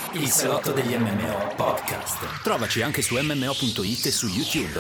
Il salotto degli MMO podcast. Trovaci anche su MMO.it e su YouTube.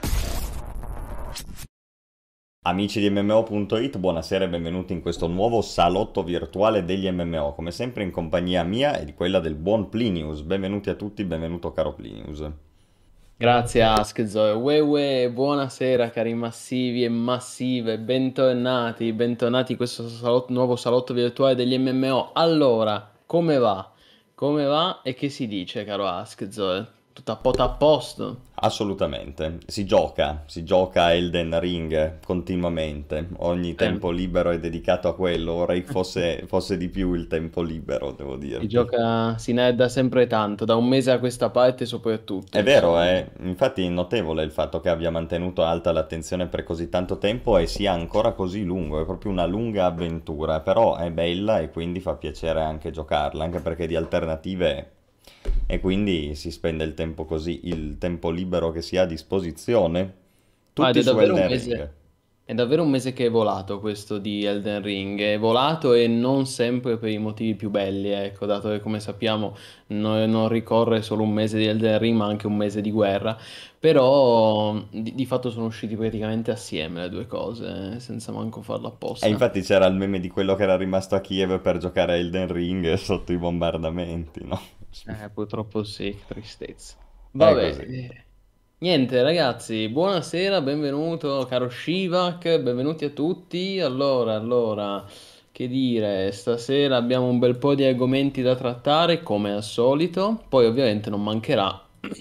Amici di MMO.it, buonasera e benvenuti in questo nuovo salotto virtuale degli MMO, come sempre in compagnia mia e di quella del buon Plinius. Benvenuti a tutti, benvenuto caro Plinius. Grazie Askzo, buonasera cari massivi e massive, bentornati in questo nuovo salotto virtuale degli MMO. Allora, come va? Come va e che si dice caro Askzo? Tutto a posto? Assolutamente, si gioca a Elden Ring continuamente, ogni tempo libero è dedicato a quello, vorrei fosse di più il tempo libero, devo Si dirti. gioca, si nerda sempre tanto, da un mese a questa parte soprattutto. È vero, Insomma. infatti è notevole il fatto che abbia mantenuto alta l'attenzione per così tanto tempo e sia ancora così lungo, è proprio una lunga avventura, però è bella e quindi fa piacere anche giocarla, anche perché di alternative e quindi si spende il tempo così, il tempo libero che si ha a disposizione, Ed tutti è su davvero un Elden mese, Ring. è davvero un mese che è volato questo di Elden Ring, è volato e non sempre per i motivi più belli, ecco, dato che come sappiamo non ricorre solo un mese di Elden Ring ma anche un mese di guerra, però di fatto sono usciti praticamente assieme le due cose, senza manco farlo E apposta. infatti c'era il meme di quello che era rimasto a Kiev per giocare a Elden Ring sotto i bombardamenti, no? Purtroppo sì, tristezza. È Vabbè, così. niente ragazzi, buonasera, benvenuto caro Shivak, benvenuti a tutti. Allora, che dire, stasera abbiamo un bel po' di argomenti da trattare, come al solito. Poi ovviamente non mancherà,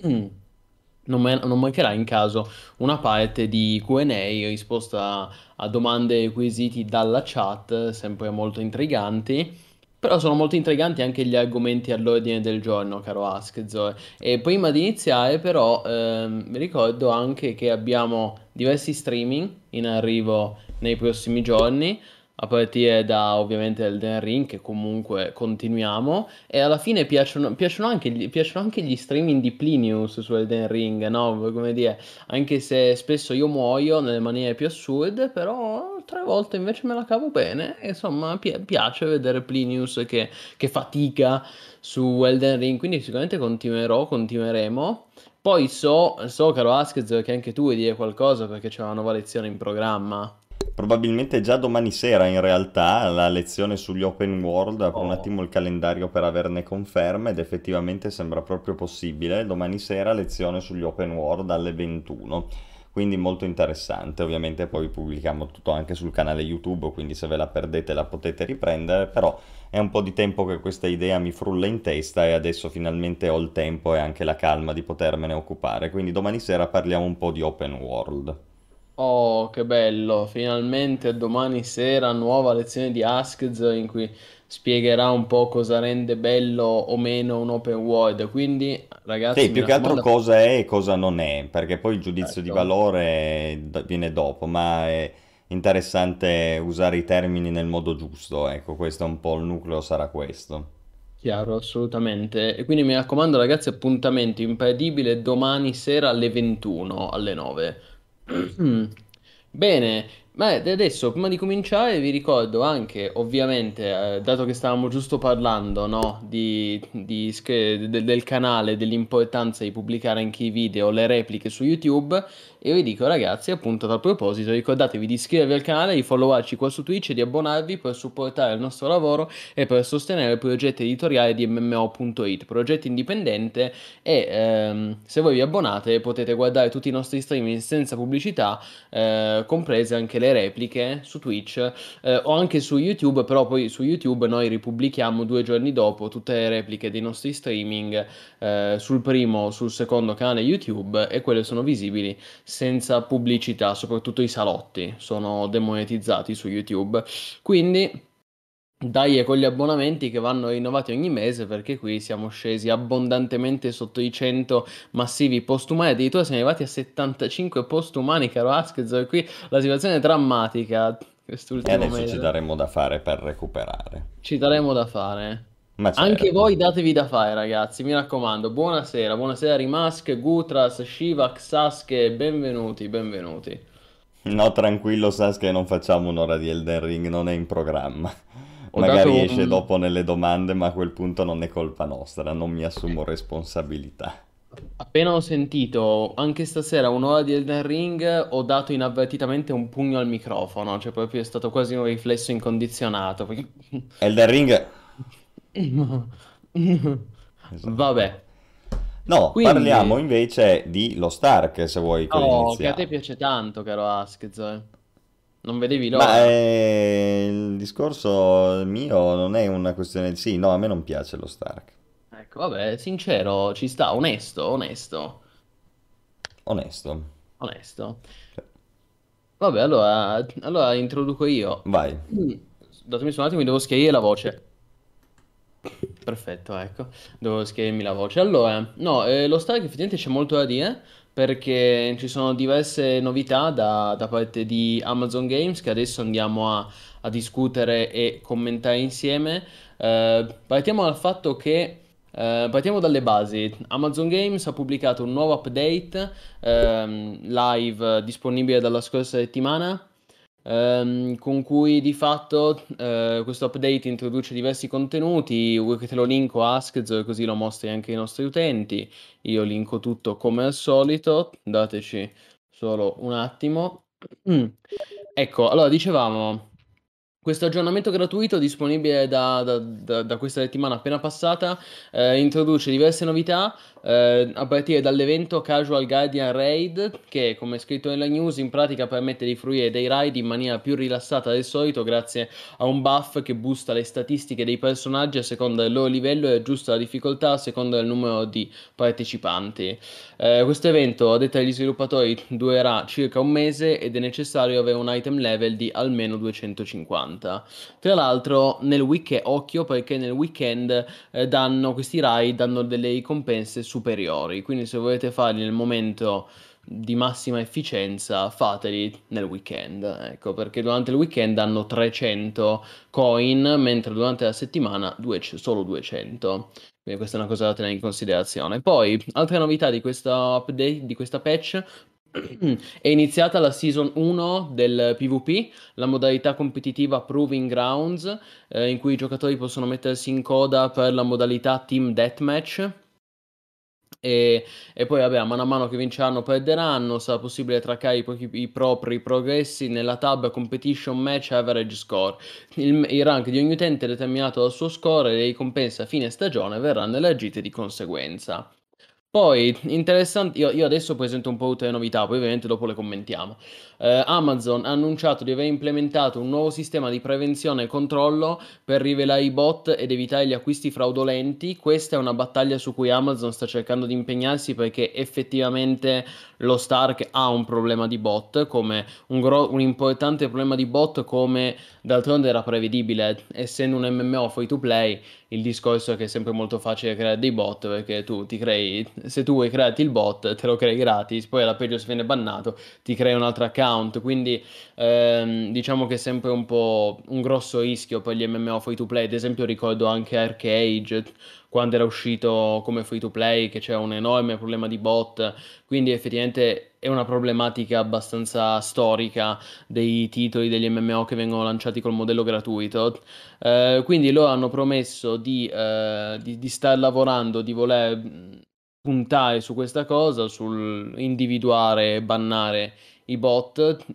non mancherà in caso una parte di Q&A, risposta a domande e quesiti dalla chat, sempre molto intriganti. Però sono molto intriganti anche gli argomenti all'ordine del giorno, caro Askzo. E prima di iniziare, però, vi ricordo anche che abbiamo diversi streaming in arrivo nei prossimi giorni, a partire da ovviamente Elden Ring, che comunque continuiamo. E alla fine piacciono anche gli streaming di Plinius su Elden Ring, no? Come dire, anche se spesso io muoio nelle maniere più assurde, però tre volte invece me la cavo bene. E insomma, piace vedere Plinius che fatica su Elden Ring, quindi sicuramente continueremo. Poi so, caro Askez, che anche tu vuoi dire qualcosa perché c'è una nuova lezione in programma. Probabilmente già domani sera in realtà la lezione sugli open world, apro un Oh. attimo il calendario per averne conferme ed effettivamente sembra proprio possibile. Domani sera lezione sugli open world alle 21, quindi molto interessante. Ovviamente poi pubblichiamo tutto anche sul canale YouTube, quindi se ve la perdete la potete riprendere, però è un po' di tempo che questa idea mi frulla in testa e adesso finalmente ho il tempo e anche la calma di potermene occupare. Quindi domani sera parliamo un po' di open world. Oh, che bello! Finalmente domani sera nuova lezione di Askz in cui spiegherà un po' cosa rende bello o meno un open world. Quindi, Sì, ragazzi, mi più che altro raccomando, cosa è e cosa non è, perché poi il giudizio di certo. valore viene dopo, ma è interessante usare i termini nel modo giusto, ecco, questo è un po' il nucleo, sarà questo. Chiaro, assolutamente. E quindi mi raccomando, ragazzi, appuntamento imperdibile domani sera alle 21, alle 9. Bene, ma adesso, prima di cominciare, vi ricordo anche, ovviamente, dato che stavamo giusto parlando, no, del canale, dell'importanza di pubblicare anche i video, le repliche su YouTube, e vi dico, ragazzi, appunto, a tal proposito, ricordatevi di iscrivervi al canale, di followarci qua su Twitch e di abbonarvi per supportare il nostro lavoro e per sostenere il progetto editoriale di MMO.it, progetto indipendente e se voi vi abbonate potete guardare tutti i nostri streaming senza pubblicità, comprese anche le repliche su Twitch o anche su YouTube, però poi su YouTube noi ripubblichiamo 2 giorni dopo tutte le repliche dei nostri streaming sul primo, sul secondo canale YouTube e quelle sono visibili senza pubblicità, soprattutto i salotti sono demonetizzati su YouTube. Quindi dai, e con gli abbonamenti che vanno rinnovati ogni mese, perché qui siamo scesi abbondantemente sotto i 100 massivi postumani, addirittura siamo arrivati a 75 postumani, caro Askez, e qui la situazione è drammatica, E quest'ultimo adesso ci mese. daremo da fare per recuperare. Ci daremo da fare. Ma Anche certo. voi datevi da fare, ragazzi, mi raccomando. Buonasera, buonasera Rimask, Gutras, Shivak, Sasuke, benvenuti. No, tranquillo, Sasuke, non facciamo un'ora di Elden Ring, non è in programma. Ho Magari dato esce un... dopo nelle domande, ma a quel punto non è colpa nostra, non mi assumo responsabilità. Appena ho sentito anche stasera un'ora di Elden Ring, ho dato inavvertitamente un pugno al microfono, cioè proprio è stato quasi un riflesso incondizionato. Elden Ring... Esatto. Vabbè, No, parliamo quindi, invece di Lost Ark, se vuoi che oh, che a te iniziamo. piace tanto, caro Askez, eh. Non vedevi Ma l'ora. il discorso mio non è una questione di... Sì, no, a me non piace lo Stark. Ecco, vabbè, sincero, ci sta, onesto, onesto, Onesto. onesto. Vabbè, allora introduco io. Vai. Mm. Datemi solo un attimo, mi devo schiarire la voce. Perfetto, ecco, devo schiarirmi la voce. Allora, no, lo Stark effettivamente c'è molto da dire perché ci sono diverse novità da parte di Amazon Games che adesso andiamo a discutere e commentare insieme. Partiamo dal fatto che, partiamo dalle basi. Amazon Games ha pubblicato un nuovo update live disponibile dalla scorsa settimana con cui di fatto questo update introduce diversi contenuti. Vuoi che te lo linko Asked così lo mostri anche ai nostri utenti? Io linko tutto come al solito, dateci solo un attimo. Mm. Ecco, allora dicevamo. Questo aggiornamento gratuito disponibile da questa settimana appena passata introduce diverse novità a partire dall'evento Casual Guardian Raid che come scritto nella news in pratica permette di fruire dei raid in maniera più rilassata del solito grazie a un buff che boosta le statistiche dei personaggi a seconda del loro livello e aggiusta la difficoltà a seconda del numero di partecipanti. Questo evento, a detta degli sviluppatori, durerà circa un mese ed è necessario avere un item level di almeno 250. Tra l'altro, nel weekend, occhio perché nel weekend questi raid danno delle ricompense superiori, quindi se volete farli nel momento di massima efficienza, fateli nel weekend, ecco, perché durante il weekend danno 300 coin, mentre durante la settimana solo 200. Quindi questa è una cosa da tenere in considerazione. Poi, altre novità di questa update, di questa patch, è iniziata la season 1 del PvP, la modalità competitiva Proving Grounds, in cui i giocatori possono mettersi in coda per la modalità Team Deathmatch. E poi, vabbè, a mano che vinceranno o perderanno, sarà possibile traccare i propri progressi nella tab Competition Match Average Score. Il rank di ogni utente è determinato dal suo score e le ricompense a fine stagione verranno elargite di conseguenza. Poi, interessante, io adesso presento un po' tutte le novità, poi ovviamente dopo le commentiamo. Amazon ha annunciato di aver implementato un nuovo sistema di prevenzione e controllo per rivelare i bot ed evitare gli acquisti fraudolenti. Questa è una battaglia su cui Amazon sta cercando di impegnarsi perché effettivamente lo Stark ha un problema di bot, come un importante problema di bot, come d'altronde era prevedibile, essendo un MMO free to play. Il discorso è che è sempre molto facile creare dei bot perché tu ti crei, se tu vuoi crearti il bot, te lo crei gratis, poi alla peggio se viene bannato, ti crei un altro account. Quindi diciamo che è sempre un po' un grosso rischio per gli MMO free to play. Ad esempio, ricordo anche Arcade quando era uscito come free to play, che c'era un enorme problema di bot. Quindi effettivamente è una problematica abbastanza storica dei titoli degli MMO che vengono lanciati col modello gratuito. Quindi loro hanno promesso di star lavorando, di voler puntare su questa cosa, sul individuare e bannare i bot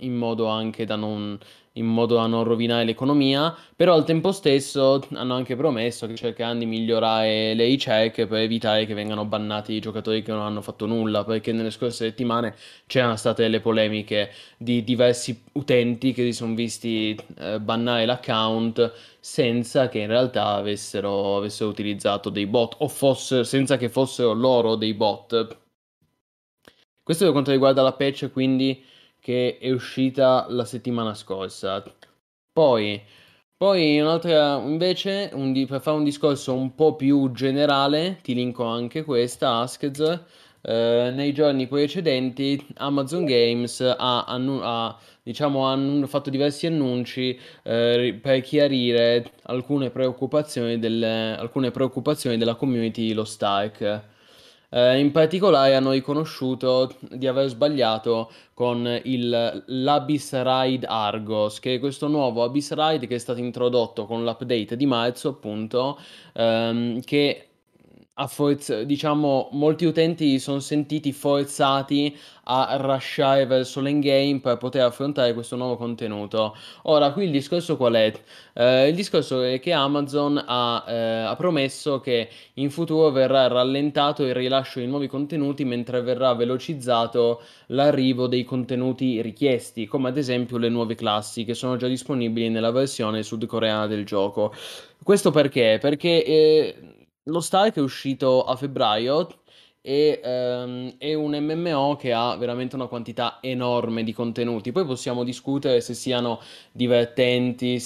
in modo da non rovinare l'economia, però al tempo stesso hanno anche promesso che cercheranno di migliorare le ricerche per evitare che vengano bannati i giocatori che non hanno fatto nulla, perché nelle scorse settimane c'erano state delle polemiche di diversi utenti che si sono visti bannare l'account senza che in realtà avessero utilizzato dei bot o senza che fossero loro dei bot. Questo per quanto riguarda la patch, quindi, che è uscita la settimana scorsa. Poi, poi un'altra, invece, per fare un discorso un po' più generale, ti linko anche questa, Asked. Nei giorni precedenti Amazon Games diciamo, ha fatto diversi annunci per chiarire alcune preoccupazioni della community Lost Ark. In particolare hanno riconosciuto di aver sbagliato con l'Abyss Ride Argos, che è questo nuovo Abyss Ride che è stato introdotto con l'update di marzo, appunto, che diciamo, molti utenti sono sentiti forzati a rushare verso l'endgame per poter affrontare questo nuovo contenuto. Ora, qui il discorso qual è? Il discorso è che Amazon ha promesso che in futuro verrà rallentato il rilascio di nuovi contenuti mentre verrà velocizzato l'arrivo dei contenuti richiesti, come ad esempio le nuove classi che sono già disponibili nella versione sudcoreana del gioco. Questo perché? Perché lo Stark è uscito a febbraio e è un MMO che ha veramente una quantità enorme di contenuti. Poi possiamo discutere se siano divertenti,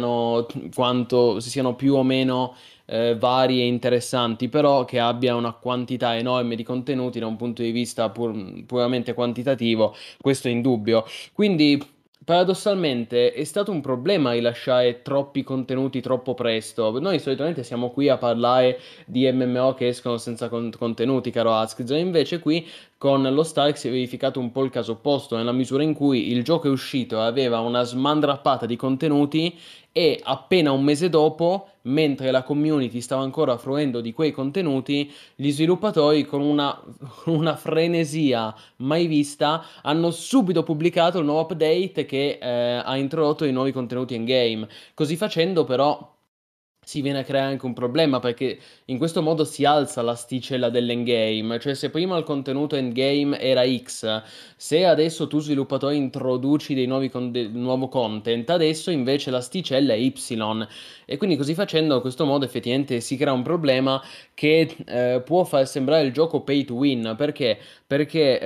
se siano più o meno vari e interessanti, però che abbia una quantità enorme di contenuti da un punto di vista puramente quantitativo, questo è indubbio. Quindi, paradossalmente, è stato un problema rilasciare troppi contenuti troppo presto. Noi solitamente siamo qui a parlare di MMO che escono senza contenuti, caro Askz, e invece qui con lo Stark si è verificato un po' il caso opposto, nella misura in cui il gioco è uscito e aveva una smandrappata di contenuti e appena un mese dopo, mentre la community stava ancora fruendo di quei contenuti, gli sviluppatori con una frenesia mai vista hanno subito pubblicato il nuovo update che ha introdotto i nuovi contenuti in game. Così facendo però si viene a creare anche un problema perché in questo modo si alza l'asticella dell'endgame, cioè se prima il contenuto endgame era X, se adesso tu sviluppatore introduci del nuovo content, adesso invece l'asticella è Y e quindi così facendo in questo modo effettivamente si crea un problema che può far sembrare il gioco pay to win, perché? Perché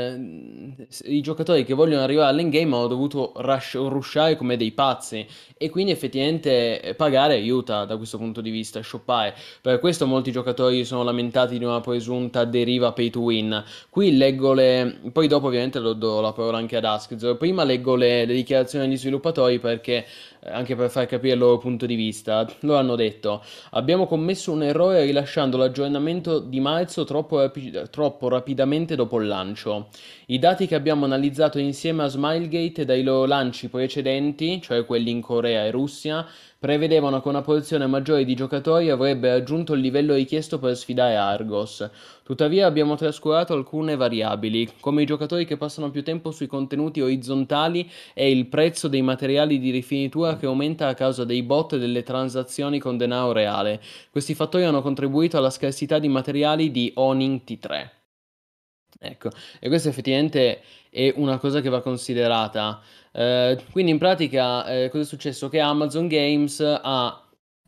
i giocatori che vogliono arrivare all'endgame hanno dovuto rushare come dei pazzi e quindi effettivamente pagare aiuta da questo punto di vista, shoppare. Per questo molti giocatori sono lamentati di una presunta deriva pay to win. Qui leggo poi dopo ovviamente lo do la parola anche ad Askz. Prima leggo le dichiarazioni degli sviluppatori perché anche per far capire il loro punto di vista. Loro hanno detto: abbiamo commesso un errore rilasciando l'aggiornamento di marzo troppo rapidamente dopo il lancio. I dati che abbiamo analizzato insieme a Smilegate dai loro lanci precedenti, cioè quelli in Corea e Russia, prevedevano che una porzione maggiore di giocatori avrebbe raggiunto il livello richiesto per sfidare Argos. Tuttavia abbiamo trascurato alcune variabili, come i giocatori che passano più tempo sui contenuti orizzontali e il prezzo dei materiali di rifinitura che aumenta a causa dei bot e delle transazioni con denaro reale. Questi fattori hanno contribuito alla scarsità di materiali di Onin T3. Ecco, e questo effettivamente è una cosa che va considerata. Quindi in pratica cosa è successo? Che Amazon Games ha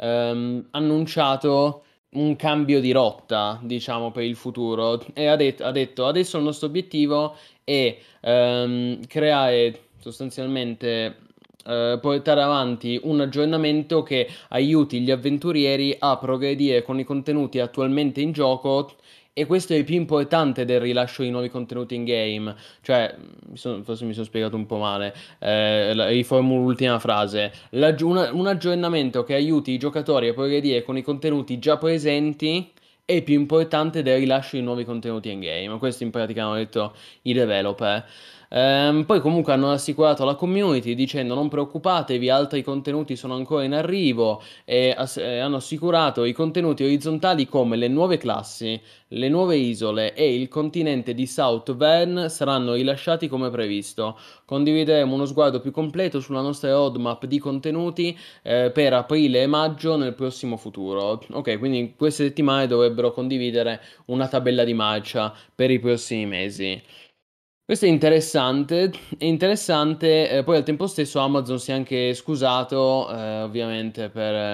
annunciato un cambio di rotta, diciamo, per il futuro e ha detto adesso il nostro obiettivo è creare sostanzialmente portare avanti un aggiornamento che aiuti gli avventurieri a progredire con i contenuti attualmente in gioco e questo è il più importante del rilascio di nuovi contenuti in game. Cioè, forse mi sono spiegato un po' male. Riformulo l'ultima frase. Un aggiornamento che aiuti i giocatori a progredire con i contenuti già presenti è il più importante del rilascio di nuovi contenuti in game. Questo in pratica hanno detto i developer. Poi comunque hanno assicurato la community dicendo non preoccupatevi, altri contenuti sono ancora in arrivo e hanno assicurato i contenuti orizzontali come le nuove classi, le nuove isole e il continente di South Vern saranno rilasciati come previsto. Condivideremo uno sguardo più completo sulla nostra roadmap di contenuti per aprile e maggio nel prossimo futuro. Ok, quindi in queste settimane dovrebbero condividere una tabella di marcia per i prossimi mesi. Questo è interessante, poi al tempo stesso Amazon si è anche scusato, ovviamente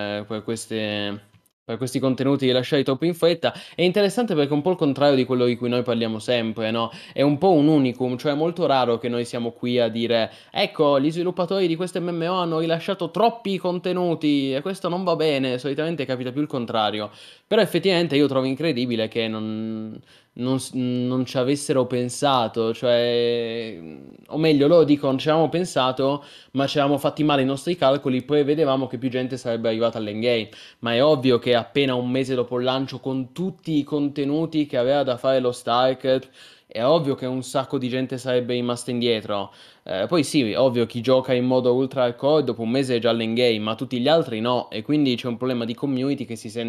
per questi contenuti rilasciati troppo in fretta. È interessante perché è un po' il contrario di quello di cui noi parliamo sempre, no? È un po' un unicum, cioè è molto raro che noi siamo qui a dire, ecco, gli sviluppatori di questo MMO hanno rilasciato troppi contenuti e questo non va bene, solitamente capita più il contrario. Però effettivamente io trovo incredibile che non ci avessero pensato, cioè, o meglio, loro dicono ci avevamo pensato, ma ci avevamo fatti male i nostri calcoli, poi vedevamo che più gente sarebbe arrivata all'endgame. Ma è ovvio che appena un mese dopo il lancio, con tutti i contenuti che aveva da fare lo Stark, è ovvio che un sacco di gente sarebbe rimasta indietro. Poi sì, ovvio, chi gioca in modo ultra hardcore dopo un mese è già all'endgame, ma tutti gli altri no, e quindi c'è un problema di community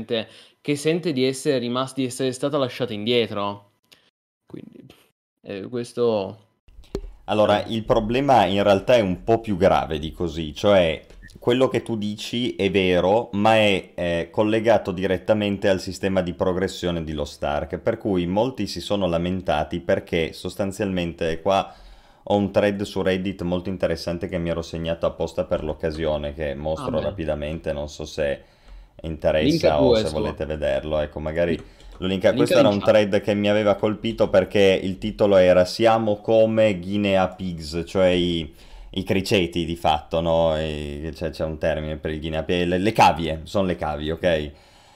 che sente di essere rimasti, di essere stata lasciata indietro. Quindi, questo... Allora, il problema in realtà è un po' più grave di così, cioè quello che tu dici è vero, ma è collegato direttamente al sistema di progressione di Lost Ark, per cui molti si sono lamentati perché sostanzialmente qua ho un thread su Reddit molto interessante che mi ero segnato apposta per l'occasione, che Ah, mostro bene. rapidamente, non so se Linka interessa o pure se su. volete vederlo, ecco, magari lo linka. Linka Questo era in un chat. thread che mi aveva colpito perché il titolo era Siamo come Guinea Pigs, cioè i criceti di fatto, no? C'è un termine per il Guinea Pig, le cavie, sono le cavie, ok?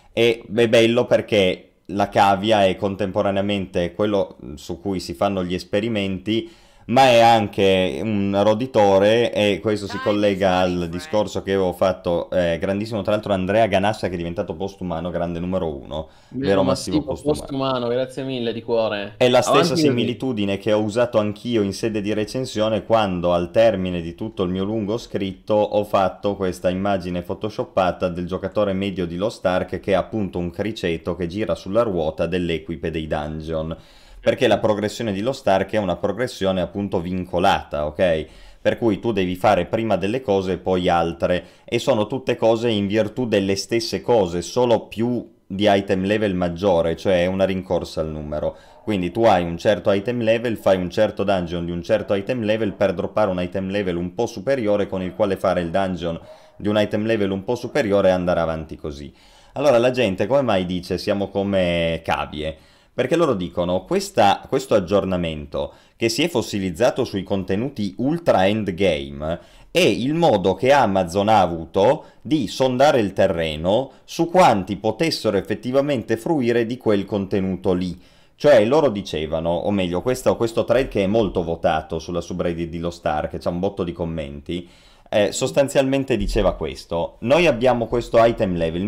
E Ok. è bello perché la cavia è contemporaneamente quello su cui si fanno gli esperimenti, ma è anche un roditore e questo si collega al discorso che avevo fatto, grandissimo tra l'altro Andrea Ganassa che è diventato postumano, grande numero uno, Vero vero massivo Massimo, postumano. postumano, grazie mille di cuore. È la stessa Avanti così. similitudine che ho usato anch'io in sede di recensione quando al termine di tutto il mio lungo scritto ho fatto questa immagine photoshoppata del giocatore medio di Lost Ark che è appunto un criceto che gira sulla ruota dell'equipe dei dungeon. Perché la progressione di Lost Ark è una progressione appunto vincolata, ok? Per cui tu devi fare prima delle cose e poi altre, e sono tutte cose in virtù delle stesse cose, solo più di item level maggiore, cioè è una rincorsa al numero. Quindi tu hai un certo item level, fai un certo dungeon di un certo item level per droppare un item level un po' superiore con il quale fare il dungeon di un item level un po' superiore e andare avanti così. Allora la gente come mai dice siamo come cavie? Perché loro dicono questo aggiornamento che si è fossilizzato sui contenuti ultra endgame è il modo che Amazon ha avuto di sondare il terreno su quanti potessero effettivamente fruire di quel contenuto lì. Cioè loro dicevano, o meglio, questo thread che è molto votato sulla subreddit di Lost Ark, che c'ha un botto di commenti, sostanzialmente diceva questo: noi abbiamo questo item level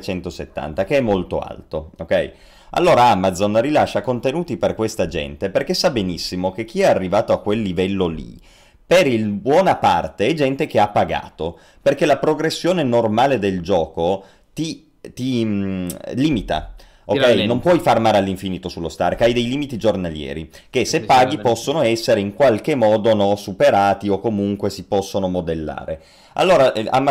1370 che è molto alto, ok? Allora Amazon rilascia contenuti per questa gente perché sa benissimo che chi è arrivato a quel livello lì, per il buona parte, è gente che ha pagato, perché la progressione normale del gioco ti limita. Ti Ok, non rallenta. puoi farmare all'infinito sullo Stark, hai dei limiti giornalieri che Sì, se sì, sì, paghi rallenta. possono essere in qualche modo no, superati o comunque si possono modellare. Allora,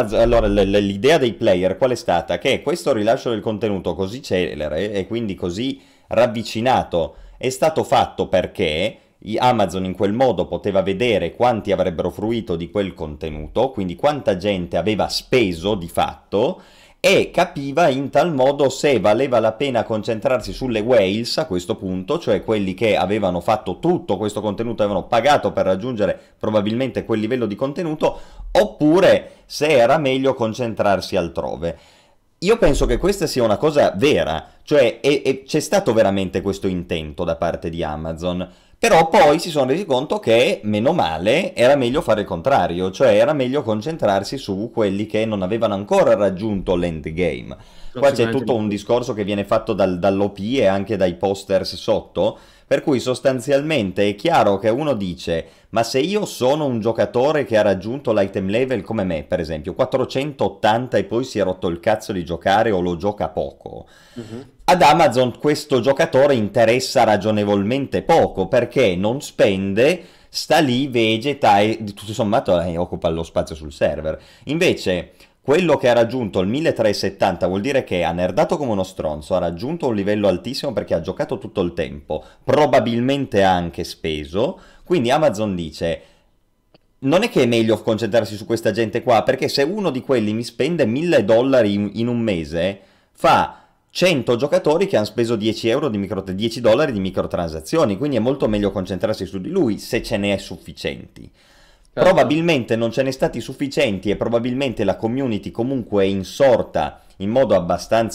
l'idea dei player qual è stata? Che questo rilascio del contenuto così celere e quindi così ravvicinato è stato fatto perché Amazon in quel modo poteva vedere quanti avrebbero fruito di quel contenuto, quindi quanta gente aveva speso di fatto, e capiva in tal modo se valeva la pena concentrarsi sulle whales a questo punto, cioè quelli che avevano fatto tutto questo contenuto, avevano pagato per raggiungere probabilmente quel livello di contenuto, oppure se era meglio concentrarsi altrove. Io penso che questa sia una cosa vera, cioè c'è stato veramente questo intento da parte di Amazon, però poi si sono resi conto che, meno male, era meglio fare il contrario, cioè era meglio concentrarsi su quelli che non avevano ancora raggiunto l'endgame. No, Qua c'è sicuramente tutto di un più. discorso che viene fatto dall'OP e anche dai posters sotto, per cui sostanzialmente è chiaro che uno dice, ma se io sono un giocatore che ha raggiunto l'item level come me, per esempio, 480 e poi si è rotto il cazzo di giocare o lo gioca poco, Mhm. ad Amazon questo giocatore interessa ragionevolmente poco perché non spende, sta lì, vegeta e tutto sommato occupa lo spazio sul server. Invece quello che ha raggiunto il 1370 vuol dire che ha nerdato come uno stronzo, ha raggiunto un livello altissimo perché ha giocato tutto il tempo, probabilmente ha anche speso, quindi Amazon dice non è che è meglio concentrarsi su questa gente qua, perché se uno di quelli mi spende $1000 in un mese, fa 100 giocatori che hanno speso 10 euro di $10 di microtransazioni, quindi è molto meglio concentrarsi su di lui se ce n'è sufficienti. Certo. Probabilmente non ce n'è stati sufficienti e probabilmente la community comunque è insorta in modo abbastanza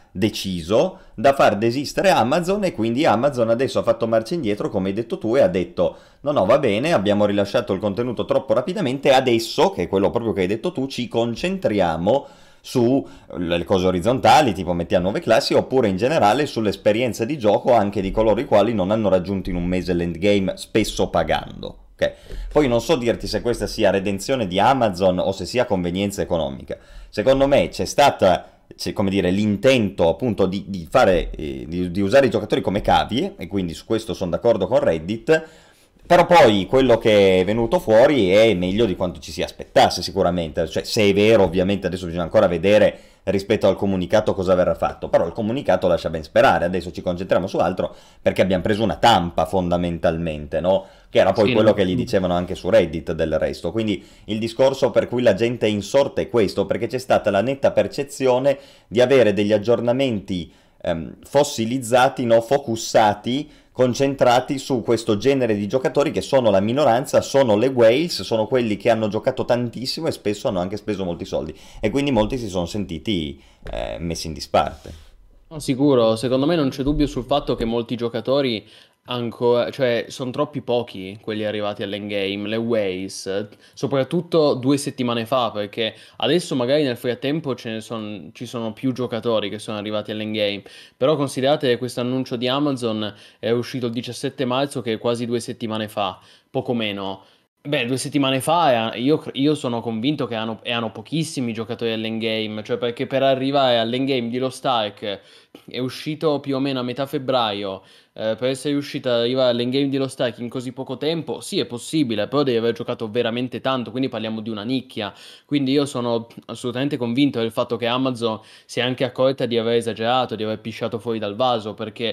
deciso da far desistere Amazon, e quindi Amazon adesso ha fatto marcia indietro, come hai detto tu, e ha detto no no va bene, abbiamo rilasciato il contenuto troppo rapidamente, adesso, che è quello proprio che hai detto tu, ci concentriamo su le cose orizzontali, tipo mettiamo nuove classi, oppure in generale sull'esperienza di gioco anche di coloro i quali non hanno raggiunto in un mese l'endgame, spesso pagando. Okay. Poi non so dirti se questa sia redenzione di Amazon o se sia convenienza economica. Secondo me c'è stata, come dire, l'intento appunto di fare, di usare i giocatori come cavie, e quindi su questo sono d'accordo con Reddit. Però poi quello che è venuto fuori è meglio di quanto ci si aspettasse sicuramente, cioè se è vero ovviamente adesso bisogna ancora vedere rispetto al comunicato cosa verrà fatto, però il comunicato lascia ben sperare, adesso ci concentriamo su altro perché abbiamo preso una tampa fondamentalmente, no? Che era poi Sì, quello che gli dicevano anche su Reddit del resto, quindi il discorso per cui la gente è insorta è questo, perché c'è stata la netta percezione di avere degli aggiornamenti fossilizzati, no? Focussati, concentrati su questo genere di giocatori che sono la minoranza, sono le whales, sono quelli che hanno giocato tantissimo e spesso hanno anche speso molti soldi, e quindi molti si sono sentiti messi in disparte. No, sicuro, secondo me non c'è dubbio sul fatto che molti giocatori ancora, cioè sono troppi pochi quelli arrivati all'endgame, le ways, soprattutto 2 settimane fa, perché adesso magari nel frattempo ci sono più giocatori che sono arrivati all'endgame, però considerate che questo annuncio di Amazon è uscito il 17 marzo, che è quasi 2 settimane fa, poco meno. Beh, 2 settimane fa io sono convinto che erano pochissimi giocatori all'endgame, cioè perché per arrivare all'endgame di Lost Ark è uscito più o meno a metà febbraio, per essere riuscito ad arrivare all'endgame di Lost Ark in così poco tempo, sì è possibile, però devi aver giocato veramente tanto, quindi parliamo di una nicchia, quindi io sono assolutamente convinto del fatto che Amazon si è anche accorta di aver esagerato, di aver pisciato fuori dal vaso, perché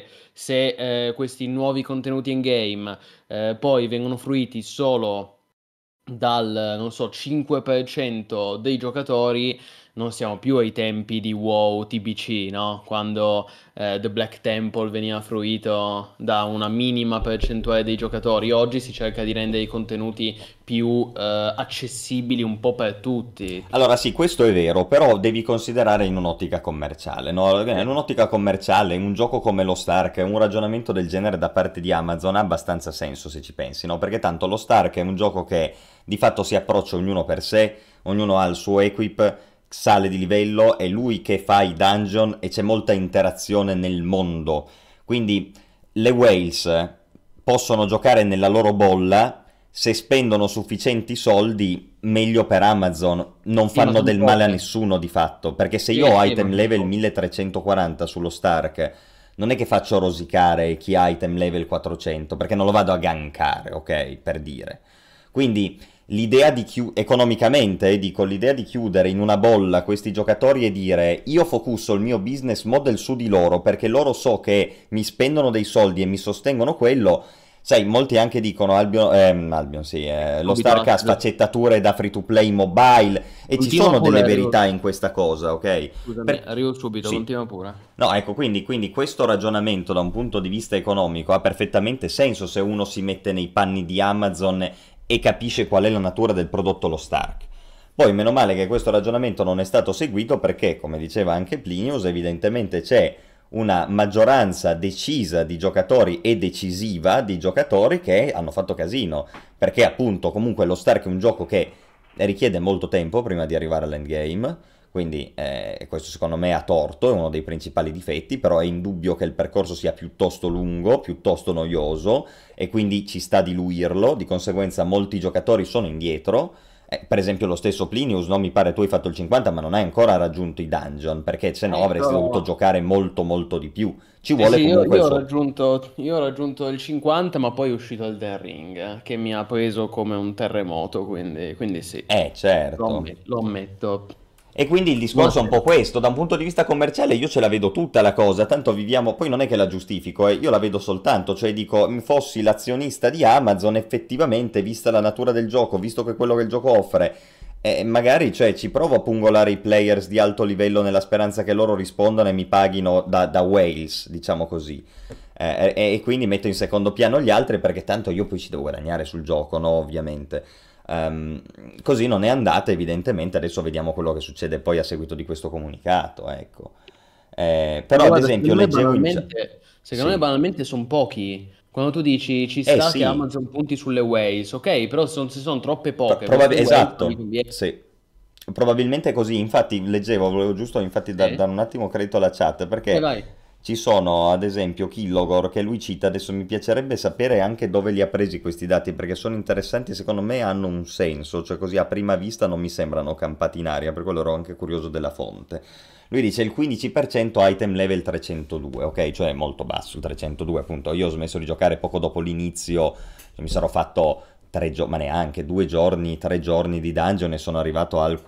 se questi nuovi contenuti in game poi vengono fruiti solo dal, non so, 5% dei giocatori, non siamo più ai tempi di WoW TBC, no? Quando The Black Temple veniva fruito da una minima percentuale dei giocatori. Oggi si cerca di rendere i contenuti più accessibili un po' per tutti. Allora sì, questo è vero, però devi considerare in un'ottica commerciale, no? In un'ottica commerciale, in un gioco come lo Stark, un ragionamento del genere da parte di Amazon ha abbastanza senso se ci pensi, no? Perché tanto lo Stark è un gioco che di fatto si approccia ognuno per sé, ognuno ha il suo equip, sale di livello, è lui che fa i dungeon e c'è molta interazione nel mondo. Quindi le whales possono giocare nella loro bolla, se spendono sufficienti soldi, meglio per Amazon, non Sì, ma fanno sono del male a pochi. nessuno di fatto, perché se Sì, io ho sì, ma item sono level pochi. 1340 sullo Stark, non è che faccio rosicare chi ha item level 400, perché non lo vado a gankare, ok? Per dire. Quindi l'idea di economicamente, dico, l'idea di chiudere in una bolla questi giocatori e dire io focusso il mio business model su di loro perché loro so che mi spendono dei soldi e mi sostengono quello. Sai, molti anche dicono Albion sì, lo Subito, Stark ha sfaccettature da free to play mobile, e ci continua sono pure, delle verità in questa cosa, ok? scusami, arrivo subito, Sì. continua pure. No, ecco, quindi questo ragionamento da un punto di vista economico ha perfettamente senso se uno si mette nei panni di Amazon e capisce qual è la natura del prodotto lo Stark. Poi, meno male che questo ragionamento non è stato seguito perché, come diceva anche Plinius, evidentemente c'è una maggioranza decisa di giocatori e decisiva di giocatori che hanno fatto casino, perché appunto comunque lo Stark è un gioco che richiede molto tempo prima di arrivare all'endgame, quindi questo secondo me ha torto, è uno dei principali difetti, però è indubbio che il percorso sia piuttosto lungo, piuttosto noioso, e quindi ci sta a diluirlo, di conseguenza molti giocatori sono indietro. Per esempio lo stesso Plinius, no? Mi pare tu hai fatto il 50 ma non hai ancora raggiunto i dungeon, perché se no avresti dovuto Però... giocare molto molto di più. Ci Sì, vuole sì, io, comunque il io ho suo... raggiunto, io ho raggiunto il 50, ma poi è uscito il Den Ring, che mi ha preso come un terremoto, quindi sì, Certo. lo ammetto. E quindi il discorso è un po' Buonasera. questo, da un punto di vista commerciale io ce la vedo tutta la cosa, tanto viviamo, poi non è che la giustifico, io la vedo soltanto, cioè dico, fossi l'azionista di Amazon, effettivamente, vista la natura del gioco, visto che quello che il gioco offre, magari cioè, ci provo a pungolare i players di alto livello nella speranza che loro rispondano e mi paghino da whales, diciamo così. E quindi metto in secondo piano gli altri perché tanto io poi ci devo guadagnare sul gioco, no? Ovviamente. Così non è andata evidentemente, adesso vediamo quello che succede poi a seguito di questo comunicato, ecco. Però Ma ad guarda, esempio leggevo secondo me Sì, banalmente sono pochi. Quando tu dici ci eh sta che sì, Amazon punti sulle Whales, ok, però se sono troppe poche queste Whales non mi esatto, conviene. sì. Probabilmente è così, infatti leggevo, volevo giusto infatti Sì? dare un attimo credito alla chat, Vai, perché vai. ci sono ad esempio Killogor che lui cita, adesso mi piacerebbe sapere anche dove li ha presi questi dati, perché sono interessanti, secondo me hanno un senso, cioè così a prima vista non mi sembrano campati in aria, per quello ero anche curioso della fonte. Lui dice il 15% item level 302, ok? Cioè molto basso, 302 appunto. Io ho smesso di giocare poco dopo l'inizio, cioè mi sarò fatto 3 giorni, ma neanche 2 giorni, 3 giorni di dungeon e sono arrivato al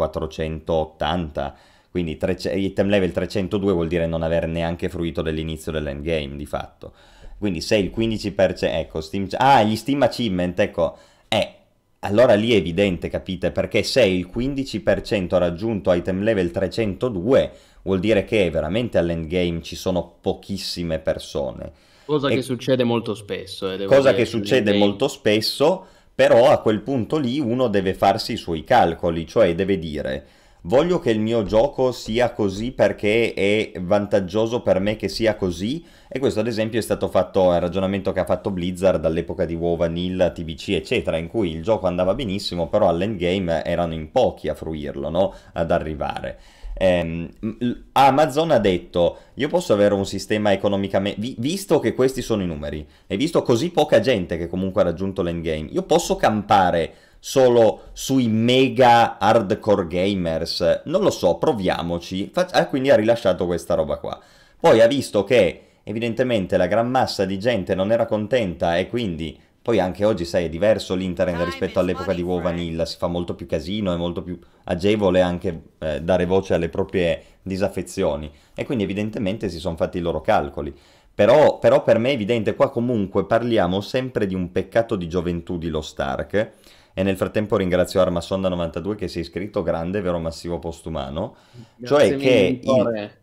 480. Quindi item level 302 vuol dire non aver neanche fruito dell'inizio dell'endgame, di fatto. Quindi se il 15%, ecco, gli Steam Achievement, ecco, allora lì è evidente, capite? Perché se il 15% ha raggiunto item level 302, vuol dire che veramente all'endgame ci sono pochissime persone. Cosa che E succede molto spesso, devo cosa che dirti, succede nell'endgame. molto spesso, però a quel punto lì uno deve farsi i suoi calcoli, cioè deve dire voglio che il mio gioco sia così perché è vantaggioso per me che sia così, e questo ad esempio è stato fatto, è il ragionamento che ha fatto Blizzard all'epoca di WoW Vanilla, TBC eccetera, in cui il gioco andava benissimo, però all'endgame erano in pochi a fruirlo, no? Ad arrivare. Amazon ha detto io posso avere un sistema economicamente visto che questi sono i numeri e visto così poca gente che comunque ha raggiunto l'endgame, io posso campare solo sui mega hardcore gamers, non lo so, proviamoci. Quindi ha rilasciato questa roba qua. Poi ha visto che evidentemente la gran massa di gente non era contenta e quindi poi anche oggi, sai, è diverso l'internet rispetto all'epoca di WoW Vanilla, si fa molto più casino, è molto più agevole anche dare voce alle proprie disaffezioni e quindi evidentemente si sono fatti i loro calcoli. Però per me è evidente, qua comunque parliamo sempre di un peccato di gioventù di Lost Ark, e nel frattempo ringrazio Armasonda92 che si è iscritto, grande, vero massivo postumano, cioè Grazie mille, che Vittorio.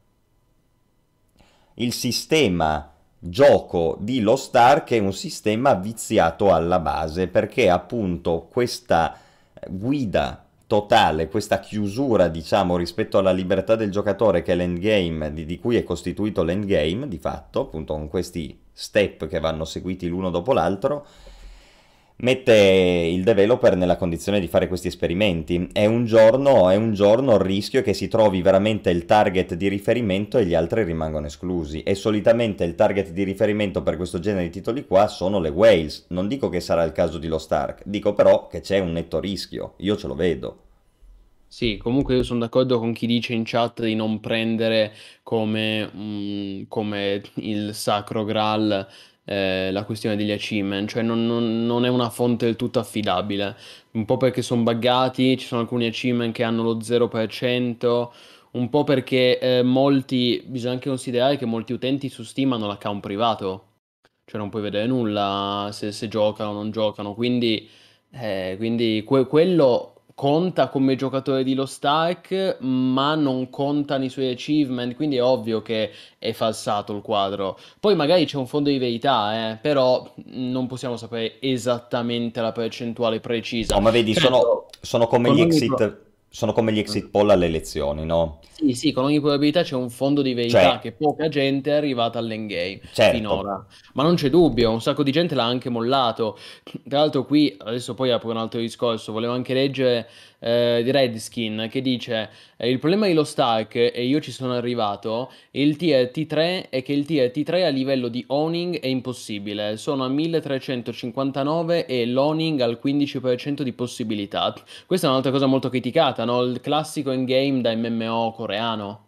il sistema gioco di Lost Ark è un sistema viziato alla base, perché appunto questa guida totale, questa chiusura, diciamo, rispetto alla libertà del giocatore, che è l'endgame, di cui è costituito l'endgame, di fatto, appunto con questi step che vanno seguiti l'uno dopo l'altro, mette il developer nella condizione di fare questi esperimenti. È un giorno il rischio che si trovi veramente il target di riferimento e gli altri rimangono esclusi. E solitamente il target di riferimento per questo genere di titoli qua sono le whales. Non dico che sarà il caso di Lost Ark, dico però che c'è un netto rischio. Io ce lo vedo. Sì, comunque io sono d'accordo con chi dice in chat di non prendere come il sacro Graal la questione degli achievement, cioè non è una fonte del tutto affidabile, un po' perché sono buggati, ci sono alcuni achievement che hanno lo 0%, un po' perché bisogna anche considerare che molti utenti su Steam hanno l'account privato, cioè non puoi vedere nulla se giocano o non giocano, quindi quello conta come giocatore di Lost Ark, ma non contano i suoi achievement, quindi è ovvio che è falsato il quadro. Poi magari c'è un fondo di verità, però non possiamo sapere esattamente la percentuale Oh, precisa. ma vedi, Certo, con ogni sono come gli exit poll alle elezioni, no? sì, sì, con ogni probabilità c'è un fondo di verità Cioè, che poca gente è arrivata all'endgame certo. finora, ma non c'è dubbio, un sacco di gente l'ha anche mollato. Tra l'altro qui, adesso poi apro un altro discorso, volevo anche leggere di Redskin che dice il problema di Lost Ark, e io ci sono arrivato, il tier T3 è che il tier T3 a livello di owning è impossibile, sono a 1359 e l'owning al 15% di possibilità. Questa è un'altra cosa molto criticata, no? Il classico endgame da MMO coreano,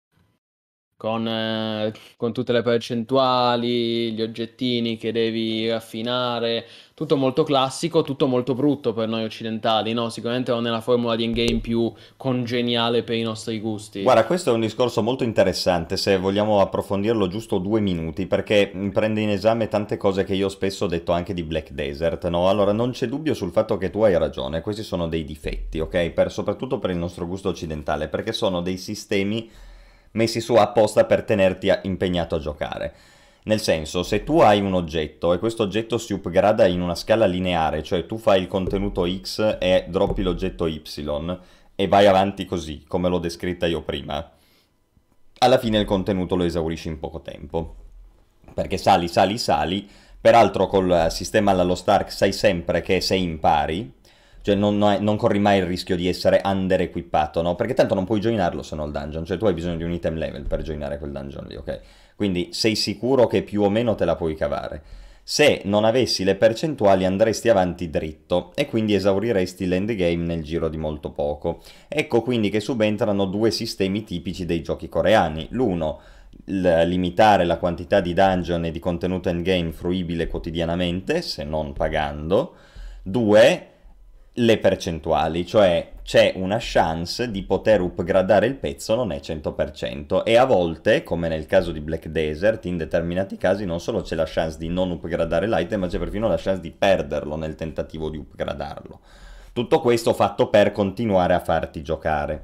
con tutte le percentuali, gli oggettini che devi raffinare, tutto molto classico, tutto molto brutto per noi occidentali, no? Sicuramente non è la formula di endgame più congeniale per i nostri gusti. Guarda, questo è un discorso molto interessante se vogliamo approfondirlo giusto 2 minuti, perché prende in esame tante cose che io spesso ho detto anche di Black Desert, no? Allora, non c'è dubbio sul fatto che tu hai ragione, questi sono dei difetti, ok? Soprattutto per il nostro gusto occidentale, perché sono dei sistemi messi su apposta per tenerti impegnato a giocare. Nel senso, se tu hai un oggetto e questo oggetto si upgrada in una scala lineare, cioè tu fai il contenuto X e droppi l'oggetto Y, e vai avanti così, come l'ho descritta io prima, alla fine il contenuto lo esaurisci in poco tempo, perché sali, sali, sali, peraltro col sistema alla Lost Ark sai sempre che sei in pari, cioè non corri mai il rischio di essere under-equipato, no? Perché tanto non puoi joinarlo se no il dungeon, cioè tu hai bisogno di un item level per joinare quel dungeon lì, ok? Quindi sei sicuro che più o meno te la puoi cavare. Se non avessi le percentuali andresti avanti dritto e quindi esauriresti l'endgame nel giro di molto poco. Ecco quindi che subentrano due sistemi tipici dei giochi coreani. L'uno, limitare la quantità di dungeon e di contenuto endgame fruibile quotidianamente, se non pagando. Due, le percentuali, cioè c'è una chance di poter upgradare il pezzo, non è 100%, e a volte, come nel caso di Black Desert, in determinati casi non solo c'è la chance di non upgradare l'item, ma c'è perfino la chance di perderlo nel tentativo di upgradarlo. Tutto questo fatto per continuare a farti giocare.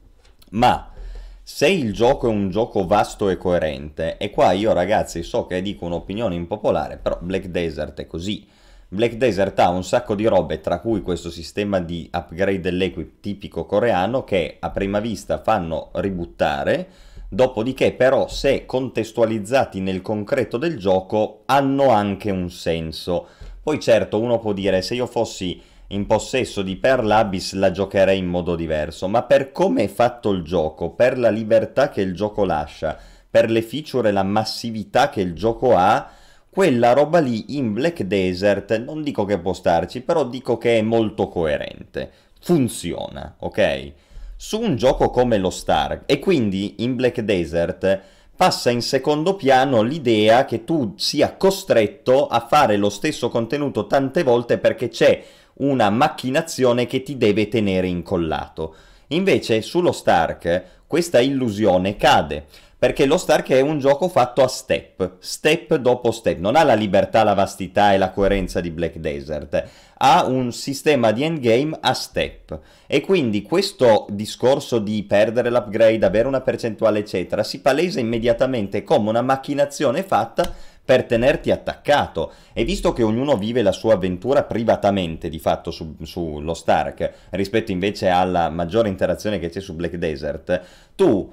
Ma se il gioco è un gioco vasto e coerente, e qua io ragazzi so che dico un'opinione impopolare, però Black Desert è così. Black Desert ha un sacco di robe, tra cui questo sistema di upgrade dell'equip tipico coreano che a prima vista fanno ributtare, dopodiché però se contestualizzati nel concreto del gioco hanno anche un senso. Poi certo uno può dire se io fossi in possesso di Pearl Abyss la giocherei in modo diverso, ma per come è fatto il gioco, per la libertà che il gioco lascia, per le feature e la massività che il gioco ha, quella roba lì in Black Desert non dico che può starci, però dico che è molto coerente. Funziona, ok? Su un gioco come lo Star, e quindi in Black Desert passa in secondo piano l'idea che tu sia costretto a fare lo stesso contenuto tante volte perché c'è una macchinazione che ti deve tenere incollato. Invece sullo Stark questa illusione cade, perché lo Stark è un gioco fatto a step dopo step, non ha la libertà, la vastità e la coerenza di Black Desert, ha un sistema di endgame a step, e quindi questo discorso di perdere l'upgrade, avere una percentuale eccetera, si palesa immediatamente come una macchinazione fatta per tenerti attaccato. E visto che ognuno vive la sua avventura privatamente di fatto sullo Stark rispetto invece alla maggiore interazione che c'è su Black Desert, tu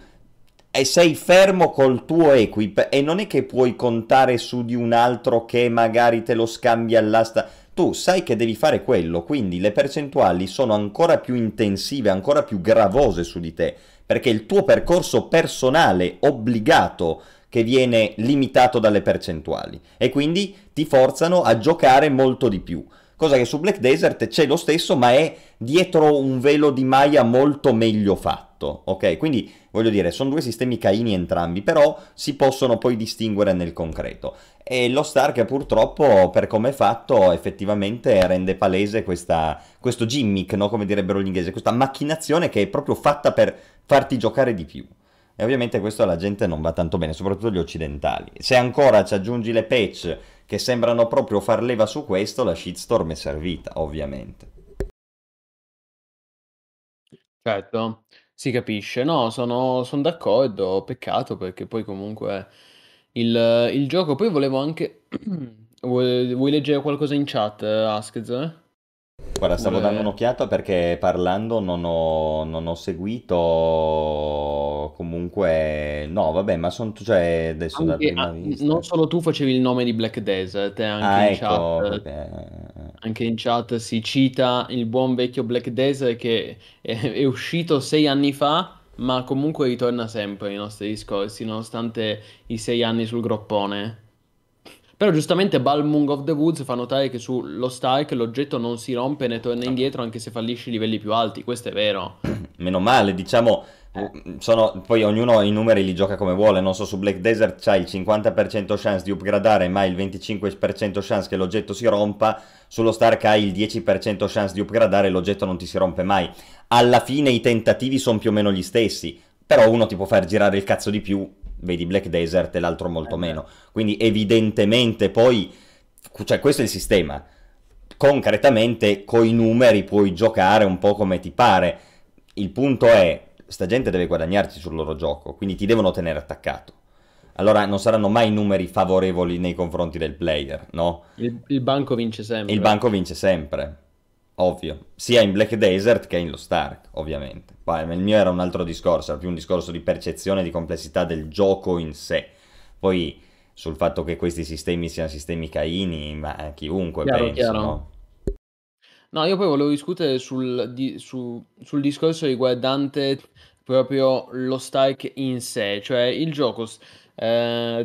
sei fermo col tuo equip e non è che puoi contare su di un altro che magari te lo scambia all'asta. Tu sai che devi fare quello, quindi le percentuali sono ancora più intensive, ancora più gravose su di te, perché il tuo percorso personale obbligato che viene limitato dalle percentuali, e quindi ti forzano a giocare molto di più. Cosa che su Black Desert c'è lo stesso, ma è dietro un velo di Maya molto meglio fatto, ok? Quindi, voglio dire, sono due sistemi caini entrambi, però si possono poi distinguere nel concreto. E lo Stark purtroppo, per come è fatto, effettivamente rende palese questo gimmick, no? Come direbbero gli inglesi, questa macchinazione che è proprio fatta per farti giocare di più. E ovviamente questo alla gente non va tanto bene, soprattutto gli occidentali. Se ancora ci aggiungi le patch che sembrano proprio far leva su questo, la shitstorm è servita, ovviamente. Certo, si capisce. No, sono d'accordo, peccato perché poi comunque il gioco... Poi volevo anche... Vuoi leggere qualcosa in chat, Askez? Guarda, stavo dando Pure... un'occhiata perché parlando non ho seguito, comunque, no, vabbè, ma sono, cioè, adesso da Anche, prima non vista. solo tu facevi il nome di Black Desert, anche Ah, in ecco, chat. perché... Anche in chat si cita il buon vecchio Black Desert che è uscito 6 anni fa, ma comunque ritorna sempre nei nostri discorsi, nonostante i 6 anni sul groppone. Però giustamente Balmung of the Woods fa notare che sullo Stark l'oggetto non si rompe né torna indietro anche se fallisci i livelli più alti, questo è vero. Meno male, diciamo, Eh, poi ognuno i numeri li gioca come vuole, non so, su Black Desert c'hai il 50% chance di upgradare, ma il 25% chance che l'oggetto si rompa, sullo Stark hai il 10% chance di upgradare e l'oggetto non ti si rompe mai. Alla fine i tentativi sono più o meno gli stessi, però uno ti può far girare il cazzo di più, vedi Black Desert e l'altro molto beh. meno. Quindi evidentemente poi, cioè questo è il sistema. Concretamente coi numeri puoi giocare un po' come ti pare. Il punto è, sta gente deve guadagnarci sul loro gioco, quindi ti devono tenere attaccato. Allora non saranno mai numeri favorevoli nei confronti del player, no? Il banco vince E il sempre. banco vince sempre, ovvio, sia in Black Desert che in Lost Ark, ovviamente. Poi il mio era un altro discorso, era più un discorso di percezione, di complessità del gioco in sé. Poi sul fatto che questi sistemi siano sistemi Caini, ma chiunque Chiaro, penso, chiaro. no? No, io poi volevo discutere sul discorso riguardante proprio lo strike in sé, cioè il gioco. eh,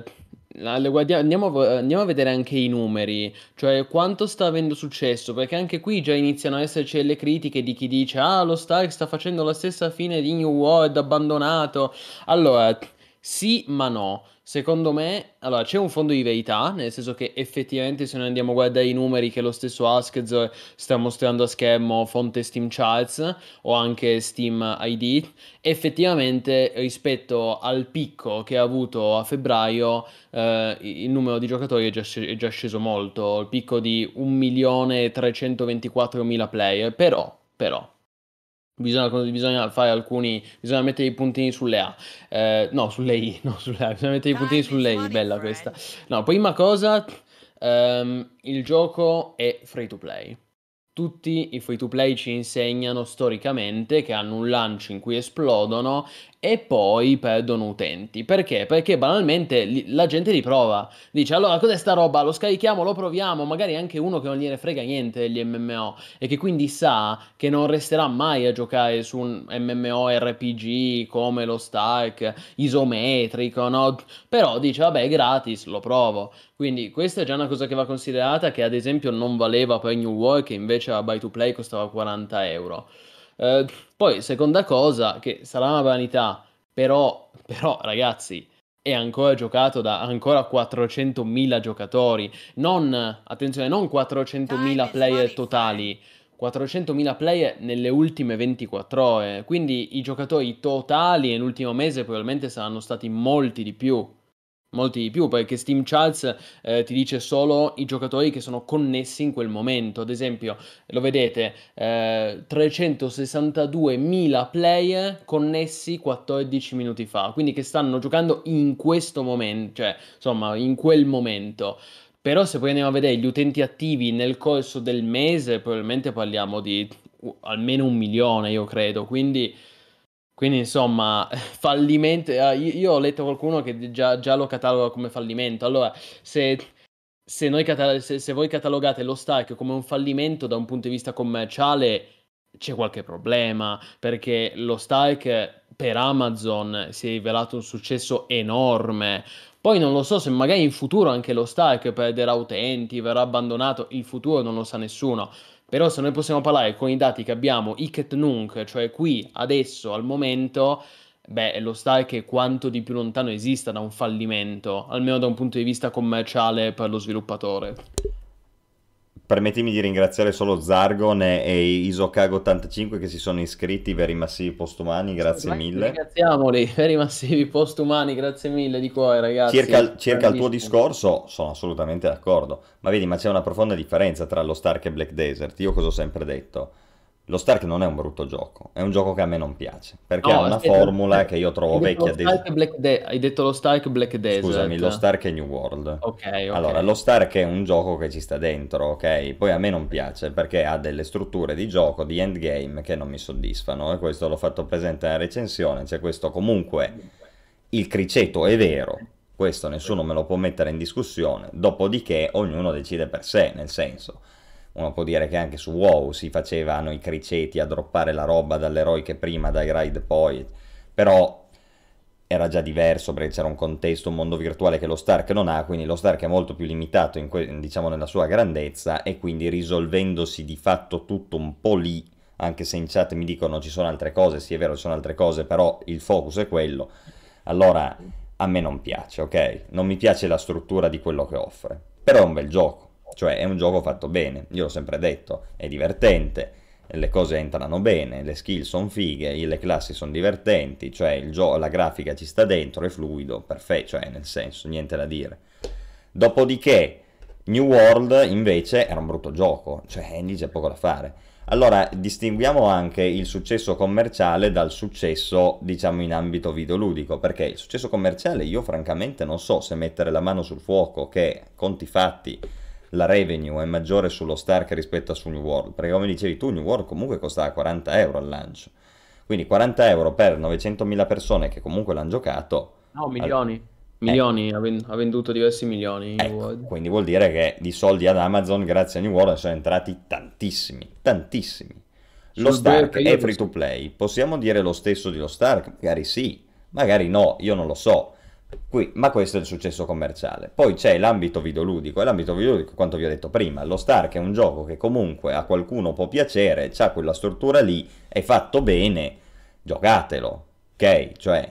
andiamo a vedere anche i numeri, cioè quanto sta avendo successo, perché anche qui già iniziano a esserci le critiche di chi dice: Ah, lo strike sta facendo la stessa fine di New World, abbandonato. Allora, sì, ma no. Secondo me, allora c'è un fondo di verità, nel senso che effettivamente se noi andiamo a guardare i numeri che lo stesso Askez sta mostrando a schermo, fonte Steam Charts o anche Steam ID, effettivamente rispetto al picco che ha avuto a febbraio, il numero di giocatori è già sceso molto, il picco di 1.324.000 player, però. Bisogna fare bisogna mettere i puntini sulle A. No, sulle I, no, sulle A. Bisogna mettere i puntini sulle I, bella questa. No, prima cosa, il gioco è free to play. Tutti i free to play ci insegnano storicamente che hanno un lancio in cui esplodono e poi perdono utenti. Perché? Perché banalmente la gente li prova. Dice: allora, cos'è sta roba? Lo scarichiamo, lo proviamo. Magari anche uno che non gliene frega niente degli MMO e che quindi sa che non resterà mai a giocare su un MMORPG come lo Stark, isometrico, no? Però dice: vabbè, è gratis, lo provo. Quindi questa è già una cosa che va considerata, che ad esempio non valeva per New World, che invece a buy to play costava 40 euro. Eh, Poi, seconda cosa, che sarà una vanità, però ragazzi, è ancora giocato da ancora 400.000 giocatori. Non, attenzione, non 400.000 player totali, 400.000 player nelle ultime 24 ore. Quindi i giocatori totali nell'ultimo mese probabilmente saranno stati molti di più. Molti di più, perché Steam Charts ti dice solo i giocatori che sono connessi in quel momento. Ad esempio, lo vedete, 362.000 player connessi 14 minuti fa, quindi che stanno giocando in questo momento, cioè, insomma, in quel momento. Però se poi andiamo a vedere gli utenti attivi nel corso del mese, probabilmente parliamo di almeno 1 milione, io credo. Quindi insomma, fallimento. Io ho letto qualcuno che già lo cataloga come fallimento. Allora, se voi catalogate lo Stark come un fallimento da un punto di vista commerciale, c'è qualche problema. Perché lo Stark per Amazon si è rivelato un successo enorme. Poi non lo so se magari in futuro anche lo Stark perderà utenti, verrà abbandonato. Il futuro non lo sa nessuno. Però se noi possiamo parlare con i dati che abbiamo, hic et nunc, cioè qui, adesso, al momento, beh, lo sta è che quanto di più lontano esista da un fallimento, almeno da un punto di vista commerciale per lo sviluppatore. Permettimi di ringraziare solo Zargon e Isokag85 che si sono iscritti, veri massivi postumani, grazie mille. Ringraziamoli, per i massivi postumani, grazie mille di cuore, ragazzi. Circa il tuo discorso, sono assolutamente d'accordo, ma vedi, ma c'è una profonda differenza tra lo Stark e Black Desert. Io cosa ho sempre detto? Lo Stark non è un brutto gioco, è un gioco che a me non piace, perché No, ha una aspetta, formula che io trovo vecchia. Hai detto lo Stark Black Desert. Scusami, lo Stark è New World. Ok. Allora, lo Stark è un gioco che ci sta dentro, ok? Poi a me non piace perché ha delle strutture di gioco, di endgame che non mi soddisfano e questo l'ho fatto presente nella recensione. C'è questo comunque, il criceto è vero, questo nessuno me lo può mettere in discussione, dopodiché ognuno decide per sé, nel senso, uno può dire che anche su WoW si facevano i criceti a droppare la roba dall'eroiche prima, dai raid poi, però era già diverso perché c'era un contesto, un mondo virtuale che lo Stark non ha, quindi lo Stark è molto più limitato diciamo nella sua grandezza e quindi risolvendosi di fatto tutto un po' lì, anche se in chat mi dicono ci sono altre cose, sì è vero ci sono altre cose, però il focus è quello, allora a me non piace, ok? Non mi piace la struttura di quello che offre, però è un bel gioco. Cioè è un gioco fatto bene, io l'ho sempre detto, è divertente, le cose entrano bene, le skill sono fighe, le classi sono divertenti, cioè la grafica ci sta dentro, è fluido, perfetto, cioè nel senso, niente da dire. Dopodiché, New World invece era un brutto gioco, cioè lì c'è poco da fare. Allora, distinguiamo anche il successo commerciale dal successo, diciamo, in ambito videoludico, perché il successo commerciale io francamente non so se mettere la mano sul fuoco che, conti fatti, la revenue è maggiore sullo Stark rispetto a su New World, perché come dicevi tu, New World comunque costava 40 euro al lancio, quindi 40 euro per 900.000 persone che comunque l'hanno giocato, No, al- milioni. ecco, Milioni, ha venduto diversi milioni New ecco, World. quindi vuol dire che di soldi ad Amazon grazie a New World ne sono entrati tantissimi, tantissimi. Lo Sul breve Stark è periodo free sì. to play, possiamo dire lo stesso di lo Stark? Magari sì, magari no, io non lo so. Ma questo è il successo commerciale. Poi c'è l'ambito videoludico, e l'ambito videoludico, quanto vi ho detto prima, lo Stark è un gioco che comunque a qualcuno può piacere, c'ha quella struttura lì, è fatto bene, giocatelo, ok? Cioè,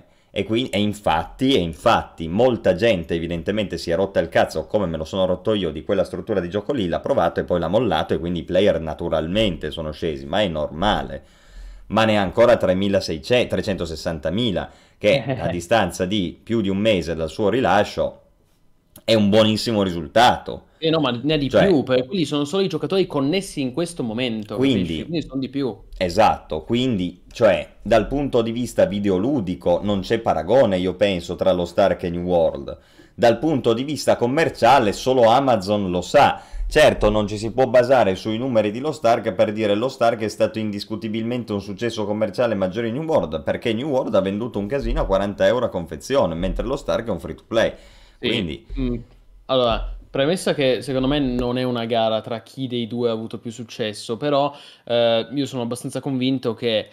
e infatti, molta gente evidentemente si è rotta il cazzo, come me lo sono rotto io, di quella struttura di gioco lì, l'ha provato e poi l'ha mollato e quindi i player naturalmente sono scesi, ma è normale. Ma ne ha ancora 3.600, 360.000, che a distanza di più di un mese dal suo rilascio è un buonissimo risultato. Eh no, ma ne ha di Cioè, più, perché quelli sono solo i giocatori connessi in questo momento, capisci? quindi, Quindi sono di più. esatto, quindi, cioè, dal punto di vista videoludico non c'è paragone, io penso, tra lo Stark e New World. Dal punto di vista commerciale solo Amazon lo sa. Certo, non ci si può basare sui numeri di Lo Stark per dire Lo Stark è stato indiscutibilmente un successo commerciale maggiore di New World, perché New World ha venduto un casino a 40 euro a confezione, mentre Lo Stark è un free to play. Sì. Quindi, Allora, premessa che secondo me non è una gara tra chi dei due ha avuto più successo, però io sono abbastanza convinto che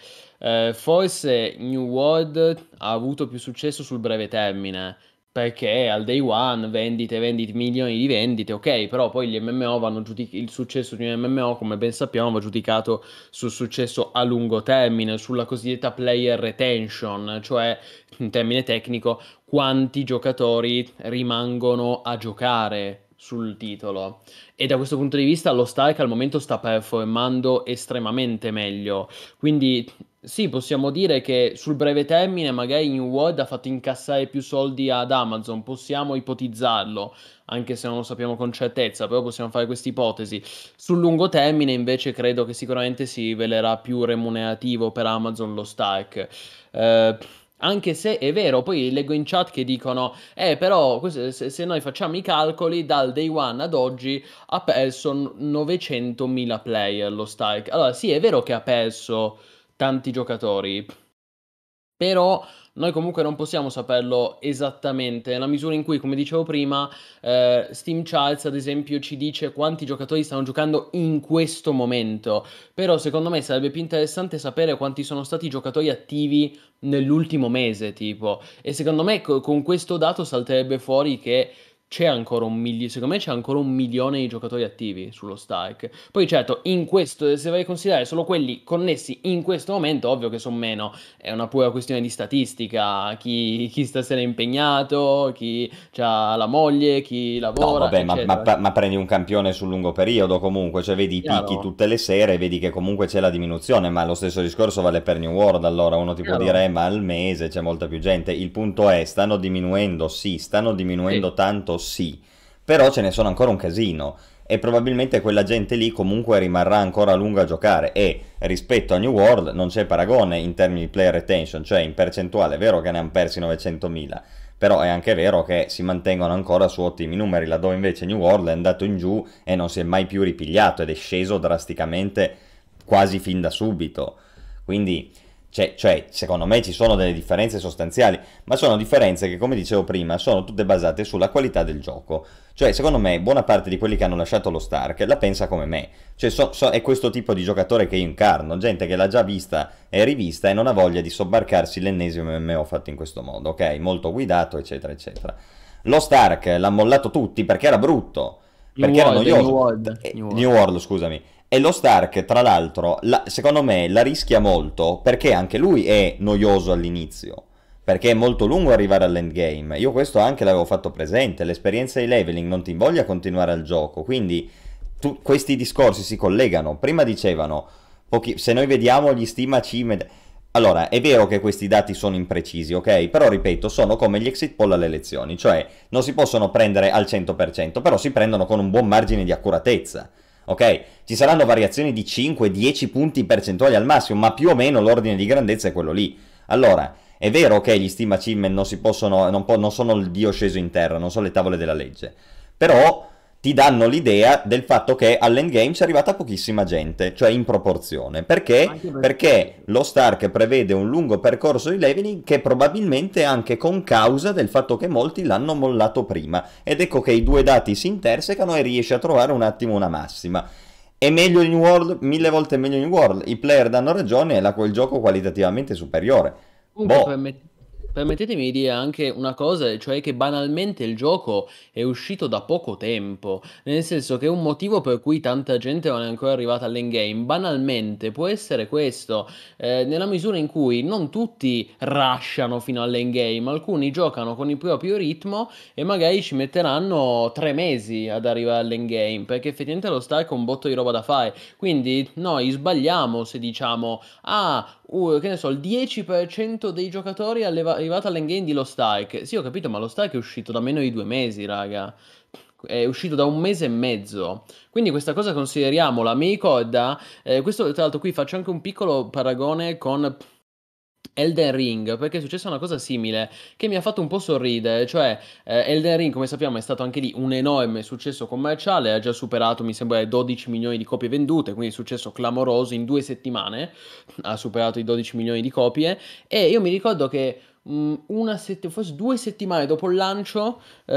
forse New World ha avuto più successo sul breve termine, perché al day one vendite, vendite, milioni di vendite, ok, però poi gli MMO vanno il successo di un MMO, come ben sappiamo, va giudicato sul successo a lungo termine, sulla cosiddetta player retention, cioè in termine tecnico quanti giocatori rimangono a giocare sul titolo. E da questo punto di vista lo Stark al momento sta performando estremamente meglio. Quindi sì, possiamo dire che sul breve termine magari New World ha fatto incassare più soldi ad Amazon, possiamo ipotizzarlo, anche se non lo sappiamo con certezza, però possiamo fare questa ipotesi. Sul lungo termine invece credo che sicuramente si rivelerà più remunerativo per Amazon lo Stark. Eh, Anche se è vero, poi leggo in chat che dicono, però se noi facciamo i calcoli, dal day one ad oggi ha perso 900.000 player lo Stark. Allora sì, è vero che ha perso tanti giocatori, però noi comunque non possiamo saperlo esattamente, nella misura in cui, come dicevo prima, Steam Charts ad esempio ci dice quanti giocatori stanno giocando in questo momento, però secondo me sarebbe più interessante sapere quanti sono stati i giocatori attivi nell'ultimo mese, tipo, e secondo me con questo dato salterebbe fuori che c'è ancora secondo me c'è ancora 1 milione di giocatori attivi sullo Stark. Poi certo, in questo, se vai a considerare solo quelli connessi in questo momento, ovvio che sono meno, è una pura questione di statistica, chi stasera è impegnato, chi ha la moglie, chi no, lavora, vabbè, ma, eccetera. ma prendi un campione sul lungo periodo comunque, cioè vedi i picchi Chiaro? tutte le sere, vedi che comunque c'è la diminuzione, ma lo stesso discorso vale per New World, allora uno ti può dire, Chiaro? ma al mese c'è molta più gente, il punto è, stanno diminuendo, sì, stanno diminuendo Sì. tanto, sì, però ce ne sono ancora un casino, e probabilmente quella gente lì comunque rimarrà ancora a lungo a giocare, e rispetto a New World non c'è paragone in termini di player retention, cioè in percentuale è vero che ne hanno persi 900.000, però è anche vero che si mantengono ancora su ottimi numeri, laddove invece New World è andato in giù e non si è mai più ripigliato ed è sceso drasticamente quasi fin da subito. Quindi, cioè, secondo me ci sono delle differenze sostanziali, ma sono differenze che, come dicevo prima, sono tutte basate sulla qualità del gioco. Cioè, secondo me, buona parte di quelli che hanno lasciato lo Stark la pensa come me. Cioè, è questo tipo di giocatore che io incarno, gente che l'ha già vista e rivista e non ha voglia di sobbarcarsi l'ennesimo MMO fatto in questo modo, ok? Molto guidato, eccetera, eccetera. Lo Stark l'ha mollato tutti perché era brutto, New perché era World, New noioso. World, New New World. World, scusami. E lo Stark, tra l'altro, secondo me la rischia molto perché anche lui è noioso all'inizio. Perché è molto lungo arrivare all'endgame. Io questo anche l'avevo fatto presente. L'esperienza di leveling non ti invoglia a continuare al gioco. Quindi questi discorsi si collegano. Prima dicevano, se noi vediamo gli Steam Achievement. Allora, è vero che questi dati sono imprecisi, ok? Però ripeto, sono come gli exit poll alle elezioni. Cioè, non si possono prendere al 100%, però si prendono con un buon margine di accuratezza. Ok? Ci saranno variazioni di 5-10 punti percentuali al massimo, ma più o meno l'ordine di grandezza è quello lì. Allora, è vero che gli Steam Achievement non sono il dio sceso in terra, non sono le tavole della legge. Però ti danno l'idea del fatto che all'endgame c'è arrivata pochissima gente, cioè in proporzione. Perché? Anche Perché lo Stark prevede un lungo percorso di leveling che probabilmente è anche con causa del fatto che molti l'hanno mollato prima. Ed ecco che i due dati si intersecano e riesci a trovare un attimo una massima. È meglio in New World, mille volte meglio in New World. I player danno ragione e il gioco qualitativamente superiore. Comunque, Boh, permettetemi di dire anche una cosa, cioè che banalmente il gioco è uscito da poco tempo, nel senso che un motivo per cui tanta gente non è ancora arrivata all'endgame, banalmente può essere questo, nella misura in cui non tutti rushano fino all'endgame, alcuni giocano con il proprio ritmo e magari ci metteranno 3 mesi ad arrivare all'endgame, perché effettivamente lo Stark è un botto di roba da fare, quindi noi sbagliamo se diciamo... Ah, che ne so, il 10% dei giocatori è arrivato all'endgame di Lost Ark. Sì, ho capito, ma Lost Ark è uscito da meno di 2 mesi, raga. È uscito da un mese e mezzo. Quindi questa cosa consideriamola. Mi ricorda, questo tra l'altro qui faccio anche un piccolo paragone con Elden Ring, perché è successa una cosa simile che mi ha fatto un po' sorridere, cioè Elden Ring, come sappiamo, è stato anche lì un enorme successo commerciale, ha già superato, mi sembra, le 12 milioni di copie vendute, quindi successo clamoroso in 2 settimane, ha superato i 12 milioni di copie, e io mi ricordo che forse 2 settimane dopo il lancio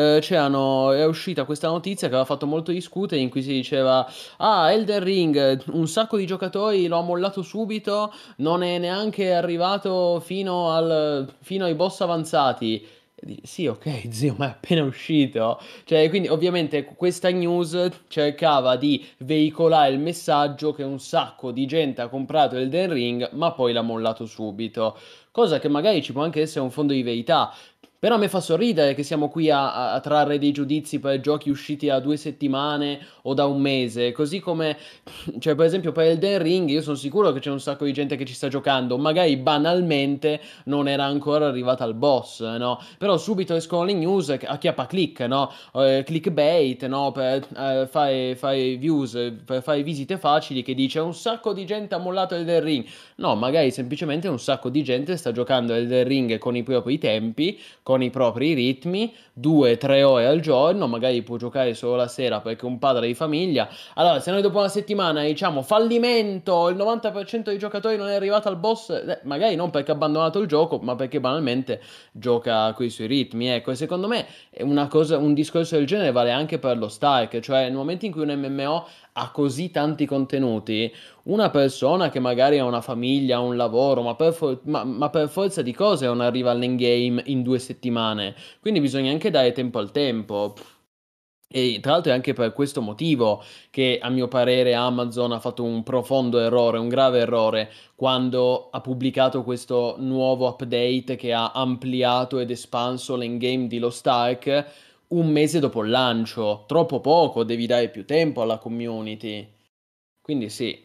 è uscita questa notizia che aveva fatto molto discutere, in cui si diceva, ah, Elden Ring, un sacco di giocatori lo ha mollato subito, non è neanche arrivato fino ai boss avanzati. E sì, ok, zio, ma è appena uscito. Cioè, quindi ovviamente questa news cercava di veicolare il messaggio che un sacco di gente ha comprato Elden Ring, ma poi l'ha mollato subito. Cosa che magari ci può anche essere un fondo di verità. Però a me fa sorridere che siamo qui a trarre dei giudizi per giochi usciti da 2 settimane o da un mese. Così come, cioè, per esempio, per Elden Ring, io sono sicuro che c'è un sacco di gente che ci sta giocando. Magari banalmente non era ancora arrivata al boss, no? Però subito escono le news a chiappa click, no? Clickbait, no? Per fare views, per fare visite facili, che dice un sacco di gente ha mollato Elden Ring. No, magari semplicemente un sacco di gente sta giocando Elden Ring con i propri tempi, con i propri ritmi, 2-3 ore al giorno, magari può giocare solo la sera perché è un padre di famiglia. Allora, se noi dopo una settimana diciamo fallimento, il 90% dei giocatori non è arrivato al boss, magari non perché ha abbandonato il gioco, ma perché banalmente gioca coi suoi ritmi. Ecco, e secondo me è una cosa, un discorso del genere vale anche per lo Stark, cioè nel momento in cui un MMO ha così tanti contenuti, una persona che magari ha una famiglia, ha un lavoro, ma per forza di cose non arriva all'endgame in 2 settimane. Quindi bisogna anche dare tempo al tempo. E tra l'altro è anche per questo motivo che a mio parere Amazon ha fatto un profondo errore, un grave errore, quando ha pubblicato questo nuovo update che ha ampliato ed espanso l'endgame di Lost Ark un mese dopo il lancio. Troppo poco, devi dare più tempo alla community. Quindi sì.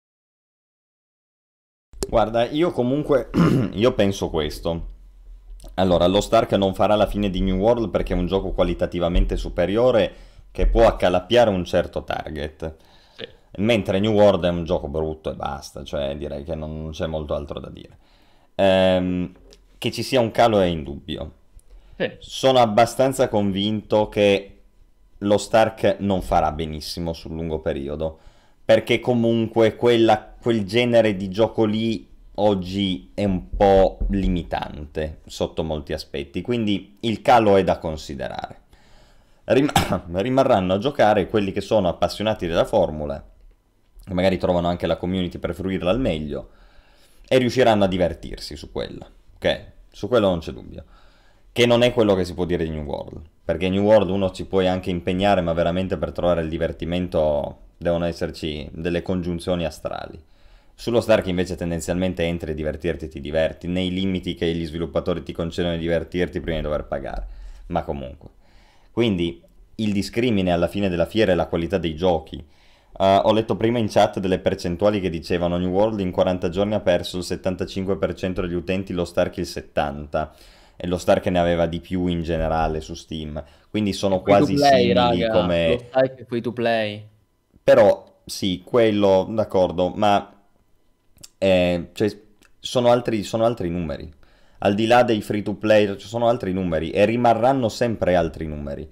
guarda, io comunque io penso questo. Allora, lo Stark non farà la fine di New World perché è un gioco qualitativamente superiore che può accalappiare un certo target. Sì. Mentre New World è un gioco brutto e basta, cioè direi che non c'è molto altro da dire. Che ci sia un calo è indubbio. Sì. Sono abbastanza convinto che lo Stark non farà benissimo sul lungo periodo, perché comunque quel genere di gioco lì oggi è un po' limitante sotto molti aspetti, quindi il calo è da considerare. Rimarranno a giocare quelli che sono appassionati della formula, che magari trovano anche la community per fruirla al meglio, e riusciranno a divertirsi su quella, ok? Su quello non c'è dubbio. Che non è quello che si può dire di New World, perché in New World uno ci puoi anche impegnare, ma veramente per trovare il divertimento devono esserci delle congiunzioni astrali. Sullo Stark invece tendenzialmente entri a divertirti e ti diverti, nei limiti che gli sviluppatori ti concedono di divertirti prima di dover pagare, ma comunque. Quindi il discrimine alla fine della fiera è la qualità dei giochi. Ho letto prima in chat delle percentuali che dicevano New World in 40 giorni ha perso il 75% degli utenti, lo Stark il 70%, e lo Stark ne aveva di più in generale su Steam, quindi È sono free to quasi play, simili raga. Lo come... sai che è free to play. Però sì, quello, d'accordo, ma cioè, sono altri numeri. Al di là dei free to play, ci sono altri numeri e rimarranno sempre altri numeri.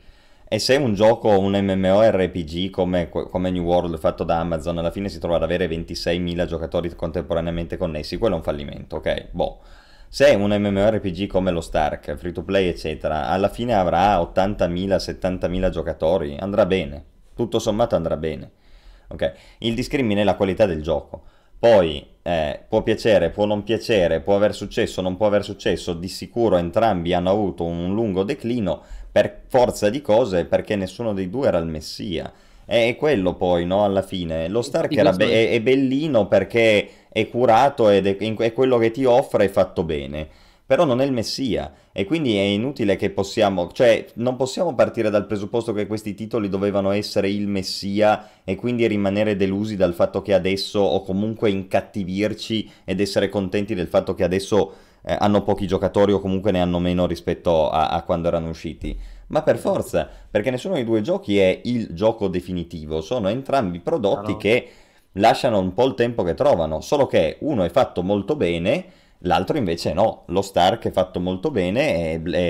E se un gioco, un MMORPG come New World fatto da Amazon, alla fine si trova ad avere 26.000 giocatori contemporaneamente connessi, quello è un fallimento, ok? Boh. Se un MMORPG come lo Stark, free to play, eccetera, alla fine avrà 80.000, 70.000 giocatori, andrà bene. Tutto sommato andrà bene. Ok? Il discrimine è la qualità del gioco. Poi può piacere, può non piacere, può aver successo, non può aver successo, di sicuro entrambi hanno avuto un lungo declino per forza di cose perché nessuno dei due era il messia. È quello poi, no? Alla fine. Lo Stark Infatti questo è... è bellino perché è curato ed è quello che ti offre è fatto bene. Però non è il messia. E quindi è inutile che possiamo, cioè non possiamo partire dal presupposto che questi titoli dovevano essere il messia e quindi rimanere delusi dal fatto che adesso, o comunque incattivirci ed essere contenti del fatto che adesso hanno pochi giocatori o comunque ne hanno meno rispetto a quando erano usciti. Ma per forza, perché nessuno dei due giochi è il gioco definitivo, sono entrambi prodotti Chiaro. che lasciano un po' il tempo che trovano, solo che uno è fatto molto bene, l'altro invece no. Lo Stark è fatto molto bene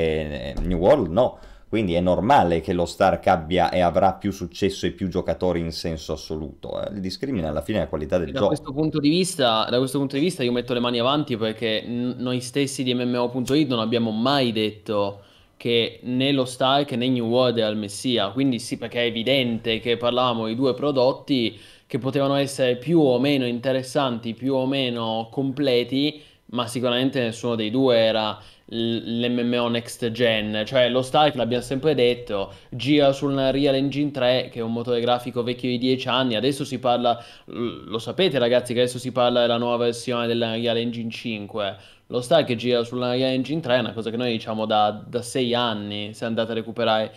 e New World no. Quindi è normale che lo Stark abbia e avrà più successo e più giocatori in senso assoluto. Il discrimine alla fine è la qualità del Da questo gioco. punto di vista, da questo punto di vista io metto le mani avanti perché noi stessi di MMO.it non abbiamo mai detto che né lo Stark né New World è il messia, quindi sì, perché è evidente che parlavamo di due prodotti che potevano essere più o meno interessanti, più o meno completi, ma sicuramente nessuno dei due era l'MMO next gen, cioè lo Stark l'abbiamo sempre detto, gira sul Unreal Engine 3 che è un motore grafico vecchio di 10 anni, adesso si parla, lo sapete ragazzi che adesso si parla della nuova versione dell'Unreal Engine 5. Lo Stark che gira sull'Unreal Engine 3 è una cosa che noi diciamo da 6 anni, se andate a recuperare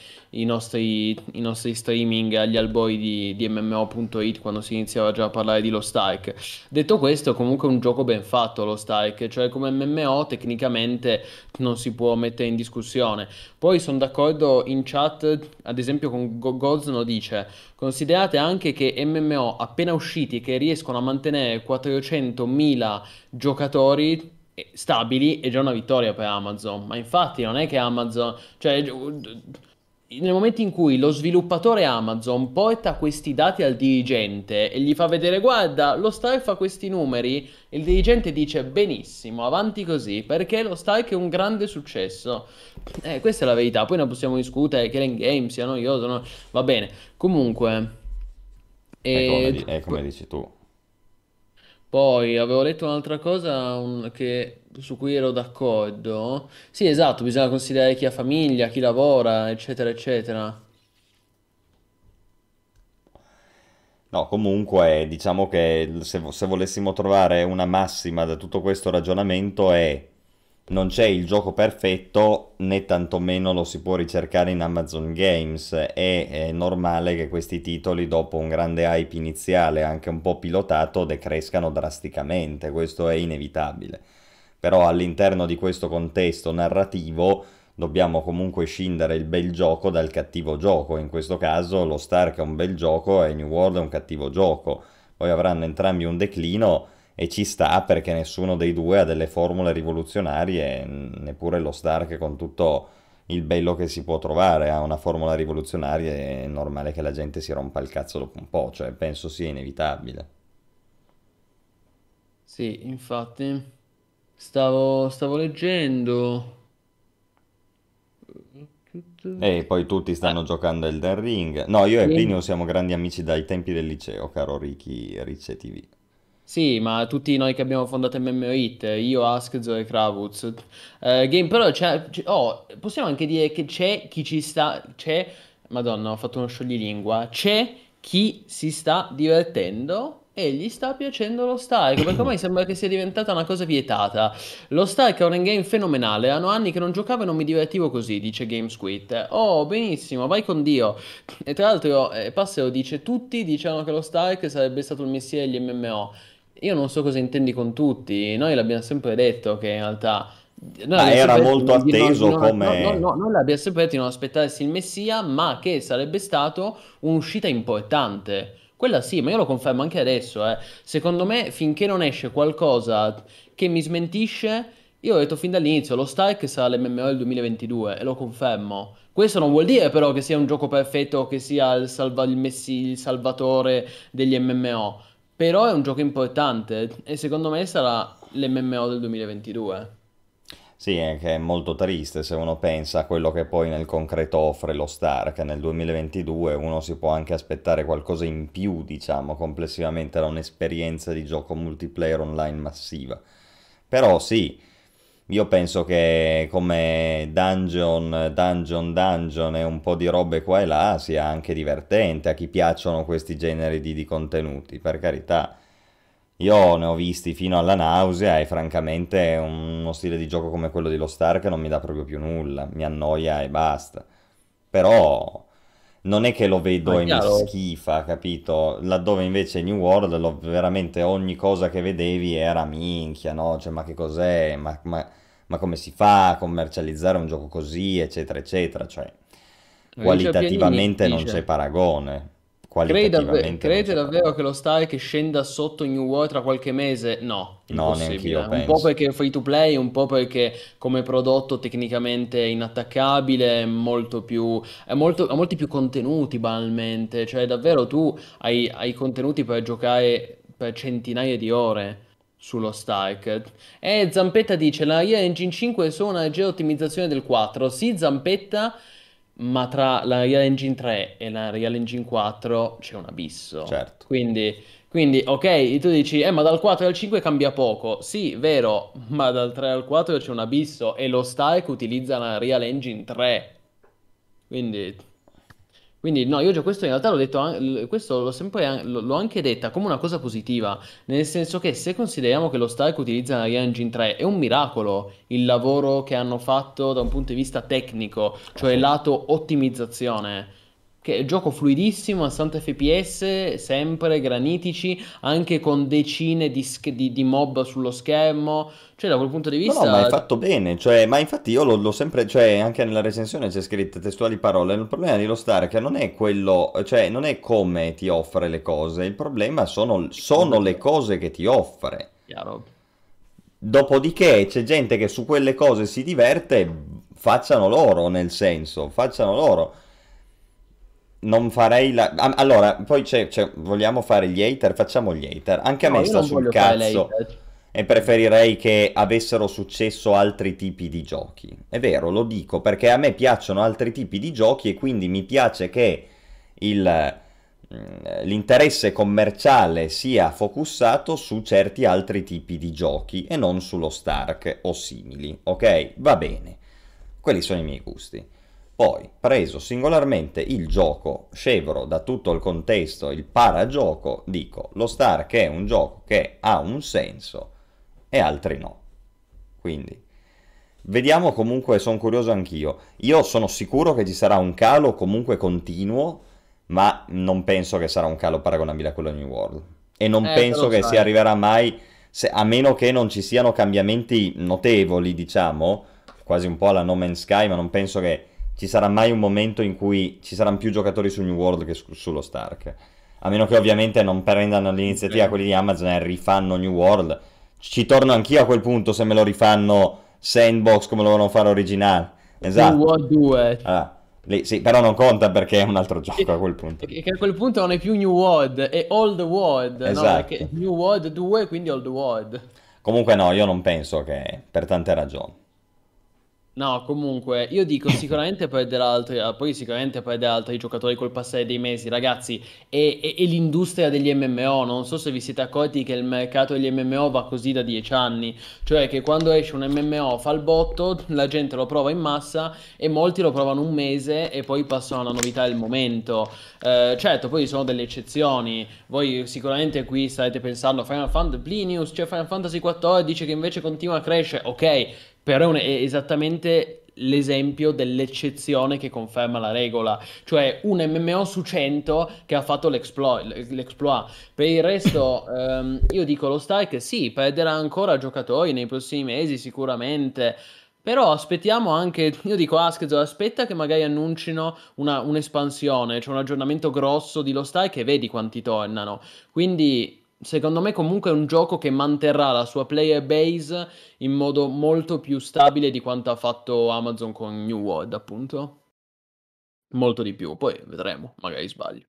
i nostri streaming agli albori di MMO.it quando si iniziava già a parlare di Lost Ark. Detto questo, comunque è un gioco ben fatto Lost Ark, cioè come MMO tecnicamente non si può mettere in discussione. Poi sono d'accordo in chat, ad esempio con Gozno dice: considerate anche che MMO appena usciti che riescono a mantenere 400.000 giocatori stabili è già una vittoria per Amazon. Ma infatti non è che Amazon, cioè nel momento in cui lo sviluppatore Amazon porta questi dati al dirigente e gli fa vedere, guarda, lo Stark fa questi numeri, il dirigente dice benissimo, avanti così, perché lo Stark è un grande successo. Questa è la verità. Poi ne possiamo discutere che l'endgame sia noioso, no? Va bene. Comunque, e È come dici tu. poi avevo letto un'altra cosa su cui ero d'accordo. Sì, esatto, bisogna considerare chi ha famiglia, chi lavora, eccetera, eccetera. No, comunque diciamo che se volessimo trovare una massima da tutto questo ragionamento è non c'è il gioco perfetto né tantomeno lo si può ricercare in Amazon Games. È normale che questi titoli dopo un grande hype iniziale anche un po' pilotato decrescano drasticamente, questo è inevitabile. Però all'interno di questo contesto narrativo dobbiamo comunque scindere il bel gioco dal cattivo gioco. In questo caso lo Stark è un bel gioco e New World è un cattivo gioco. Poi avranno entrambi un declino e ci sta perché nessuno dei due ha delle formule rivoluzionarie, neppure lo Stark con tutto il bello che si può trovare ha una formula rivoluzionaria, è normale che la gente si rompa il cazzo dopo un po', cioè penso sia inevitabile. Sì, infatti. Stavo leggendo. E poi tutti Eh, stanno giocando Elden Ring. No, io e sì. Plinio siamo grandi amici dai tempi del liceo, caro Ricky Ricce TV. Sì, ma tutti noi che abbiamo fondato MMOIT, io, Askzo e Kravuz. Game, però possiamo anche dire che c'è chi ci sta, Madonna, ho fatto uno scioglilingua, c'è chi si sta divertendo e gli sta piacendo lo Stark, perché ormai sembra che sia diventata una cosa vietata. Lo Stark è un game fenomenale, hanno anni che non giocavo e non mi divertivo così, dice GameSquid. Oh, benissimo, vai con Dio. E tra l'altro, Passero dice, tutti dicevano che lo Stark sarebbe stato il messia degli MMO. Io non so cosa intendi con tutti, noi l'abbiamo sempre detto che in realtà, noi Ma l'abbiamo era sempre detto molto atteso no, no, come... no, noi l'abbiamo sempre detto di non aspettarsi il Messia, ma che sarebbe stato un'uscita importante. Quella sì, ma io lo confermo anche adesso, eh. Secondo me, finché non esce qualcosa che mi smentisce, Io ho detto fin dall'inizio, lo Stark sarà l'MMO del 2022 e lo confermo. Questo non vuol dire però che sia un gioco perfetto o che sia il salvatore degli MMO, però è un gioco importante e secondo me sarà l'MMO del 2022. Sì, è che è molto triste se uno pensa a quello che poi nel concreto offre lo Stark. Nel 2022 uno si può anche aspettare qualcosa in più, diciamo, complessivamente da un'esperienza di gioco multiplayer online massiva. Però sì, io penso che come dungeon e un po' di robe qua e là sia anche divertente a chi piacciono questi generi di contenuti, per carità. Io ne ho visti fino alla nausea e francamente uno stile di gioco come quello di Lost Stark non mi dà proprio più nulla, mi annoia e basta. Però non è che lo Ma vedo è e mi chiaro, schifa, capito? Laddove invece New World veramente ogni cosa che vedevi era minchia, no? Cioè, ma che cos'è? Ma come si fa a commercializzare un gioco così, eccetera, eccetera? Cioè, Richard Pianini qualitativamente non c'è dice... paragone. Qualitativamente non Crede c'è davvero paragone. che lo Stark scenda sotto New World tra qualche mese? No, No, neanch'io impossibile. Un po' penso. perché è free to play, un po' perché come prodotto tecnicamente è inattaccabile, è molto più, ha molti più contenuti banalmente. Cioè, davvero tu hai contenuti per giocare per centinaia di ore sullo Stark. E Zampetta dice: La Unreal Engine 5 è solo una leggera ottimizzazione del 4. Sì, Zampetta. Ma tra la Real Engine 3 e la Real Engine 4 c'è un abisso. Certo. Quindi, ok, tu dici, ma dal 4 al 5 cambia poco. Sì, vero, ma dal 3 al 4 c'è un abisso e lo Stark utilizza la Real Engine 3. Quindi, quindi, no, io già questo in realtà l'ho detto, questo l'ho sempre, l'ho anche detta come una cosa positiva, nel senso che se consideriamo che lo Stark utilizza la Real Engine 3, è un miracolo il lavoro che hanno fatto da un punto di vista tecnico, cioè Assolutamente. lato ottimizzazione. Che è gioco fluidissimo, a 60 fps, sempre granitici, anche con decine di mob sullo schermo. Cioè, da quel punto di No, no, ma è vista, fatto bene, cioè, ma infatti io l'ho sempre, cioè, anche nella recensione c'è scritto testuali parole, il problema di Lost Ark non è quello, cioè, non è come ti offre le cose, il problema sono le cose che ti offre. chiaro. Dopodiché c'è gente che su quelle cose si diverte, facciano loro, nel senso, facciano loro. Non farei la... Allora, poi vogliamo fare gli hater? Facciamo gli hater. Anche a No, me io sta non sul voglio fare cazzo l'hater. e preferirei che avessero successo altri tipi di giochi. È vero, lo dico, perché a me piacciono altri tipi di giochi e quindi mi piace che l'interesse commerciale sia focussato su certi altri tipi di giochi e non sullo Stark o simili. Ok? Va bene. Quelli sono i miei gusti. Poi, preso singolarmente il gioco, scevro da tutto il contesto, il paragioco, dico, lo Stark è un gioco che ha un senso e altri no. Quindi, vediamo comunque, sono curioso anch'io. Io sono sicuro che ci sarà un calo comunque continuo, ma non penso che sarà un calo paragonabile a quello di New World. E non penso Però che si sai, arriverà mai, a meno che non ci siano cambiamenti notevoli, diciamo, quasi un po' alla No Man's Sky, ma non penso che ci sarà mai un momento in cui ci saranno più giocatori su New World che sullo Stark. A meno che ovviamente non prendano l'iniziativa ok. quelli di Amazon e rifanno New World. Ci torno anch'io a quel punto se me lo rifanno Sandbox come lo volevano fare originale. New Esatto. World 2. Allora, lì, sì, però non conta perché è un altro gioco a Che, quel punto lì. che a quel punto non è più New World, è Old World, no? Perché Esatto. New World 2, quindi Old World. Comunque no, io non penso che per tante ragioni. No, comunque, io dico sicuramente perderà altri, poi sicuramente perderà altri giocatori col passare dei mesi, ragazzi, e l'industria degli MMO, non so se vi siete accorti che il mercato degli MMO va così da 10 anni, cioè che quando esce un MMO fa il botto, la gente lo prova in massa e molti lo provano un mese e poi passano alla novità del momento. Certo, poi ci sono delle eccezioni, voi sicuramente qui starete pensando, Final Fantasy, Plinius, cioè Final Fantasy XIV che invece continua a crescere, ok. Però è esattamente l'esempio dell'eccezione che conferma la regola, cioè un MMO su 100 che ha fatto l'exploit. Per il resto, io dico lo Stark sì, perderà ancora giocatori nei prossimi mesi sicuramente. Però aspettiamo anche, io dico Asked, aspetta che magari annuncino un'espansione, cioè un aggiornamento grosso di Lost Ark e vedi quanti tornano. Quindi secondo me comunque è un gioco che manterrà la sua player base in modo molto più stabile di quanto ha fatto Amazon con New World, appunto. Molto di più, poi vedremo, magari sbaglio.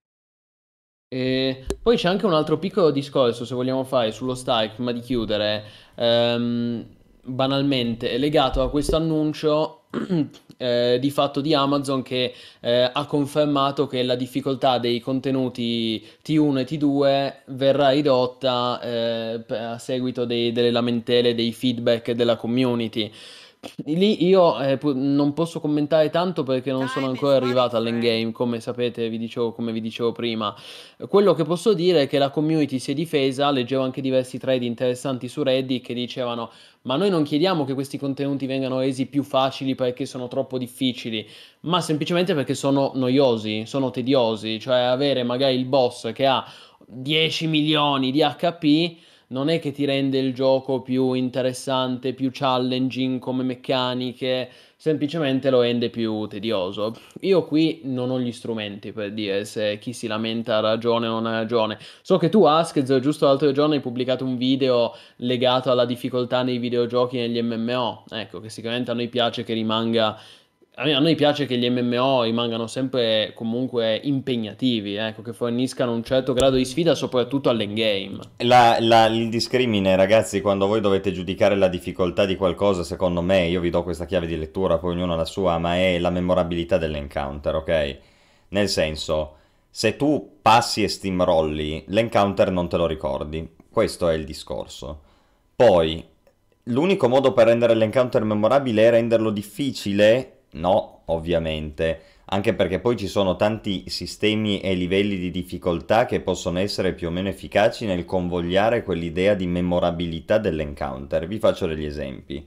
E poi c'è anche un altro piccolo discorso, se vogliamo fare sullo Stark, prima di chiudere, banalmente, è legato a questo annuncio di fatto di Amazon che ha confermato che la difficoltà dei contenuti T1 e T2 verrà ridotta a seguito delle lamentele, dei feedback della community. Lì io non posso commentare tanto perché non sono ancora arrivato all'endgame, come sapete, come vi dicevo prima. Quello che posso dire è che la community si è difesa, leggevo anche diversi thread interessanti su Reddit che dicevano: ma noi non chiediamo che questi contenuti vengano resi più facili perché sono troppo difficili, ma semplicemente perché sono noiosi, sono tediosi, cioè avere magari il boss che ha 10 milioni di HP non è che ti rende il gioco più interessante, più challenging come meccaniche, semplicemente lo rende più tedioso. Io qui non ho gli strumenti per dire se chi si lamenta ha ragione o non ha ragione. So che tu, Askez, giusto l'altro giorno hai pubblicato un video legato alla difficoltà nei videogiochi e negli MMO. Ecco, che sicuramente a noi piace che rimanga. A noi piace che gli MMO rimangano sempre comunque impegnativi, ecco, che forniscano un certo grado di sfida, soprattutto all'endgame. Il discrimine, ragazzi, quando voi dovete giudicare la difficoltà di qualcosa, secondo me, io vi do questa chiave di lettura, poi ognuno ha la sua, ma è la memorabilità dell'encounter, ok? Nel senso, se tu passi e steamrolli, l'encounter non te lo ricordi. Questo è il discorso. Poi, l'unico modo per rendere l'encounter memorabile è renderlo difficile? No, ovviamente. Anche perché poi ci sono tanti sistemi e livelli di difficoltà che possono essere più o meno efficaci nel convogliare quell'idea di memorabilità dell'encounter. Vi faccio degli esempi.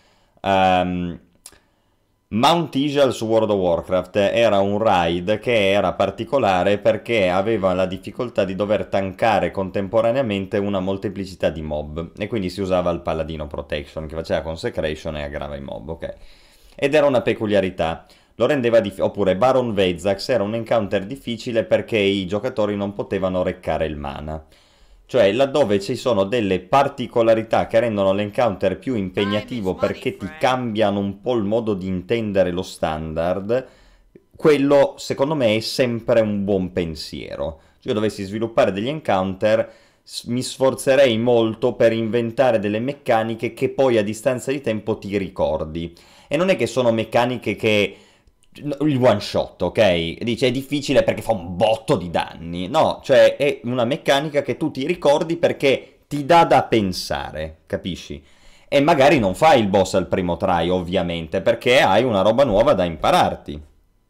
Mount Ijal su World of Warcraft era un raid che era particolare perché aveva la difficoltà di dover tankare contemporaneamente una molteplicità di mob e quindi si usava il paladino protection che faceva consecration e aggrava i mob, ok? Ed era una peculiarità, lo rendeva oppure Baron Vezax era un encounter difficile perché i giocatori non potevano reccare il mana. Cioè, laddove ci sono delle particolarità che rendono l'encounter più impegnativo perché ti cambiano un po' il modo di intendere lo standard, quello, secondo me, è sempre un buon pensiero. Se io dovessi sviluppare degli encounter, mi sforzerei molto per inventare delle meccaniche che poi a distanza di tempo ti ricordi. E non è che sono meccaniche che il one shot, ok? Dice è difficile perché fa un botto di danni. No, cioè è una meccanica che tu ti ricordi perché ti dà da pensare, capisci? E magari non fai il boss al primo try, ovviamente, perché hai una roba nuova da impararti.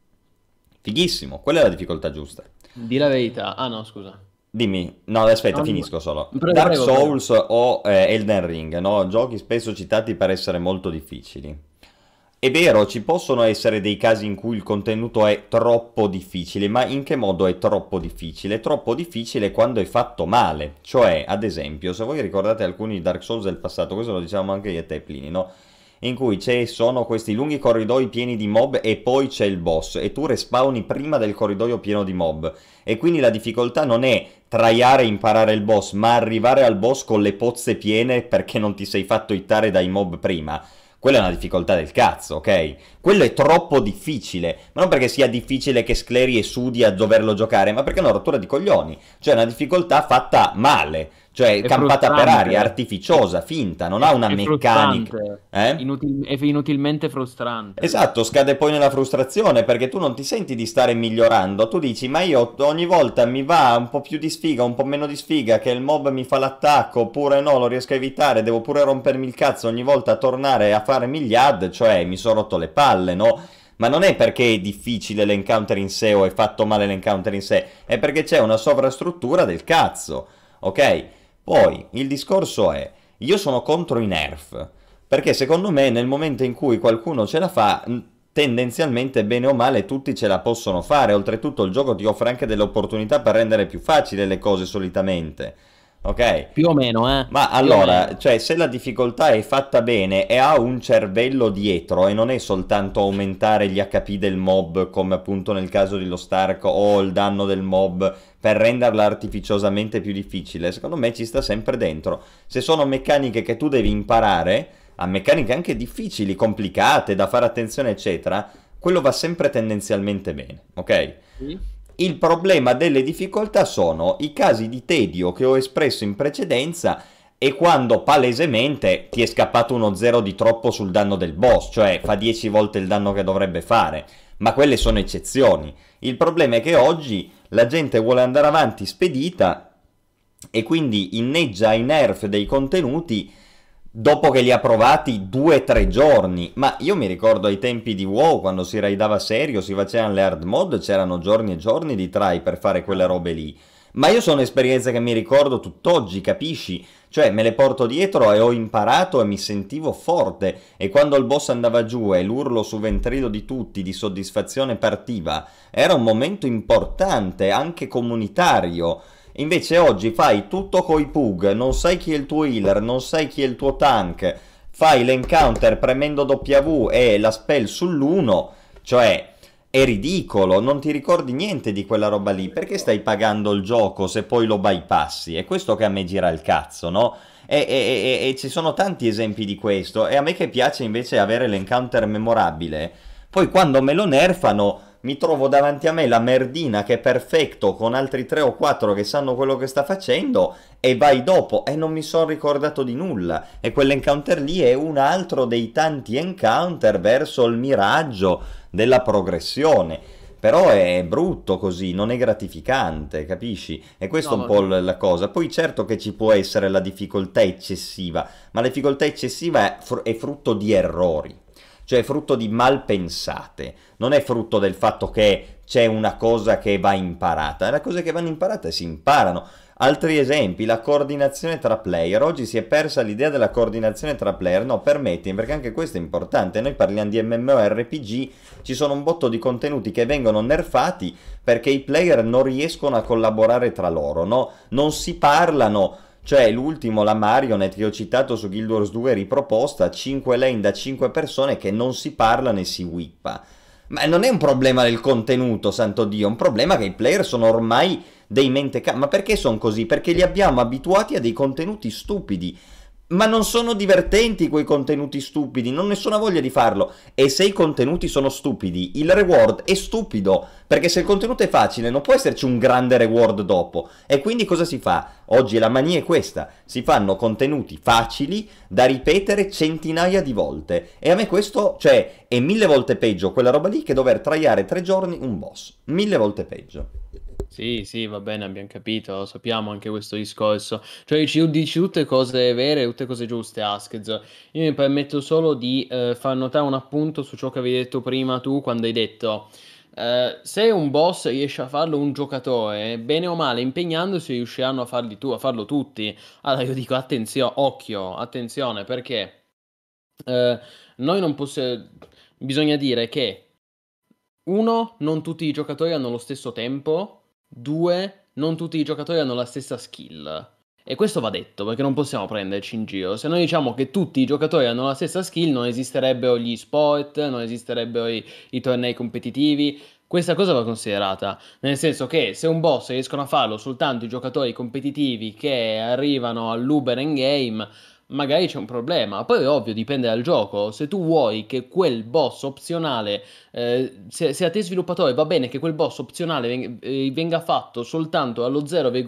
Fighissimo, quella è la difficoltà giusta. Di la verità. Ah no, scusa. Dimmi, no aspetta, No, finisco solo. prego, Dark prego, Souls o Elden Ring, no? Giochi spesso citati per essere molto difficili. È vero, ci possono essere dei casi in cui il contenuto è troppo difficile, ma in che modo è troppo difficile? È troppo difficile quando è fatto male. Cioè, ad esempio, se voi ricordate alcuni Dark Souls del passato, questo lo dicevamo anche io e te, Plini, no? In cui sono questi lunghi corridoi pieni di mob e poi c'è il boss e tu respawni prima del corridoio pieno di mob e quindi la difficoltà non è tryare e imparare il boss ma arrivare al boss con le pozze piene perché non ti sei fatto hittare dai mob prima. Quella è una difficoltà del cazzo, ok? Quello è troppo difficile, ma non perché sia difficile che scleri e sudi a doverlo giocare, ma perché è una rottura di coglioni, cioè una difficoltà fatta male, cioè è campata per frustrante. aria, artificiosa, finta, non ha una È meccanica. frustrante. Eh? È inutilmente frustrante. Esatto, scade poi nella frustrazione perché tu non ti senti di stare migliorando, tu dici ma io ogni volta mi va un po' più di sfiga, un po' meno di sfiga, che il mob mi fa l'attacco oppure no, lo riesco a evitare, devo pure rompermi il cazzo ogni volta a tornare a fare miliard, cioè mi sono rotto le palle, no? Ma non è perché è difficile l'encounter in sé o è fatto male l'encounter in sé, è perché c'è una sovrastruttura del cazzo, ok? Poi il discorso è, io sono contro i nerf. Perché secondo me nel momento in cui qualcuno ce la fa, tendenzialmente bene o male tutti ce la possono fare. Oltretutto il gioco ti offre anche delle opportunità per rendere più facile le cose solitamente. Ok? Più o meno, Ma più o allora, meno. cioè, se la difficoltà è fatta bene e ha un cervello dietro e non è soltanto aumentare gli HP del mob, come appunto nel caso di Lost Ark, o il danno del mob per renderla artificiosamente più difficile, secondo me ci sta sempre dentro. Se sono meccaniche che tu devi imparare, a meccaniche anche difficili, complicate, da fare attenzione, eccetera, quello va sempre tendenzialmente bene, ok? Sì. Il problema delle difficoltà sono i casi di tedio che ho espresso in precedenza e quando palesemente ti è scappato uno 0 di troppo sul danno del boss, cioè fa 10 volte il danno che dovrebbe fare, ma quelle sono eccezioni. Il problema è che oggi la gente vuole andare avanti spedita e quindi inneggia ai nerf dei contenuti dopo che li ha provati 2 o 3 giorni. Ma io mi ricordo ai tempi di WoW, quando si raidava serio, si facevano le hard mod, c'erano giorni e giorni di try per fare quelle robe lì. Ma io sono esperienze che mi ricordo tutt'oggi, capisci? Cioè me le porto dietro e ho imparato e mi sentivo forte, e quando il boss andava giù e l'urlo su ventrilo di tutti di soddisfazione partiva, era un momento importante, anche comunitario. Invece oggi fai tutto coi pug, non sai chi è il tuo healer, non sai chi è il tuo tank, fai l'encounter premendo W e la spell sull'1, cioè è ridicolo, non ti ricordi niente di quella roba lì, perché stai pagando il gioco se poi lo bypassi? È questo che a me gira il cazzo, no? E ci sono tanti esempi di questo, e a me che piace invece avere l'encounter memorabile, poi quando me lo nerfano mi trovo davanti a me la merdina che è perfetto con altri 3 o 4 che sanno quello che sta facendo, e vai dopo e non mi sono ricordato di nulla, e quell'encounter lì è un altro dei tanti encounter verso il miraggio della progressione. Però è brutto così, non è gratificante, capisci? E questo è No, un ma po' la cosa. Poi certo che ci può essere la difficoltà eccessiva, ma la difficoltà eccessiva è frutto di errori, cioè è frutto di malpensate, non è frutto del fatto che c'è una cosa che va imparata, le cose che vanno imparate si imparano. Altri esempi, la coordinazione tra player. Oggi si è persa l'idea della coordinazione tra player. No, permettimi, perché anche questo è importante. Noi parliamo di MMORPG, ci sono un botto di contenuti che vengono nerfati perché i player non riescono a collaborare tra loro, no? Non si parlano. Cioè, l'ultimo, la Marionette che ho citato su Guild Wars 2 riproposta, 5 lane da 5 persone che non si parlano e si whippa. Ma non è un problema del contenuto, santo Dio, è un problema che i player sono ormai dei ma perché sono così? Perché li abbiamo abituati a dei contenuti stupidi. Ma non sono divertenti quei contenuti stupidi, non ho nessuna voglia di farlo. E se i contenuti sono stupidi, il reward è stupido, perché se il contenuto è facile non può esserci un grande reward dopo. E quindi cosa si fa? Oggi la mania è questa, si fanno contenuti facili da ripetere centinaia di volte. E a me questo, cioè, è 1000 volte peggio quella roba lì che dover tryhard 3 giorni un boss. 1000 volte peggio. sì, sì, va bene, abbiamo capito, lo sappiamo anche questo discorso. Cioè, ci dici tutte cose vere, tutte cose giuste, Askez. Io mi permetto solo di far notare un appunto su ciò che avevi detto prima tu, quando hai detto se un boss riesce a farlo un giocatore, bene o male, impegnandosi riusciranno a farlo tutti. Allora io dico attenzione, occhio, attenzione, perché eh, noi non possiamo... Bisogna dire che uno, non tutti i giocatori hanno lo stesso tempo. Due, non tutti i giocatori hanno la stessa skill. E questo va detto, perché non possiamo prenderci in giro. Se noi diciamo che tutti i giocatori hanno la stessa skill, non esisterebbero gli sport, non esisterebbero i tornei competitivi. Questa cosa va considerata, nel senso che se un boss riescono a farlo soltanto i giocatori competitivi che arrivano all'Uber Endgame, magari c'è un problema. Poi è ovvio, dipende dal gioco. Se tu vuoi che quel boss opzionale, se a te sviluppatore va bene che quel boss opzionale venga fatto soltanto allo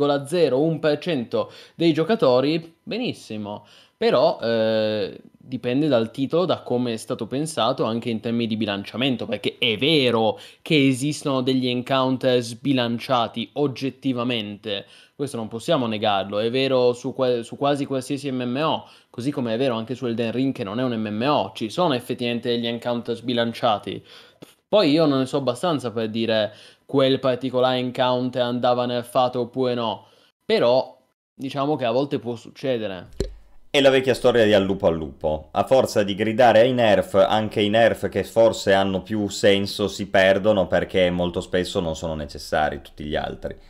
0,01% dei giocatori, benissimo. Però dipende dal titolo, da come è stato pensato anche in termini di bilanciamento, perché è vero che esistono degli encounter sbilanciati oggettivamente, questo non possiamo negarlo, è vero su quasi qualsiasi MMO, così come è vero anche su Elden Ring che non è un MMO, ci sono effettivamente degli encounter sbilanciati. Poi io non ne so abbastanza per dire quel particolare encounter andava nerfato oppure no, però diciamo che a volte può succedere. È la vecchia storia di al lupo. A forza di gridare ai nerf, anche i nerf che forse hanno più senso si perdono perché molto spesso non sono necessari tutti gli altri.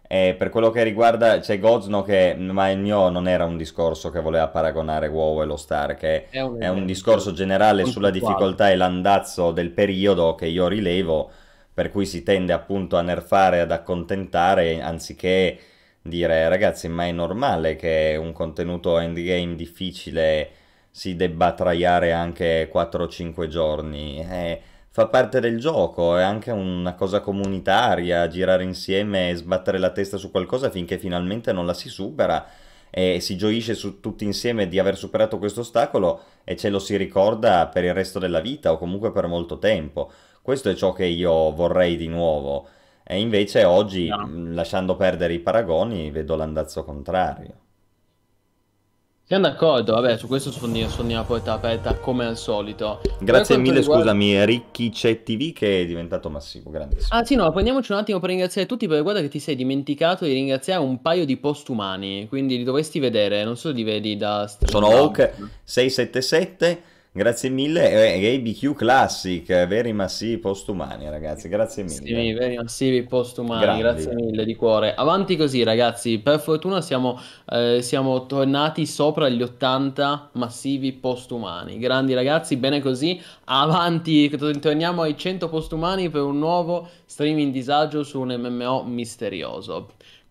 E per quello che riguarda, c'è Gozno che, ma il mio non era un discorso che voleva paragonare WoW e lo Stark, È un è un esempio discorso generale sulla concettuale. difficoltà e l'andazzo del periodo che io rilevo, per cui si tende appunto a nerfare, ad accontentare, anziché dire ragazzi, ma è normale che un contenuto endgame difficile si debba traiare anche 4-5 giorni. Fa parte del gioco, è anche una cosa comunitaria, girare insieme e sbattere la testa su qualcosa finché finalmente non la si supera e si gioisce tutti insieme di aver superato questo ostacolo e ce lo si ricorda per il resto della vita o comunque per molto tempo. Questo è ciò che io vorrei di nuovo. E invece oggi, Chiaro. lasciando perdere i paragoni, vedo l'andazzo contrario. Siamo d'accordo, vabbè, su questo sfondi una porta aperta come al solito. Per Grazie quanto mille, riguarda... scusami, Ricky C'è TV che è diventato massivo, grandissimo. Ah sì, no, prendiamoci un attimo per ringraziare tutti, perché guarda che ti sei dimenticato di ringraziare un paio di postumani, quindi li dovresti vedere, non so se li vedi da Sono Streamlabs. Oak 677, grazie mille, e ABQ Classic, veri massivi postumani, ragazzi, grazie Sì, mille. veri massivi postumani, Grandi. grazie mille di cuore. Avanti così, ragazzi. Per fortuna siamo tornati sopra gli 80 massivi postumani. Grandi ragazzi, bene così. Avanti, torniamo ai 100 postumani per un nuovo streaming disagio su un MMO misterioso.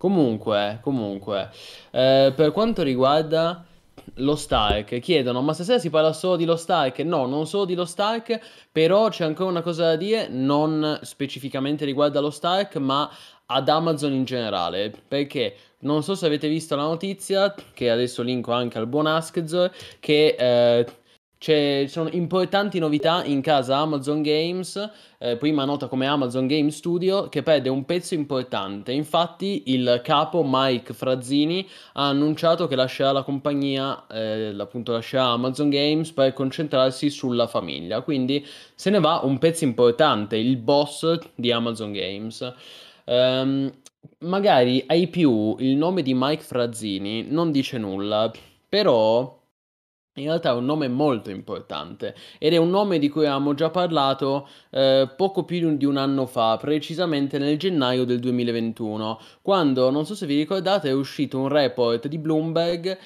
Comunque, per quanto riguarda Lost Ark, chiedono, ma stasera si parla solo di Lost Ark? No, non solo di Lost Ark, però c'è ancora una cosa da dire, non specificamente riguardo allo Stark, ma ad Amazon in generale, perché non so se avete visto la notizia, che adesso linko anche al buon Askzor, che ci sono importanti novità in casa Amazon Games, prima nota come Amazon Game Studio, che perde un pezzo importante. Infatti il capo Mike Frazzini ha annunciato che lascerà la compagnia, appunto lascerà Amazon Games per concentrarsi sulla famiglia, quindi se ne va un pezzo importante, il boss di Amazon Games. Ehm, Magari ai più il nome di Mike Frazzini non dice nulla, però in realtà è un nome molto importante ed è un nome di cui avevamo già parlato poco più di un anno fa, precisamente nel gennaio del 2021, quando, non so se vi ricordate, è uscito un report di Bloomberg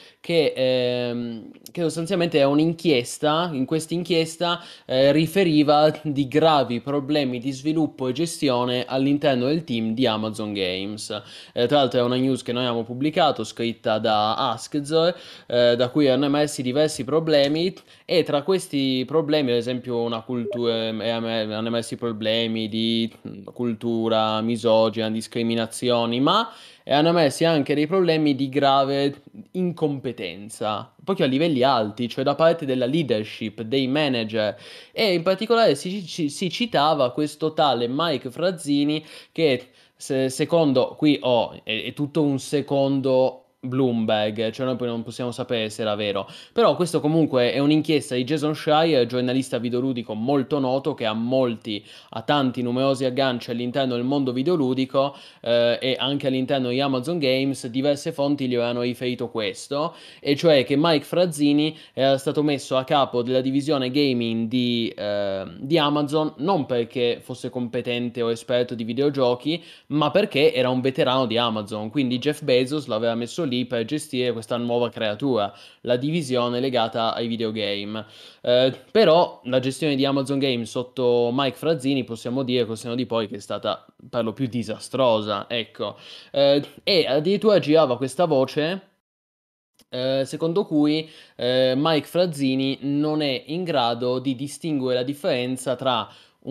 che sostanzialmente è un'inchiesta. In questa inchiesta riferiva di gravi problemi di sviluppo e gestione all'interno del team di Amazon Games. Tra l'altro è una news che noi abbiamo pubblicato, scritta da Askzor, da cui hanno emersi diversi problemi e tra questi problemi, ad esempio, hanno emersi problemi di cultura, misogina, discriminazioni, ma hanno emersi anche dei problemi di grave incompetenza, proprio a livelli alti, cioè da parte della leadership, dei manager, e in particolare si citava questo tale Mike Frazzini che secondo, qui è tutto un secondo Bloomberg, cioè noi poi non possiamo sapere se era vero, però questo comunque è un'inchiesta di Jason Schreier, giornalista videoludico molto noto che ha tanti numerosi agganci all'interno del mondo videoludico e anche all'interno di Amazon Games. Diverse fonti gli avevano riferito questo, e cioè che Mike Frazzini era stato messo a capo della divisione gaming di Amazon non perché fosse competente o esperto di videogiochi, ma perché era un veterano di Amazon, quindi Jeff Bezos l'aveva messo lì per gestire questa nuova creatura, la divisione legata ai videogame. Però la gestione di Amazon Games sotto Mike Frazzini possiamo dire col senno di poi che è stata per lo più disastrosa, ecco. E addirittura girava questa voce secondo cui Mike Frazzini non è in grado di distinguere la differenza tra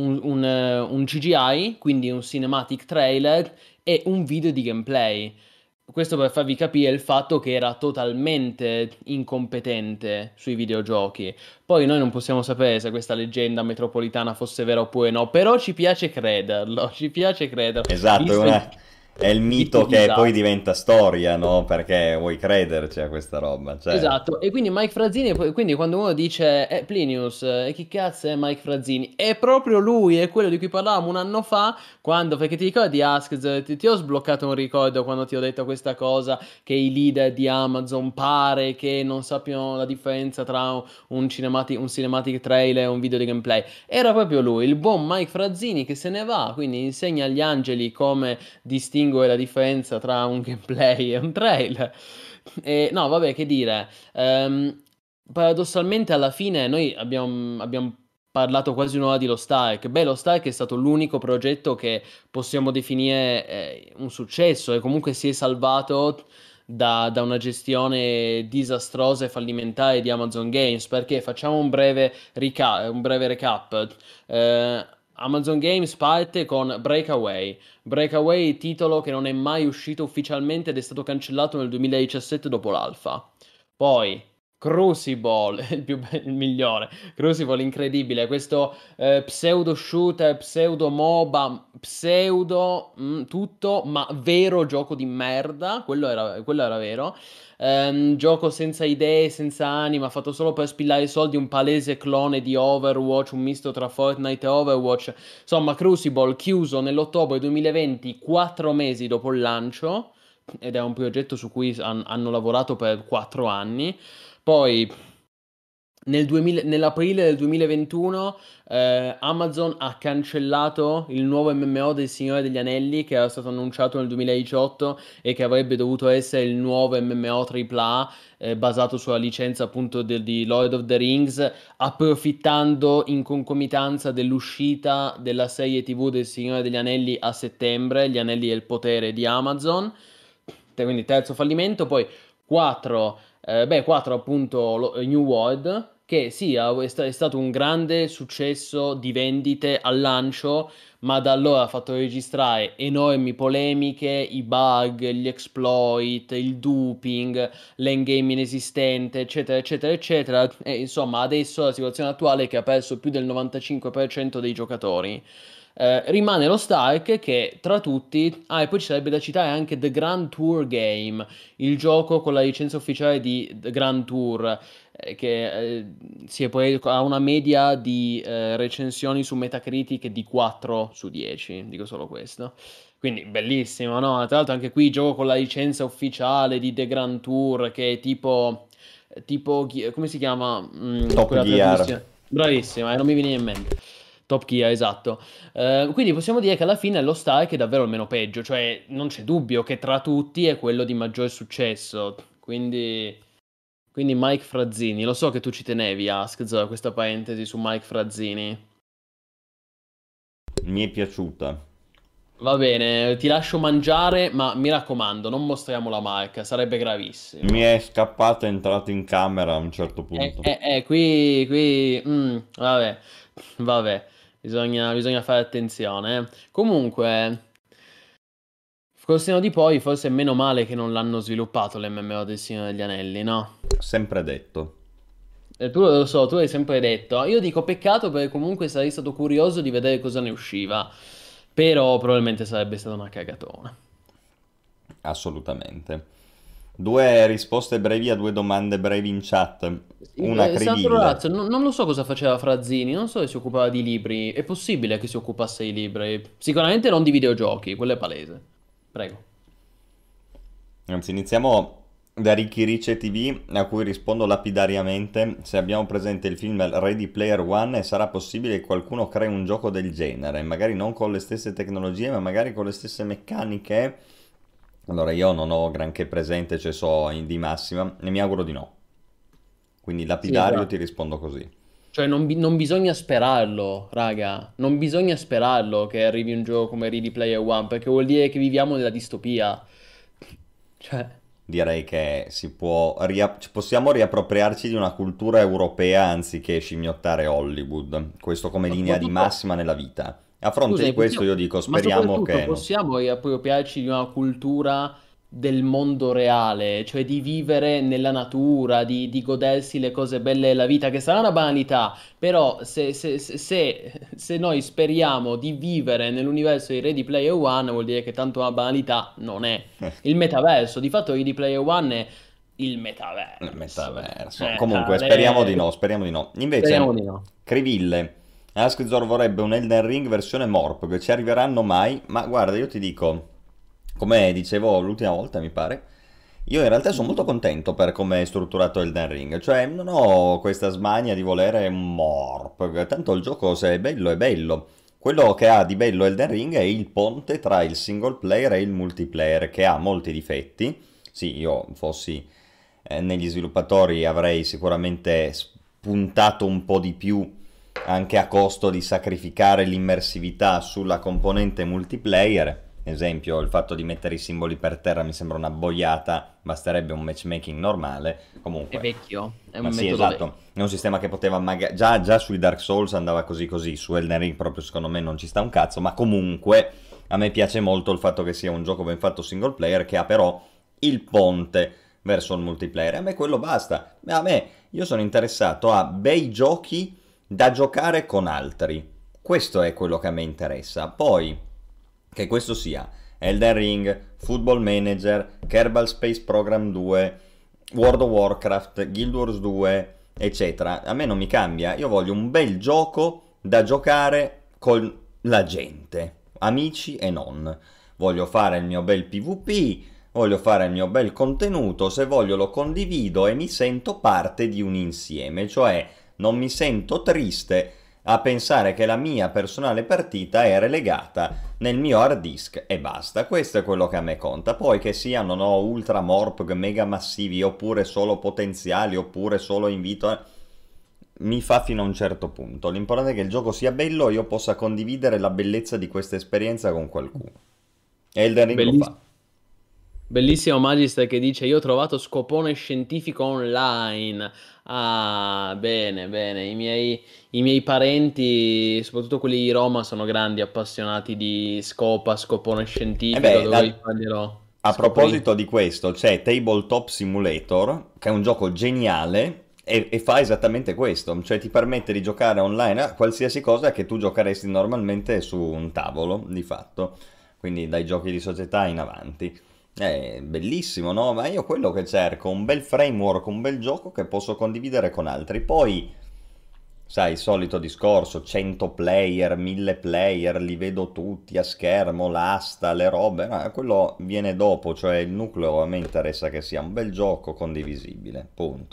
un CGI, quindi un cinematic trailer, e un video di gameplay. Questo per farvi capire il fatto che era totalmente incompetente sui videogiochi. Poi noi non possiamo sapere se questa leggenda metropolitana fosse vera oppure no, però ci piace crederlo, ci piace crederlo, Esatto, è il visto mito i che poi disastri. diventa storia, no? Perché vuoi crederci a questa roba, certo. Esatto, e quindi Mike Frazzini, quindi quando uno dice, Plinius, e chi cazzo è Mike Frazzini? È proprio lui, è quello di cui parlavamo un anno fa, quando, perché ti ricordi Ask, ti ho sbloccato un ricordo quando ti ho detto questa cosa, che i leader di Amazon pare che non sappiano la differenza tra un cinematic trailer e un video di gameplay. Era proprio lui, il buon Mike Frazzini che se ne va, quindi insegna agli angeli come distinguere distingue la differenza tra un gameplay e un trailer. No, vabbè, che dire. Paradossalmente alla fine noi abbiamo parlato quasi un'ora di Lost Ark. Beh, Lost Ark è stato l'unico progetto che possiamo definire un successo e comunque si è salvato da una gestione disastrosa e fallimentare di Amazon Games, perché facciamo un breve recap. Amazon Games parte con Breakaway. Breakaway, titolo che non è mai uscito ufficialmente ed è stato cancellato nel 2017 dopo l'alfa. Poi Crucible, il migliore. Crucible, incredibile. Questo pseudo shooter, pseudo MOBA, pseudo tutto, ma vero gioco di merda. Quello era vero. Gioco senza idee, senza anima, fatto solo per spillare soldi, un palese clone di Overwatch, un misto tra Fortnite e Overwatch. Insomma, Crucible chiuso nell'ottobre 2020, 4 mesi dopo il lancio, ed è un progetto su cui hanno lavorato per 4 anni. Poi nell'aprile del 2021 Amazon ha cancellato il nuovo MMO del Signore degli Anelli che era stato annunciato nel 2018 e che avrebbe dovuto essere il nuovo MMO AAA basato sulla licenza appunto di Lord of the Rings, approfittando in concomitanza dell'uscita della serie TV del Signore degli Anelli a settembre, Gli Anelli e il Potere di Amazon. Quindi terzo fallimento. Poi 4 appunto New World, che sì, è stato un grande successo di vendite al lancio, ma da allora ha fatto registrare enormi polemiche, i bug, gli exploit, il duping, l'endgame inesistente, eccetera, eccetera, eccetera. E insomma, adesso la situazione attuale è che ha perso più del 95% dei giocatori. Rimane lo Stark che tra tutti... Ah, e poi ci sarebbe da citare anche The Grand Tour Game, il gioco con la licenza ufficiale di The Grand Tour, che ha una media di recensioni su Metacritic di 4 su 10, dico solo questo. Quindi bellissimo, no? Tra l'altro anche qui gioco con la licenza ufficiale di The Grand Tour, che è tipo come si chiama? Top Quella Gear. traduzione. Bravissima, non mi viene in mente. Top Gear, esatto. Quindi possiamo dire che alla fine lo Stark è davvero il meno peggio, cioè non c'è dubbio che tra tutti è quello di maggior successo. Quindi Mike Frazzini, lo so che tu ci tenevi, Ask, questa parentesi su Mike Frazzini. Mi è piaciuta. Va bene, ti lascio mangiare, ma mi raccomando, non mostriamo la marca, sarebbe gravissimo. Mi è scappata, è entrato in camera a un certo punto. Vabbè, bisogna fare attenzione. Comunque, col senno di poi, forse è meno male che non l'hanno sviluppato l'MMO del Signore degli Anelli, no? Sempre detto. Tu lo so, tu hai sempre detto. Io dico peccato perché comunque sarei stato curioso di vedere cosa ne usciva. Però probabilmente sarebbe stata una cagatona. Assolutamente. 2 risposte brevi a 2 domande brevi in chat. Una Sandro Criville. Razzo, non lo so cosa faceva Frazzini, non so se si occupava di libri. È possibile che si occupasse di libri. Sicuramente non di videogiochi, quello è palese. Prego. Anzi, iniziamo da Ricky Ricci TV, a cui rispondo lapidariamente. Se abbiamo presente il film Ready Player One, sarà possibile che qualcuno crei un gioco del genere, magari non con le stesse tecnologie, ma magari con le stesse meccaniche? Allora, io non ho granché presente, cioè so di massima, e mi auguro di no. Quindi Sì, lapidario esatto. ti rispondo così. Cioè non bisogna sperarlo, raga. Non bisogna sperarlo che arrivi un gioco come Ready Player One, perché vuol dire che viviamo nella distopia. Cioè... Direi che possiamo riappropriarci di una cultura europea anziché scimmiottare Hollywood. Questo come Ma linea di soprattutto, massima nella vita. A fronte di scusami, questo io dico, ma speriamo soprattutto che no. possiamo riappropriarci di una cultura del mondo reale, cioè di vivere nella natura, di godersi le cose belle della vita, che sarà una banalità, però se noi speriamo di vivere nell'universo di Ready Player One, vuol dire che tanto una banalità non è. Il metaverso, di fatto Ready Player One è il metaverso. Metaverso. Comunque, speriamo di no, speriamo di no. Speriamo Invece, di no. Criville, Askzor vorrebbe un Elden Ring versione Morpg, ci arriveranno mai? Ma guarda, io ti dico, come dicevo l'ultima volta, mi pare, io in realtà sono molto contento per come è strutturato Elden Ring, cioè non ho questa smania di volere un Morpg, tanto il gioco se è bello è bello. Quello che ha di bello Elden Ring è il ponte tra il single player e il multiplayer, che ha molti difetti. Sì, io fossi negli sviluppatori avrei sicuramente spuntato un po' di più, anche a costo di sacrificare l'immersività sulla componente multiplayer. Esempio, il fatto di mettere i simboli per terra mi sembra una boiata, basterebbe un matchmaking normale. È Comunque, vecchio, è ma un sì, metodo vecchio. esatto, è un sistema che poteva magari... Già sui Dark Souls andava così così, su Elden Ring proprio secondo me non ci sta un cazzo, ma comunque a me piace molto il fatto che sia un gioco ben fatto single player che ha però il ponte verso il multiplayer. A me quello basta. A me, io sono interessato a bei giochi da giocare con altri. Questo è quello che a me interessa. Poi, che questo sia Elden Ring, Football Manager, Kerbal Space Program 2, World of Warcraft, Guild Wars 2, eccetera, a me non mi cambia. Io voglio un bel gioco da giocare con la gente, amici e non. Voglio fare il mio bel PvP, voglio fare il mio bel contenuto, se voglio lo condivido e mi sento parte di un insieme, cioè non mi sento triste a pensare che la mia personale partita è relegata nel mio hard disk e basta. Questo è quello che a me conta. Poi che siano no, ultra morpg, mega massivi, oppure solo potenziali, oppure solo invito mi fa fino a un certo punto. L'importante è che il gioco sia bello e io possa condividere la bellezza di questa esperienza con qualcuno. E Elden Ring lo Belliss- fa. Bellissimo Magister che dice: Io ho trovato scopone scientifico online. Ah, bene, bene. I miei parenti, soprattutto quelli di Roma, sono grandi appassionati di scopa, scopone E scientifico. beh, Dove li farglielo a scoprire? proposito di questo, c'è Tabletop Simulator, che è un gioco geniale e fa esattamente questo, cioè ti permette di giocare online a qualsiasi cosa che tu giocheresti normalmente su un tavolo, di fatto, quindi dai giochi di società in avanti. È bellissimo, no? Ma io quello che cerco, un bel framework, un bel gioco che posso condividere con altri. Poi, sai, il solito discorso, 100 player, 1000 player, li vedo tutti a schermo, l'asta, le robe, ma quello viene dopo, cioè il nucleo a me interessa che sia un bel gioco condivisibile, punto.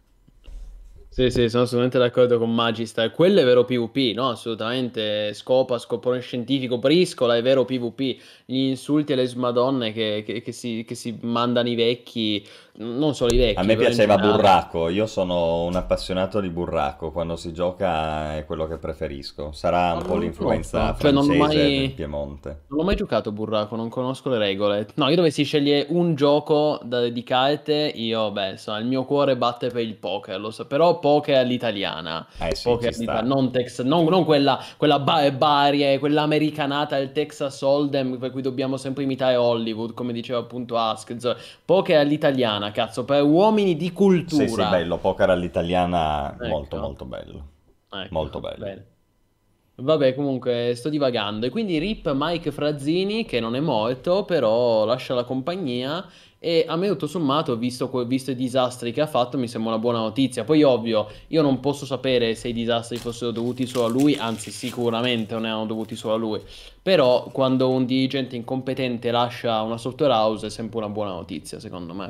Sì, sì, sono assolutamente d'accordo con Magister. Quello è vero PvP, no? Assolutamente. Scopa, scopone scientifico, briscola è vero PvP. Gli insulti alle smadonne che si mandano i vecchi, non solo i A vecchi, me però in piaceva generale. Burraco, io sono un appassionato di Burraco, quando si gioca è quello che preferisco. Sarà un po' Non lo l'influenza conosco, cioè non l'ho francese del mai, Piemonte. non l'ho mai giocato a Burraco, non conosco le regole. No, io dovessi scegliere un gioco da dedicarti, io, beh, insomma, il mio cuore batte per il poker, lo so, però poker all'italiana, Eh sì, poker ci sta. non, non quella Barie, quella americanata, il Texas Hold'em, per cui dobbiamo sempre imitare Hollywood, come diceva appunto Ask, insomma, poker all'italiana, cazzo, per uomini di Sì, sì, cultura. bello, poker all'italiana, molto Ecco, molto bello. Molto ecco, bello. bene. Vabbè, comunque sto divagando. E quindi RIP Mike Frazzini, che non è morto, però lascia la compagnia. E a me, tutto sommato, visto i disastri che ha fatto, mi sembra una buona notizia. Poi, ovvio, io non posso sapere se i disastri fossero dovuti solo a lui, anzi, sicuramente non erano dovuti solo a lui. Però, quando un dirigente incompetente lascia una software house, è sempre una buona notizia, secondo me.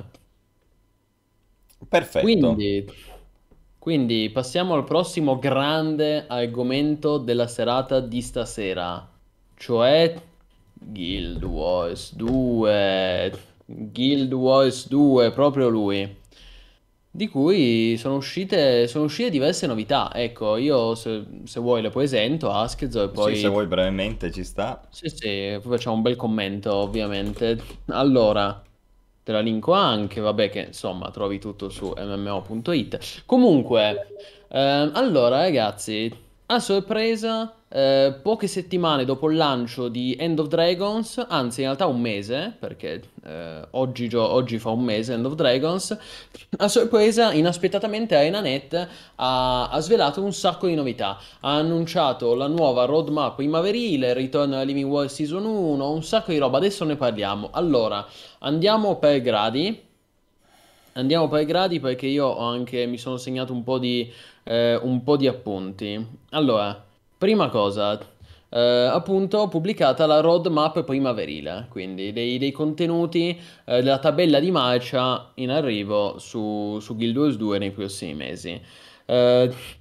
Perfetto. Quindi, quindi passiamo al prossimo grande argomento della serata di stasera, cioè Guild Wars 2. Guild Wars 2, proprio lui. Di cui sono uscite diverse novità. Ecco, io se vuoi le presento, Askzo, e Sì, se poi vuoi brevemente ci sta. sì, sì, poi facciamo un bel commento, ovviamente. Allora, te la linko anche, vabbè che insomma trovi tutto su mmo.it. Comunque, allora ragazzi, a sorpresa, poche settimane dopo il lancio di End of Dragons, anzi in realtà un mese, perché oggi fa un mese End of Dragons, a sorpresa, inaspettatamente ArenaNet ha svelato un sacco di novità. Ha annunciato la nuova roadmap primaverile, Return a Living World Season 1, un sacco di roba, adesso ne parliamo. Allora, andiamo per gradi. Andiamo per gradi perché io mi sono segnato un po' di appunti. Allora, prima cosa, appunto, pubblicata la roadmap primaverile, quindi dei contenuti, della tabella di marcia in arrivo su Guild Wars 2 nei prossimi mesi. Eh,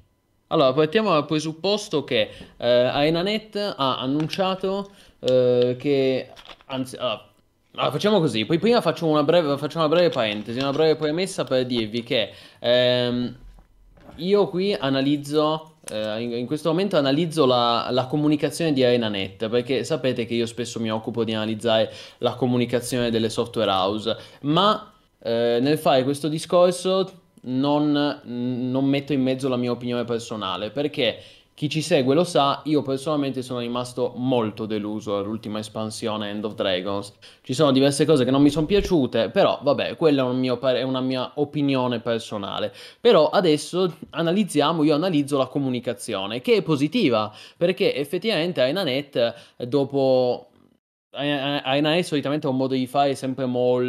Allora, partiamo dal presupposto che AenaNet ha annunciato che, anzi, facciamo così, poi prima faccio una breve parentesi, una breve premessa per dirvi che ehm, io qui analizzo, in questo momento analizzo la comunicazione di ArenaNet, perché sapete che io spesso mi occupo di analizzare la comunicazione delle software house, ma nel fare questo discorso non metto in mezzo la mia opinione personale, perché chi ci segue lo sa, io personalmente sono rimasto molto deluso all'ultima espansione End of Dragons. Ci sono diverse cose che non mi sono piaciute, però vabbè, quella è una mia opinione personale. Però adesso io analizzo la comunicazione, che è positiva, perché effettivamente dopo... AenaNet solitamente ha un modo di fare sempre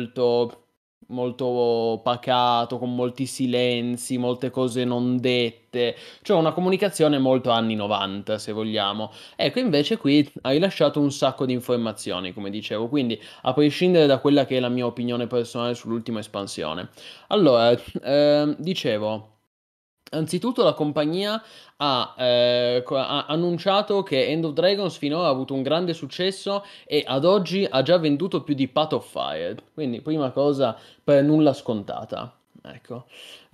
molto pacato, con molti silenzi, molte cose non dette, cioè una comunicazione molto anni 90, se vogliamo. Ecco, invece qui ha rilasciato un sacco di informazioni, come dicevo, quindi a prescindere da quella che è la mia opinione personale sull'ultima espansione. Allora, dicevo, anzitutto la compagnia ha annunciato che End of Dragons finora ha avuto un grande successo e ad oggi ha già venduto più di Path of Fire, quindi prima cosa per nulla scontata. Ecco.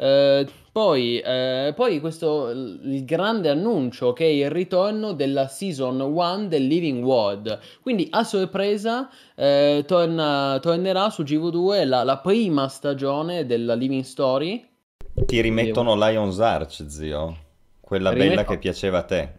Poi il grande annuncio che è il ritorno della Season 1 del Living World. Quindi a sorpresa tornerà su GV2 la prima stagione della Living Story. Ti Quindi rimettono Lion's Arch, zio. Quella bella che rimetto. piaceva a te.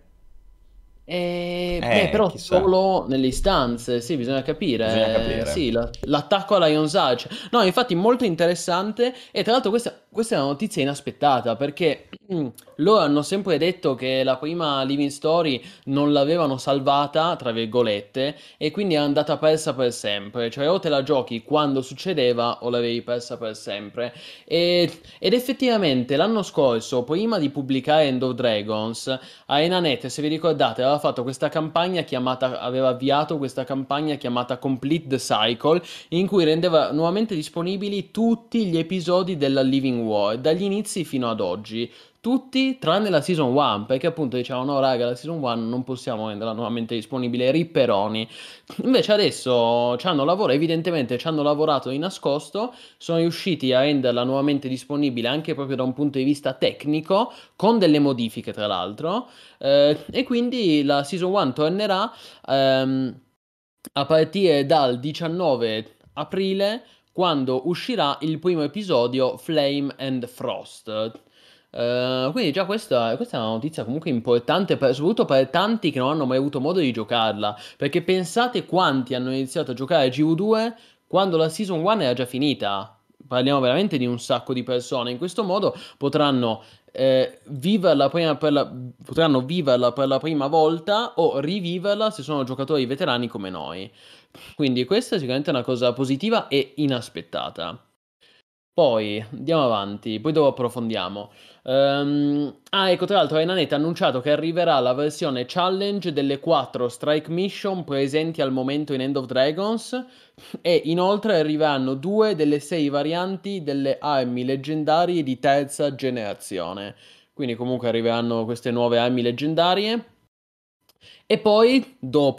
Però Chissà. solo nelle istanze, sì, bisogna Bisogna capire. capire. Sì, l'attacco alla Lion's Arch. No, infatti molto interessante e tra l'altro questa è una notizia inaspettata perché loro hanno sempre detto che la prima Living Story non l'avevano salvata, tra virgolette, e quindi è andata persa per sempre. Cioè o te la giochi quando succedeva o l'avevi persa per sempre. Ed effettivamente l'anno scorso, prima di pubblicare End of Dragons, a Enanet, se vi ricordate, aveva avviato questa campagna chiamata Complete the Cycle, in cui rendeva nuovamente disponibili tutti gli episodi della Living War, dagli inizi fino ad oggi. Tutti tranne la Season 1, perché appunto dicevano no raga, la Season 1 non possiamo renderla nuovamente disponibile, ripperoni. Invece adesso evidentemente ci hanno lavorato di nascosto, sono riusciti a renderla nuovamente disponibile anche proprio da un punto di vista tecnico, con delle modifiche tra l'altro, e quindi la Season 1 tornerà a partire dal 19 aprile, quando uscirà il primo episodio Flame and Frost. Quindi già questa è una notizia comunque importante, soprattutto per tanti che non hanno mai avuto modo di giocarla, perché pensate quanti hanno iniziato a giocare a GV2 quando la Season 1 era già finita. Parliamo veramente di un sacco di persone. In questo modo potranno viverla per la prima volta o riviverla se sono giocatori veterani come noi. Quindi questa è sicuramente una cosa positiva e inaspettata. Poi andiamo avanti, poi dopo approfondiamo. Ecco, tra l'altro, Enanet ha annunciato che arriverà la versione challenge delle 4 Strike Mission presenti al momento in End of Dragons. E inoltre arriveranno 2 delle 6 varianti delle armi leggendarie di terza generazione. Quindi comunque arriveranno queste nuove armi leggendarie. E poi,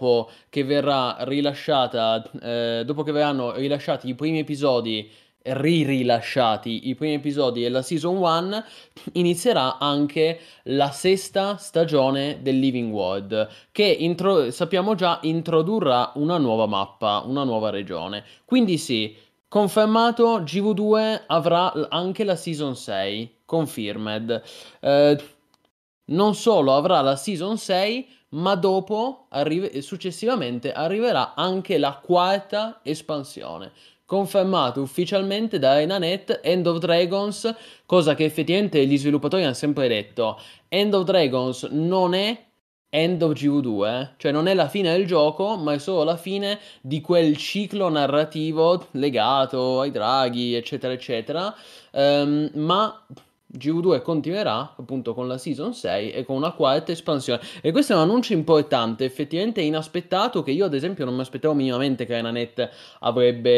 dopo che verranno rilasciati i primi episodi, rilasciati i primi episodi della Season 1, inizierà anche la sesta stagione del Living World, che sappiamo già introdurrà una nuova mappa, una nuova regione. Quindi sì, confermato, GV2 avrà anche la Season 6, confirmed. Eh, Non solo avrà la Season 6, ma successivamente arriverà anche la quarta espansione. Confermato ufficialmente da Renanet End of Dragons, cosa che effettivamente gli sviluppatori hanno sempre detto. End of Dragons non è End of GV2, cioè non è la fine del gioco, ma è solo la fine di quel ciclo narrativo legato ai draghi, eccetera, eccetera. Ma GV2 continuerà appunto con la Season 6 e con una quarta espansione. E questo è un annuncio importante, effettivamente inaspettato, che io ad esempio non mi aspettavo minimamente che Renanet avrebbe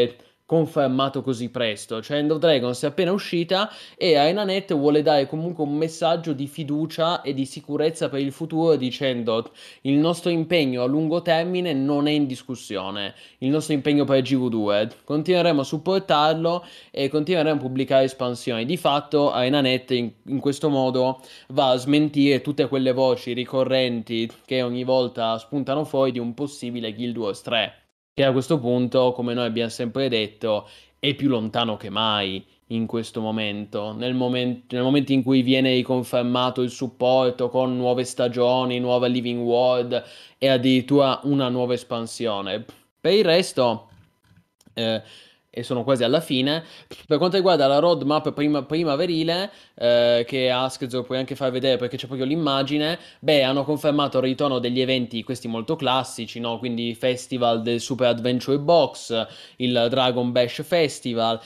confermato così presto. Cioè, End of Dragons è appena uscita e ArenaNet vuole dare comunque un messaggio di fiducia e di sicurezza per il futuro, dicendo il nostro impegno a lungo termine non è in discussione, il nostro impegno per GV2, continueremo a supportarlo e continueremo a pubblicare espansioni. Di fatto ArenaNet in questo modo va a smentire tutte quelle voci ricorrenti che ogni volta spuntano fuori di un possibile Guild Wars 3, che a questo punto, come noi abbiamo sempre detto, è più lontano che mai in questo momento. Nel momento in cui viene riconfermato il supporto con nuove stagioni, nuova Living World e addirittura una nuova espansione. Per il resto, eh, e sono quasi alla fine, per quanto riguarda la roadmap primaverile, che Askzo puoi anche far vedere perché c'è proprio l'immagine, beh, hanno confermato il ritorno degli eventi, questi molto classici, no? Quindi festival del Super Adventure Box, il Dragon Bash Festival,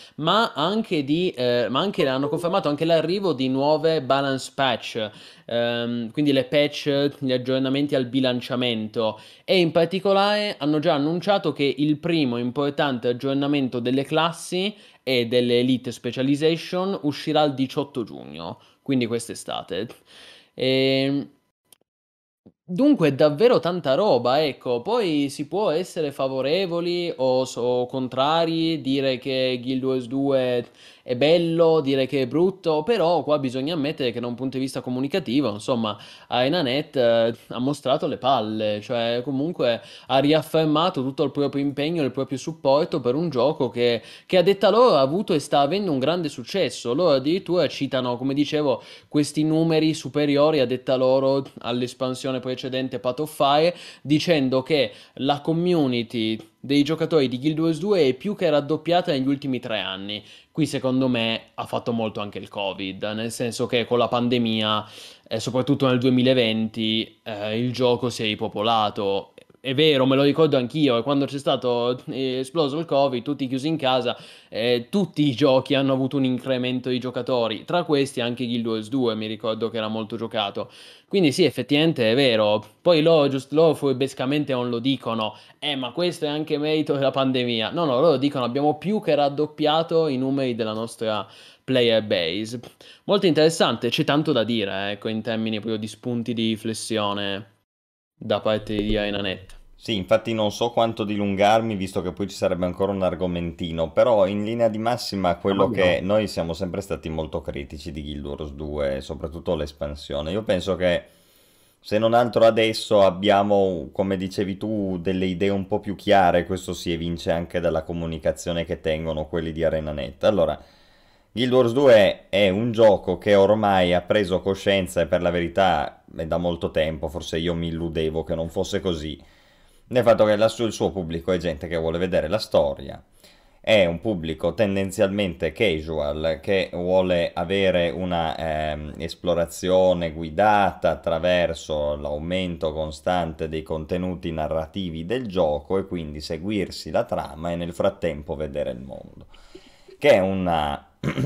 ma anche hanno confermato anche l'arrivo di nuove balance patch, quindi le patch, gli aggiornamenti al bilanciamento, e in particolare hanno già annunciato che il primo importante aggiornamento delle classi e delle Elite Specialization uscirà il 18 giugno, quindi quest'estate. E... Dunque, è davvero tanta roba, ecco. Poi si può essere favorevoli o contrari, dire che Guild Wars 2 è bello, dire che è brutto, però qua bisogna ammettere che da un punto di vista comunicativo, insomma, ArenaNet ha mostrato le palle, cioè comunque ha riaffermato tutto il proprio impegno e il proprio supporto per un gioco che a detta loro ha avuto e sta avendo un grande successo. Loro addirittura citano, come dicevo, questi numeri superiori a detta loro all'espansione precedente Path of Fire, dicendo che la community dei giocatori di Guild Wars 2 è più che raddoppiata negli ultimi 3 anni. Qui secondo me ha fatto molto anche il Covid, nel senso che con la pandemia, soprattutto nel 2020, il gioco si è ripopolato. È vero, me lo ricordo anch'io, e quando c'è stato esploso il Covid, tutti chiusi in casa, tutti i giochi hanno avuto un incremento di giocatori, tra questi anche Guild Wars 2, mi ricordo che era molto giocato. Quindi sì, effettivamente è vero. Poi loro furbescamente non lo dicono, ma questo è anche merito della pandemia. No, no, loro dicono abbiamo più che raddoppiato i numeri della nostra player base. Molto interessante, c'è tanto da dire, ecco, in termini proprio di spunti di riflessione da parte di ArenaNet. Sì, infatti non so quanto dilungarmi, visto che poi ci sarebbe ancora un argomentino, però in linea di massima Ah, quello che no. noi siamo sempre stati molto critici di Guild Wars 2, soprattutto l'espansione. Io penso che se non altro adesso abbiamo, come dicevi tu, delle idee un po' più chiare, questo si evince anche dalla comunicazione che tengono quelli di ArenaNet. Allora, Guild Wars 2 è un gioco che ormai ha preso coscienza, e per la verità è da molto tempo, forse io mi illudevo che non fosse così, del fatto che il suo pubblico è gente che vuole vedere la storia, è un pubblico tendenzialmente casual che vuole avere una esplorazione guidata attraverso l'aumento costante dei contenuti narrativi del gioco e quindi seguirsi la trama e nel frattempo vedere il mondo. Che è una,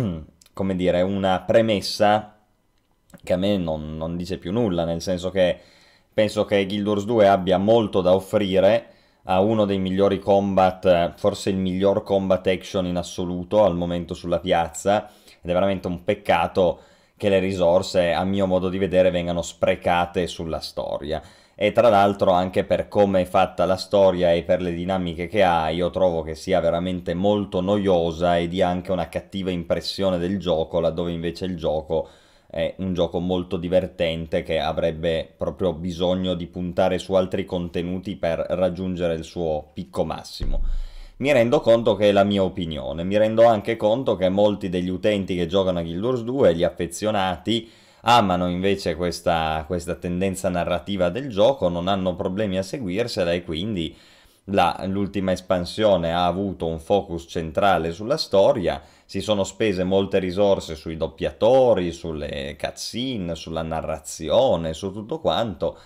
come dire, una premessa che a me non dice più nulla, nel senso che penso che Guild Wars 2 abbia molto da offrire, ha uno dei migliori combat, forse il miglior combat action in assoluto al momento sulla piazza, ed è veramente un peccato che le risorse, a mio modo di vedere, vengano sprecate sulla storia. E tra l'altro anche per come è fatta la storia e per le dinamiche che ha, io trovo che sia veramente molto noiosa e dia anche una cattiva impressione del gioco, laddove invece il gioco è un gioco molto divertente che avrebbe proprio bisogno di puntare su altri contenuti per raggiungere il suo picco massimo. Mi rendo conto che è la mia opinione, mi rendo anche conto che molti degli utenti che giocano a Guild Wars 2, gli affezionati, amano invece questa tendenza narrativa del gioco, non hanno problemi a seguirsela e quindi l'ultima espansione ha avuto un focus centrale sulla storia, si sono spese molte risorse sui doppiatori, sulle cutscene, sulla narrazione, su tutto quanto.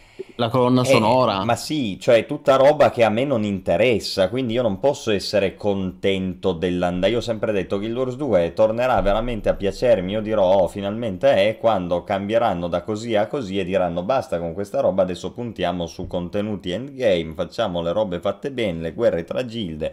La colonna Ma sonora. sì, cioè tutta roba che a me non interessa, quindi io non posso essere contento dell'andare. Io ho sempre detto che Guild Wars 2 tornerà veramente a piacermi, io dirò oh, finalmente è quando cambieranno da così a così e diranno basta con questa roba, adesso puntiamo su contenuti endgame, facciamo le robe fatte bene, le guerre tra gilde,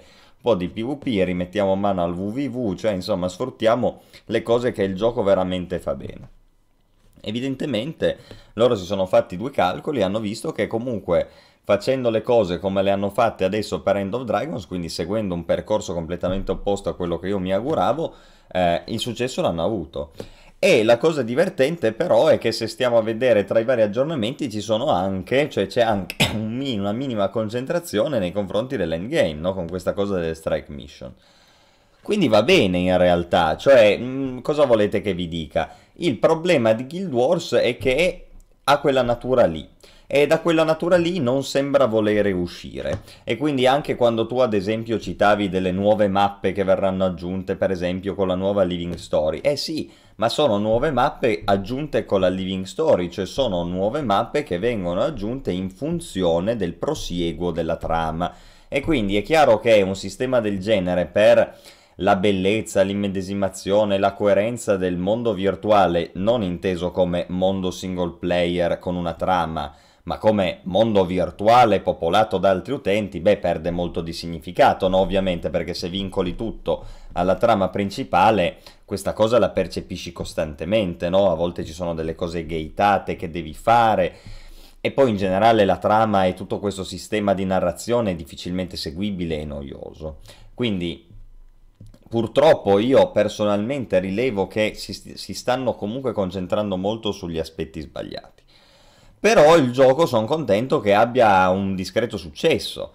po' di PvP, rimettiamo mano al WVV, cioè insomma sfruttiamo le cose che il gioco veramente fa bene. Evidentemente loro si sono fatti due calcoli e hanno visto che comunque facendo le cose come le hanno fatte adesso per End of Dragons, quindi seguendo un percorso completamente opposto a quello che io mi auguravo, il successo l'hanno avuto. E la cosa divertente però è che se stiamo a vedere tra i vari aggiornamenti ci sono anche, cioè c'è anche una minima concentrazione nei confronti dell'endgame, no? Con questa cosa delle strike mission. Quindi va bene in realtà, cioè cosa volete che vi dica? Il problema di Guild Wars è che ha quella natura lì. E da quella natura lì non sembra volere uscire. E quindi anche quando tu ad esempio citavi delle nuove mappe che verranno aggiunte, per esempio con la nuova Living Story, sì, ma sono nuove mappe aggiunte con la Living Story, cioè sono nuove mappe che vengono aggiunte in funzione del prosieguo della trama. E quindi è chiaro che un sistema del genere, per la bellezza, l'immedesimazione, la coerenza del mondo virtuale, non inteso come mondo single player con una trama, ma come mondo virtuale popolato da altri utenti, perde molto di significato, no? Ovviamente, perché se vincoli tutto alla trama principale, questa cosa la percepisci costantemente, no? A volte ci sono delle cose gated che devi fare, e poi in generale la trama e tutto questo sistema di narrazione è difficilmente seguibile e noioso. Quindi purtroppo io personalmente rilevo che si stanno comunque concentrando molto sugli aspetti sbagliati. Però il gioco sono contento che abbia un discreto successo.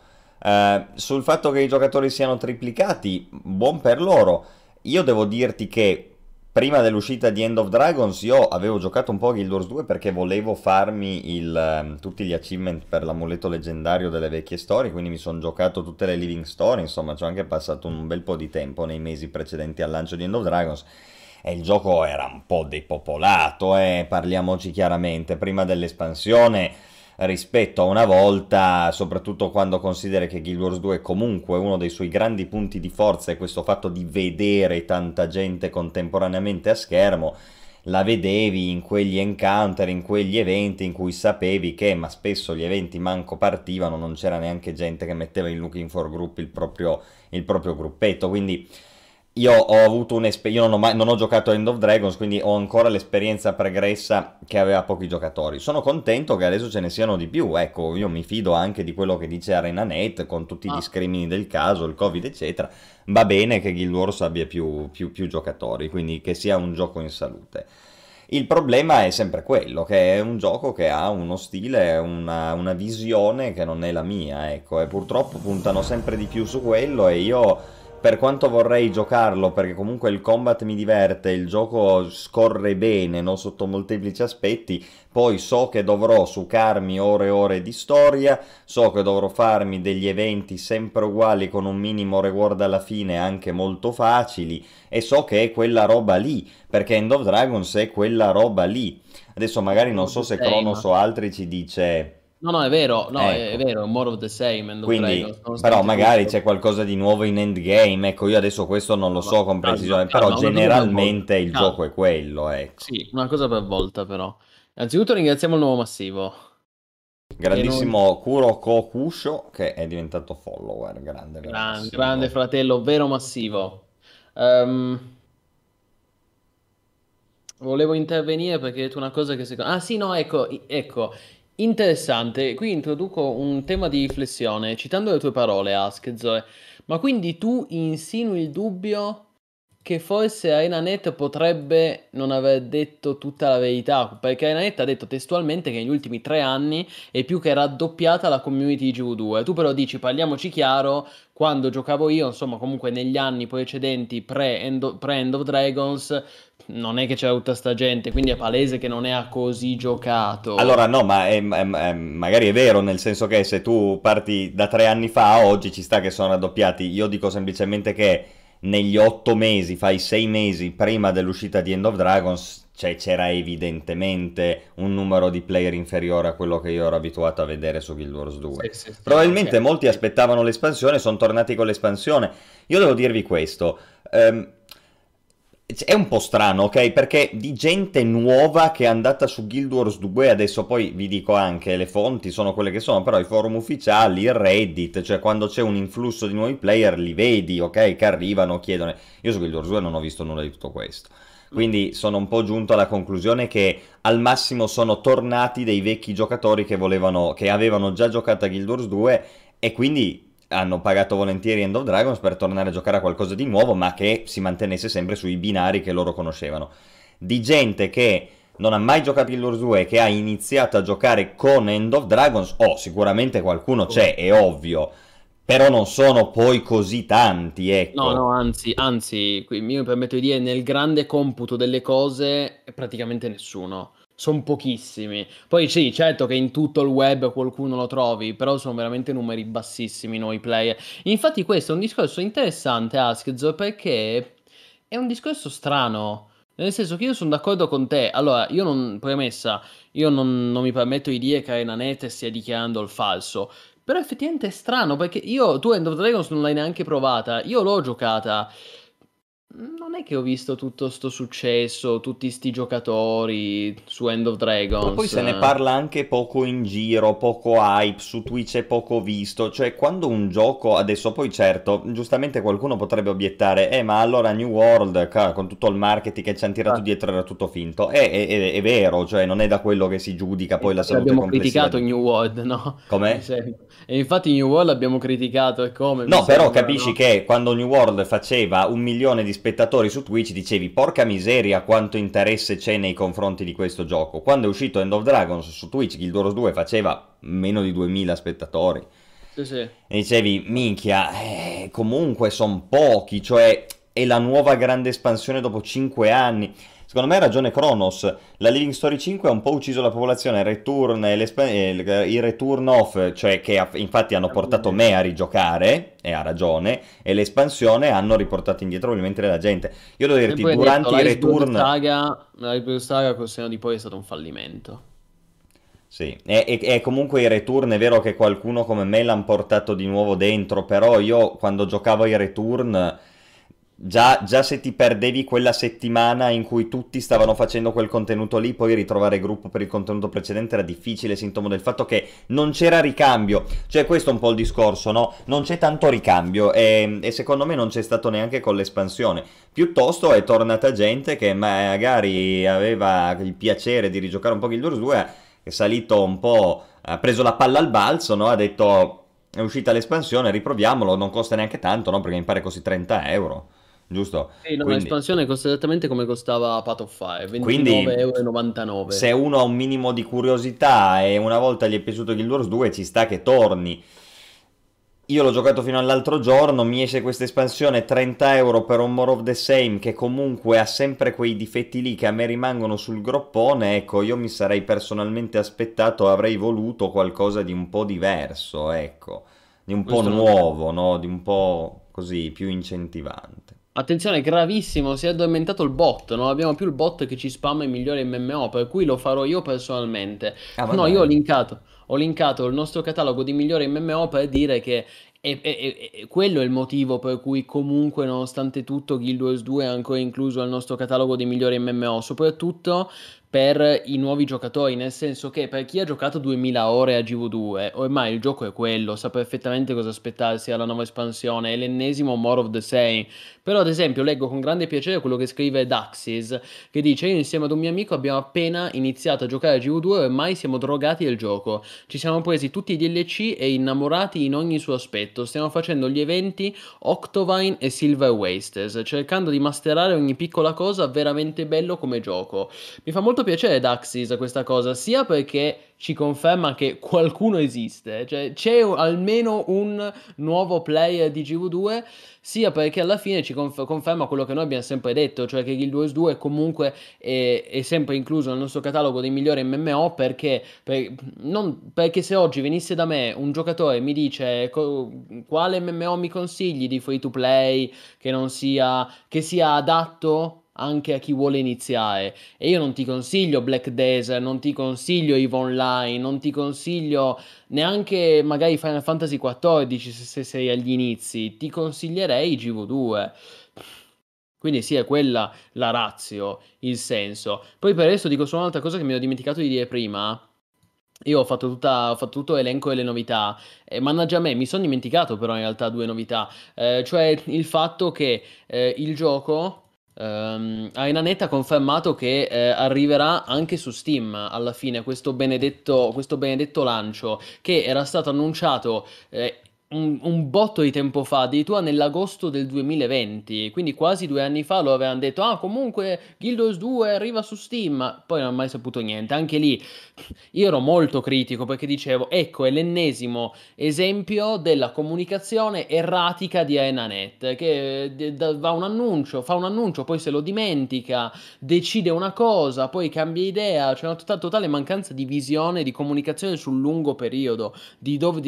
Sul fatto che i giocatori siano triplicati, buon per loro. Io devo dirti che prima dell'uscita di End of Dragons io avevo giocato un po' a Guild Wars 2 perché volevo farmi tutti gli achievement per l'amuleto leggendario delle vecchie storie, quindi mi sono giocato tutte le Living Story, insomma ci ho anche passato un bel po' di tempo nei mesi precedenti al lancio di End of Dragons. E il gioco era un po' depopolato, parliamoci chiaramente, prima dell'espansione rispetto a una volta, soprattutto quando consideri che Guild Wars 2 comunque uno dei suoi grandi punti di forza è questo fatto di vedere tanta gente contemporaneamente a schermo, la vedevi in quegli encounter, in quegli eventi in cui sapevi che, ma spesso gli eventi manco partivano, non c'era neanche gente che metteva in Looking for Group il proprio gruppetto, quindi io ho avuto un'esperienza, io non ho giocato a End of Dragons, quindi ho ancora l'esperienza pregressa che aveva pochi giocatori. Sono contento che adesso ce ne siano di più, ecco, io mi fido anche di quello che dice ArenaNet, con tutti i discrimini del caso, il Covid eccetera, va bene che Guild Wars abbia più giocatori, quindi che sia un gioco in salute. Il problema è sempre quello, che è un gioco che ha uno stile, una visione che non è la mia, ecco, e purtroppo puntano sempre di più su quello e io, per quanto vorrei giocarlo, perché comunque il combat mi diverte, il gioco scorre bene, no? Sotto molteplici aspetti, poi so che dovrò sucarmi ore e ore di storia, so che dovrò farmi degli eventi sempre uguali con un minimo reward alla fine anche molto facili, e so che è quella roba lì, perché End of Dragons è quella roba lì. Adesso magari non so se Cronos o altri ci dice... No, è vero, no, ecco. è vero, more of the same, End of Quindi, Dragons, però magari tutto. c'è qualcosa di nuovo in endgame, ecco, io adesso questo non lo so con precisione, però generalmente il gioco è quello, ecco. Sì, una cosa per volta però. Innanzitutto ringraziamo il nuovo massivo. Grandissimo Kuroko Kusho, che è diventato follower, grande fratello, vero massivo. Volevo intervenire perché hai detto una cosa che secondo... Ah sì, no, ecco. Interessante, qui introduco un tema di riflessione, citando le tue parole, Ask, Zoe. Ma quindi tu insinui il dubbio che forse ArenaNet potrebbe non aver detto tutta la verità, perché ArenaNet ha detto testualmente che negli ultimi 3 anni è più che raddoppiata la community di GW2. Tu però dici, parliamoci chiaro, quando giocavo io, insomma, comunque negli anni precedenti, pre-End of Dragons, non è che c'era tutta sta gente, quindi è palese che non è così giocato. Allora no, ma magari è vero, nel senso che se tu parti da 3 anni fa a oggi ci sta che sono raddoppiati. Io dico semplicemente che negli 8 mesi, fai 6 mesi prima dell'uscita di End of Dragons, cioè c'era evidentemente un numero di player inferiore a quello che io ero abituato a vedere su Guild Wars 2. Sì, Probabilmente molti aspettavano l'espansione, sono tornati con l'espansione. Io devo dirvi questo, è un po' strano, ok? Perché di gente nuova che è andata su Guild Wars 2, adesso poi vi dico anche, le fonti sono quelle che sono, però i forum ufficiali, il Reddit, cioè quando c'è un influsso di nuovi player li vedi, ok? Che arrivano, chiedono. Io su Guild Wars 2 non ho visto nulla di tutto questo. Quindi sono un po' giunto alla conclusione che al massimo sono tornati dei vecchi giocatori che avevano già giocato a Guild Wars 2 e quindi hanno pagato volentieri End of Dragons per tornare a giocare a qualcosa di nuovo, ma che si mantenesse sempre sui binari che loro conoscevano. Di gente che non ha mai giocato Guild Wars 2 e che ha iniziato a giocare con End of Dragons, sicuramente qualcuno c'è, è ovvio, però non sono poi così tanti, No, ecco. no, anzi, io mi permetto di dire, nel grande computo delle cose, praticamente nessuno. Sono pochissimi. Poi sì, certo che in tutto il web qualcuno lo trovi, però sono veramente numeri bassissimi noi player. Infatti questo è un discorso interessante, Askzo, perché è un discorso strano. Nel senso che io sono d'accordo con te. Allora, premessa, io non mi permetto di dire che Arenanet stia dichiarando il falso. Però effettivamente è strano perché tu End of Dragons non l'hai neanche provata, io l'ho giocata. Non è che ho visto tutto sto successo, tutti sti giocatori su End of Ma poi Dragons. se ne parla anche poco in giro, poco hype, su Twitch è poco visto, cioè quando un gioco, adesso poi certo, giustamente qualcuno potrebbe obiettare, ma allora New World, con tutto il marketing che ci hanno tirato Ah, dietro era tutto finto, è vero, cioè non è da quello che si giudica poi la infatti salute l'abbiamo complessiva criticato di... New World, no? Mi Com'è? sembra. E infatti New World l'abbiamo criticato e come mi No, però sembra, capisci no? che quando New World faceva 1 milione di spettatori su Twitch dicevi porca miseria quanto interesse c'è nei confronti di questo gioco. Quando è uscito End of Dragons su Twitch Guild Wars 2 faceva meno di 2000 spettatori. Sì, sì. E dicevi minchia, comunque sono pochi, cioè è la nuova grande espansione dopo 5 anni. Secondo me ha ragione Kronos, la Living Story 5 ha un po' ucciso la popolazione, il return, il return off, cioè che infatti hanno portato me a rigiocare, e ha ragione, e l'espansione hanno riportato indietro probabilmente la gente. Io devo E dirti, poi hai detto durante i return... l'Iceberg Saga col senno di poi è stato un fallimento. Sì, e comunque i return è vero che qualcuno come me l'hanno portato di nuovo dentro, però io quando giocavo ai return, già se ti perdevi quella settimana in cui tutti stavano facendo quel contenuto lì, poi ritrovare gruppo per il contenuto precedente era difficile, sintomo del fatto che non c'era ricambio. Cioè questo è un po' il discorso, no? Non c'è tanto ricambio e secondo me non c'è stato neanche con l'espansione. Piuttosto è tornata gente che magari aveva il piacere di rigiocare un po' Guild Wars 2, è salito un po', ha preso la palla al balzo, no? Ha detto è uscita l'espansione, riproviamolo, non costa neanche tanto, no? Perché mi pare costi 30 euro, giusto? Sì, no, Quindi, l'espansione costa esattamente come costava Path of Fire, quindi 29,99 se €. uno ha un minimo di curiosità e una volta gli è piaciuto Guild Wars 2 ci sta che torni. Io l'ho giocato fino all'altro giorno, mi esce questa espansione 30 euro per un More of the Same che comunque ha sempre quei difetti lì che a me rimangono sul groppone, ecco, io mi sarei personalmente aspettato, avrei voluto qualcosa di un po' diverso, ecco, di un po' Questo non c'è. nuovo, no? Di un po' così, più incentivante. Attenzione, gravissimo, si è addormentato il bot, non abbiamo più il bot che ci spamma i migliori MMO, per cui lo farò io personalmente. Ah, ma No, io dai. ho linkato il nostro catalogo di migliori MMO per dire che quello è il motivo per cui comunque, nonostante tutto, Guild Wars 2 è ancora incluso nel nostro catalogo di migliori MMO, soprattutto per i nuovi giocatori, nel senso che per chi ha giocato 2000 ore a GV2, ormai il gioco è quello, sa perfettamente cosa aspettarsi alla nuova espansione, è l'ennesimo More of the Same. Però, ad esempio, leggo con grande piacere quello che scrive Daxis, che dice: Io insieme ad un mio amico abbiamo appena iniziato a giocare a GV2 e ormai siamo drogati del gioco. Ci siamo presi tutti i DLC e innamorati in ogni suo aspetto. Stiamo facendo gli eventi Octovine e Silver Wastes, cercando di masterare ogni piccola cosa veramente bello come gioco. Mi fa molto piacere Daxis questa cosa, sia perché ci conferma che qualcuno esiste, cioè c'è almeno un nuovo player di GV2, sia perché alla fine ci conferma quello che noi abbiamo sempre detto, cioè che Guild Wars 2 comunque è sempre incluso nel nostro catalogo dei migliori MMO non, perché se oggi venisse da me un giocatore e mi dice quale MMO mi consigli di free to play che sia adatto anche a chi vuole iniziare, e io non ti consiglio Black Desert, non ti consiglio EVE Online, non ti consiglio neanche magari Final Fantasy XIV se sei agli inizi, ti consiglierei GV2. Quindi sì, è quella la ratio, il senso. Poi per adesso dico solo un'altra cosa che mi ero dimenticato di dire prima. Io ho fatto tutto l'elenco delle novità, e mannaggia a me, mi sono dimenticato però in realtà due novità, cioè il fatto che il gioco, Aenanet ha confermato che arriverà anche su Steam alla fine, questo benedetto lancio, che era stato annunciato un botto di tempo fa, addirittura nell'agosto del 2020, quindi quasi 2 anni fa lo avevano detto, ah comunque Guild Wars 2 arriva su Steam, poi non ho mai saputo niente, anche lì io ero molto critico perché dicevo, ecco, è l'ennesimo esempio della comunicazione erratica di Aenanet, che fa un annuncio, poi se lo dimentica, decide una cosa, poi cambia idea, c'è una totale mancanza di visione, di comunicazione sul lungo periodo, di, dove,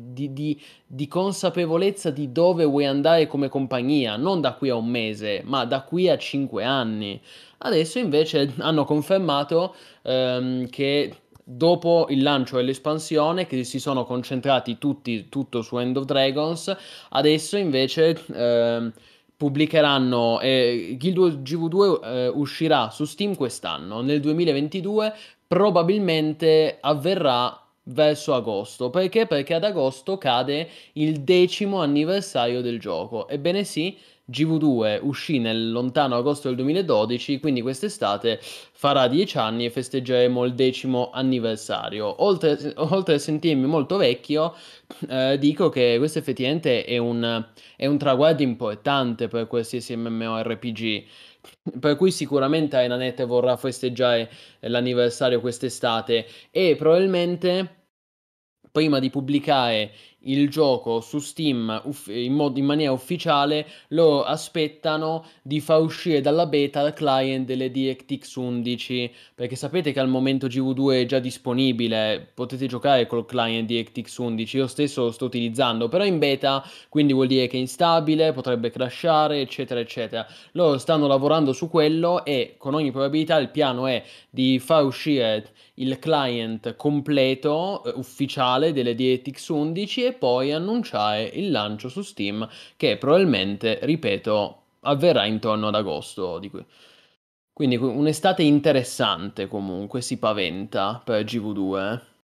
di consapevolezza di dove vuoi andare come compagnia, non da qui a un mese, ma da qui a 5 anni. Adesso invece hanno confermato che dopo il lancio dell'espansione, che si sono concentrati tutto su End of Dragons, adesso invece pubblicheranno Guild Wars GV2 uscirà su Steam quest'anno, nel 2022 probabilmente avverrà verso agosto. Perché? Perché ad agosto cade il 10° anniversario del gioco. Ebbene sì, GV2 uscì nel lontano agosto del 2012, quindi quest'estate farà 10 anni e festeggeremo il 10° anniversario. Oltre a sentirmi molto vecchio, dico che questo effettivamente è un traguardo importante per qualsiasi MMORPG. Per cui sicuramente Aenanet vorrà festeggiare l'anniversario quest'estate e probabilmente prima di pubblicare il gioco su Steam in maniera ufficiale, lo aspettano di far uscire dalla beta il client delle DirectX 11, perché sapete che al momento GV2 è già disponibile, potete giocare col client DirectX 11, io stesso lo sto utilizzando, però in beta, quindi vuol dire che è instabile, potrebbe crashare, eccetera, eccetera. Loro stanno lavorando su quello e con ogni probabilità il piano è di far uscire il client completo ufficiale delle DirectX 11 e poi annunciare il lancio su Steam che probabilmente, ripeto, avverrà intorno ad agosto quindi un'estate interessante comunque si paventa per GV2.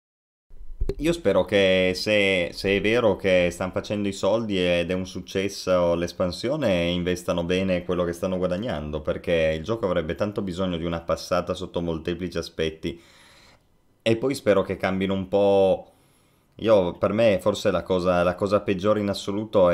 Io spero che se è vero che stanno facendo i soldi ed è un successo l'espansione, investano bene quello che stanno guadagnando, perché il gioco avrebbe tanto bisogno di una passata sotto molteplici aspetti. E poi spero che cambino un po'. Per me, forse la cosa peggiore in assoluto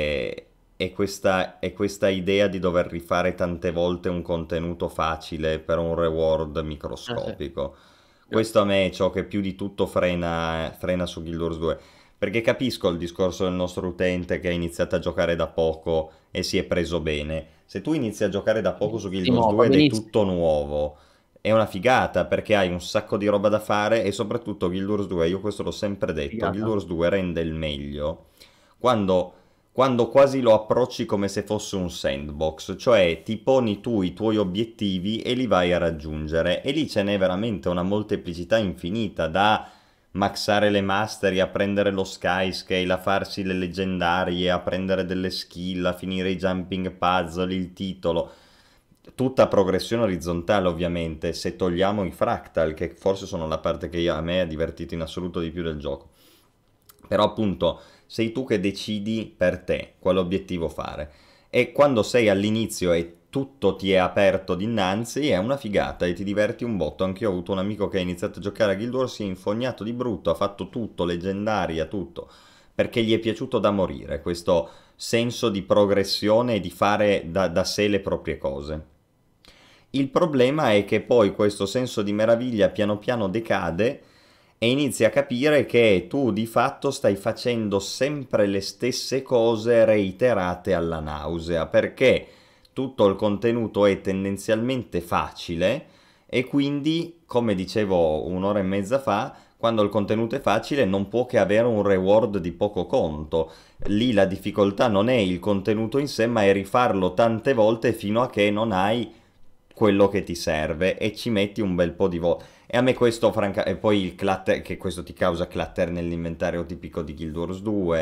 è questa idea di dover rifare tante volte un contenuto facile per un reward Sì. microscopico. Questo a me è ciò che più di tutto frena su Guild Wars 2. Perché capisco il discorso del nostro utente che ha iniziato a giocare da poco e si è preso bene. Se tu inizi a giocare da poco su Guild Wars Benissimo, va 2 ed è benissimo. tutto nuovo, è una figata perché hai un sacco di roba da fare e soprattutto Guild Wars 2, io questo l'ho sempre detto, Guild Figata. Wars 2 rende il meglio quando, quando quasi lo approcci come se fosse un sandbox, cioè ti poni tu i tuoi obiettivi e li vai a raggiungere e lì ce n'è veramente una molteplicità infinita da maxare le mastery, a prendere lo skyscale, a farsi le leggendarie, a prendere delle skill, a finire i jumping puzzle, il titolo. Tutta progressione orizzontale ovviamente, se togliamo i fractal, che forse sono la parte che a me ha divertito in assoluto di più del gioco. Però appunto sei tu che decidi per te quale obiettivo fare. E quando sei all'inizio e tutto ti è aperto dinanzi, è una figata e ti diverti un botto. Anche io ho avuto un amico che ha iniziato a giocare a Guild Wars, si è infognato di brutto, ha fatto tutto, leggendaria, tutto, perché gli è piaciuto da morire questo senso di progressione e di fare da sé le proprie cose. Il problema è che poi questo senso di meraviglia piano piano decade e inizi a capire che tu di fatto stai facendo sempre le stesse cose reiterate alla nausea, perché tutto il contenuto è tendenzialmente facile e quindi, come dicevo un'ora e mezza fa, quando il contenuto è facile non può che avere un reward di poco conto. Lì la difficoltà non è il contenuto in sé, ma è rifarlo tante volte fino a che non hai quello che ti serve e ci metti un bel po' di volte. E a me e poi il clutter, che questo ti causa clutter nell'inventario tipico di Guild Wars 2,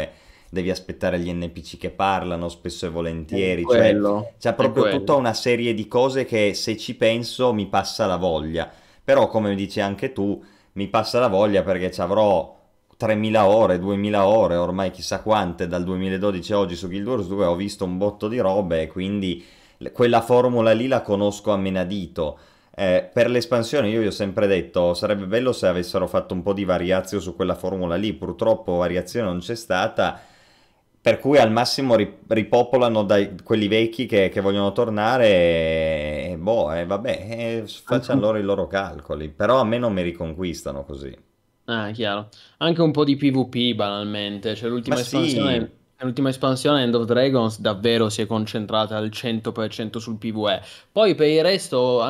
devi aspettare gli NPC che parlano spesso e È volentieri, cioè quello, c'è è proprio tutta quello. una serie di cose che se ci penso mi passa la voglia, però come dici anche tu, mi passa la voglia perché ci avrò 3000 ore, 2000 ore, ormai chissà quante, dal 2012 a oggi su Guild Wars 2 ho visto un botto di robe e quindi quella formula lì la conosco a menadito. Per l'espansione io vi ho sempre detto sarebbe bello se avessero fatto un po' di variazione su quella formula lì, purtroppo variazione non c'è stata, per cui al massimo ripopolano quelli vecchi che vogliono tornare e boh, vabbè, Anche facciano loro i loro calcoli, però a me non mi riconquistano così. Ah, chiaro. Anche un po' di PvP banalmente, cioè Ma sì, l'ultima espansione End of Dragons davvero si è concentrata al 100% sul PvE. Poi per il resto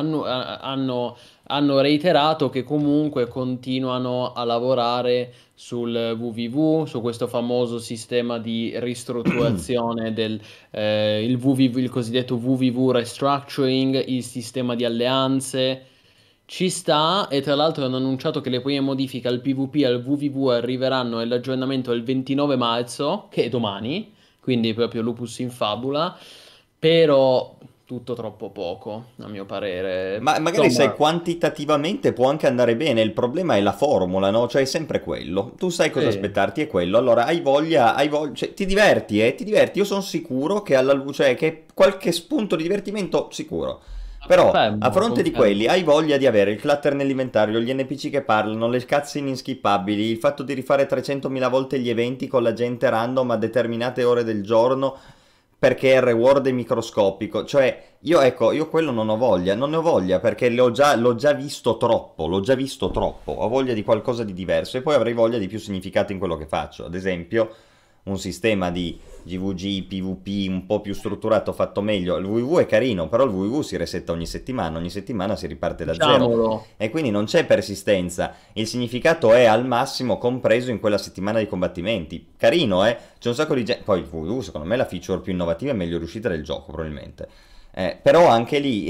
hanno reiterato che comunque continuano a lavorare sul WVV, su questo famoso sistema di ristrutturazione il WVV, il cosiddetto WVV restructuring, il sistema di alleanze. Ci sta, e tra l'altro hanno annunciato che le prime modifiche al PvP e al WVV arriveranno nell'aggiornamento del 29 marzo, che è domani, quindi proprio lupus in fabula, però tutto troppo poco, a mio parere. ma magari sai Insomma, quantitativamente può anche andare bene, il problema è la formula, no? Cioè è sempre quello. Tu sai cosa sì, aspettarti, è quello. Allora hai voglia, cioè ti diverti, ti diverti. Io sono sicuro che alla luce, cioè, che qualche spunto di divertimento sicuro. Però a confermo, fronte di quelli confermo. hai voglia di avere il clutter nell'inventario, gli NPC che parlano, le cutscene inskippabili, il fatto di rifare 300.000 volte gli eventi con la gente random a determinate ore del giorno perché il reward è microscopico. Cioè, io ecco, io quello non ho voglia, non ne ho voglia perché l'ho già visto troppo, l'ho già visto troppo. Ho voglia di qualcosa di diverso e poi avrei voglia di più significato in quello che faccio. Ad esempio, un sistema di GVG, PvP un po' più strutturato, fatto meglio. Il WoW è carino, però il WoW si resetta ogni settimana si riparte da zero Diciamolo, e quindi non c'è persistenza. Il significato è al massimo compreso in quella settimana di combattimenti. Carino, eh? C'è un sacco di gente. Poi il WoW, secondo me, è la feature più innovativa e meglio riuscita del gioco, probabilmente. Però anche lì,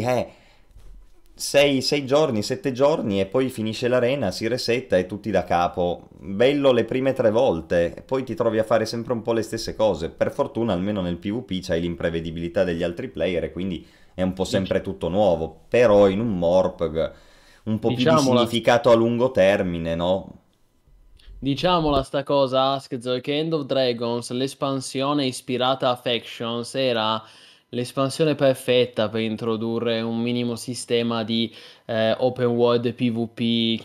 6 giorni, 7 giorni e poi finisce l'arena, si resetta e tutti da capo. Bello le prime 3 volte, e poi ti trovi a fare sempre un po' le stesse cose. Per fortuna, almeno nel PvP c'hai l'imprevedibilità degli altri player e quindi è un po' dic- sempre tutto nuovo. Però in un MORPG un po' più di diciamola, significato a lungo termine, no? diciamola sta cosa, Askzel, che End of Dragons, l'espansione ispirata a Factions, era l'espansione perfetta per introdurre un minimo sistema di open world PvP,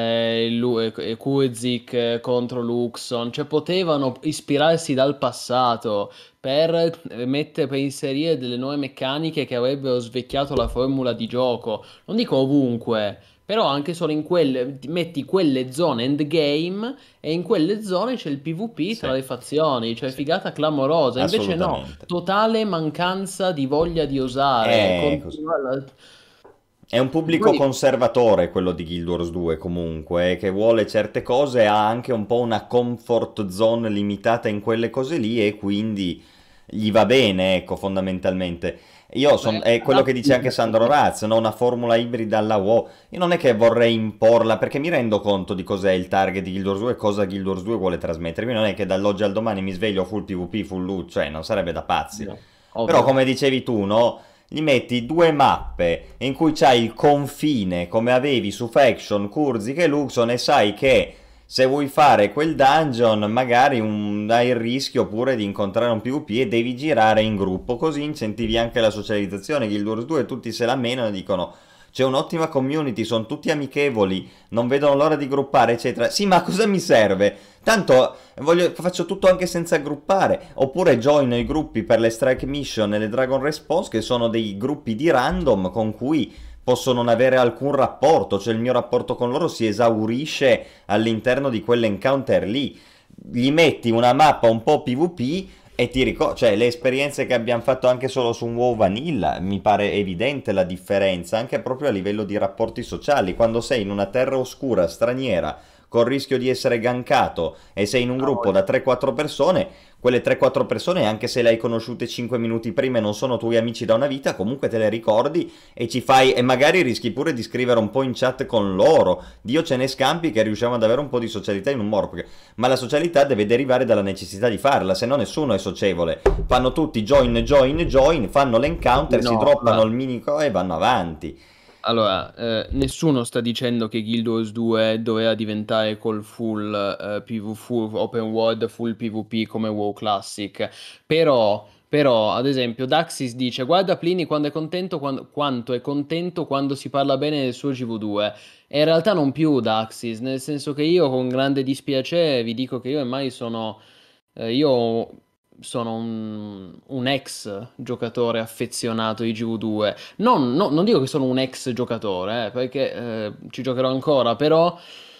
Kurzik contro Luxon, cioè potevano ispirarsi dal passato per inserire delle nuove meccaniche che avrebbero svecchiato la formula di gioco. Non dico ovunque. Però anche solo in quelle, ti metti quelle zone endgame e in quelle zone c'è il PvP Sì, tra le fazioni, cioè sì, figata clamorosa. Invece no, assolutamente. totale mancanza di voglia di osare. Così. Continua È un pubblico Poi, conservatore quello di Guild Wars 2 comunque, che vuole certe cose, ha anche un po' una comfort zone limitata in quelle cose lì e quindi gli va bene, ecco, fondamentalmente. È quello che dice anche Sandro Raz, no? Una formula ibrida alla WoW. Io non è che vorrei imporla, perché mi rendo conto di cos'è il target di Guild Wars 2 e cosa Guild Wars 2 vuole trasmettermi. Non è che dall'oggi al domani mi sveglio full PvP, full loot, cioè non sarebbe da pazzi. ovvio, Però ovvio. come dicevi tu, no? Gli metti due mappe in cui c'hai il confine come avevi su Faction, Kurzik e Luxon e sai che se vuoi fare quel dungeon magari hai il rischio pure di incontrare un PvP e devi girare in gruppo, così incentivi anche la socializzazione. Guild Wars 2 tutti se la menano e dicono c'è un'ottima community, sono tutti amichevoli, non vedono l'ora di gruppare, eccetera. Sì, ma cosa mi serve? Tanto faccio tutto anche senza gruppare. Oppure joino i gruppi per le Strike Mission e le Dragon Response, che sono dei gruppi di random con cui posso non avere alcun rapporto, cioè il mio rapporto con loro si esaurisce all'interno di quell'encounter lì. Gli metti una mappa un po' PvP e ti ricordo, cioè le esperienze che abbiamo fatto anche solo su un WoW Vanilla, mi pare evidente la differenza, anche proprio a livello di rapporti sociali, quando sei in una terra oscura, straniera, col rischio di essere gankato e sei in un gruppo da 3-4 persone, quelle 3-4 persone, anche se le hai conosciute 5 minuti prima e non sono tuoi amici da una vita, comunque te le ricordi e ci fai, e magari rischi pure di scrivere un po' in chat con loro. Dio ce ne scampi che riusciamo ad avere un po' di socialità in un modo, ma la socialità deve derivare dalla necessità di farla, se no nessuno è socievole. Fanno tutti join, fanno l'encounter, si droppano il minico e vanno avanti. Allora, nessuno sta dicendo che Guild Wars 2 doveva diventare col full open world, full PvP come WoW Classic, però, ad esempio, Daxis dice: guarda Plini quando è contento, quanto è contento quando si parla bene del suo GV2. E in realtà non più Daxis, nel senso che io con grande dispiacere vi dico che io ormai io sono un ex giocatore affezionato di GV2. Non dico che sono un ex giocatore, perché ci giocherò ancora, però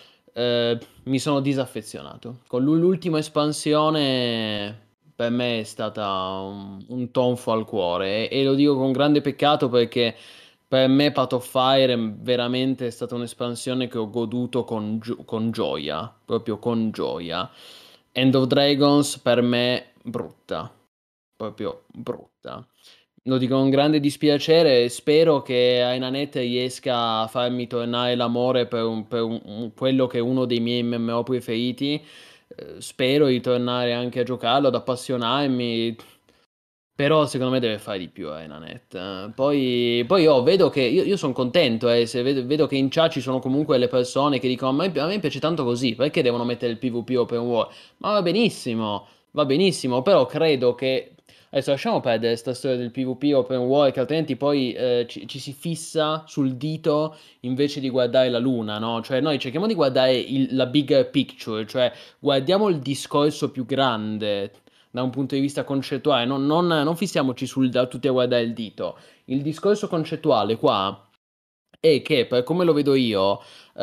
mi sono disaffezionato. Con l'ultima espansione per me è stata un tonfo al cuore e lo dico con grande peccato perché per me Path of Fire veramente è stata un'espansione che ho goduto con gioia, proprio con gioia. End of Dragons per me brutta, proprio brutta. Lo dico con grande dispiacere, spero che Ainanet riesca a farmi tornare l'amore per quello che è uno dei miei MMO preferiti. Spero di tornare anche a giocarlo, ad appassionarmi. Però secondo me deve fare di più Ainanet. Poi vedo che io sono contento, se vedo che in chat ci sono comunque le persone che dicono a me piace tanto così, perché devono mettere il PvP open world? Ma va benissimo, però credo che adesso lasciamo perdere questa storia del PvP open world, che altrimenti poi ci si fissa sul dito invece di guardare la luna, no? Cioè noi cerchiamo di guardare la bigger picture, cioè guardiamo il discorso più grande da un punto di vista concettuale, non fissiamoci da tutti a guardare il dito. Il discorso concettuale qua è che, per come lo vedo io,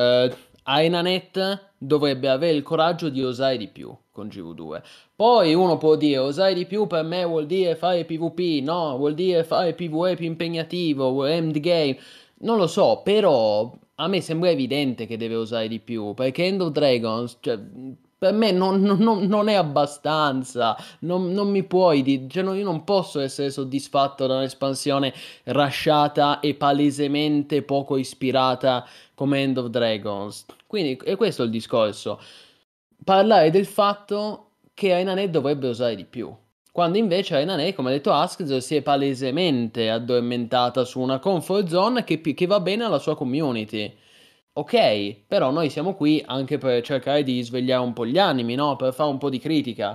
Ainanet dovrebbe avere il coraggio di osare di più con GV2. Poi uno può dire, osare di più per me vuol dire fare PvP, no, vuol dire fare PvE più impegnativo, endgame, non lo so, però a me sembra evidente che deve osare di più, perché End of Dragons, cioè, per me non è abbastanza, non mi puoi dire, cioè, io non posso essere soddisfatto da un'espansione rasciata e palesemente poco ispirata come End of Dragons. Quindi è questo il discorso. Parlare del fatto che Ainanet dovrebbe usare di più. Quando invece Ainanet, come ha detto Askz, si è palesemente addormentata su una comfort zone che va bene alla sua community. Ok, però noi siamo qui anche per cercare di svegliare un po' gli animi, no? Per fare un po' di critica.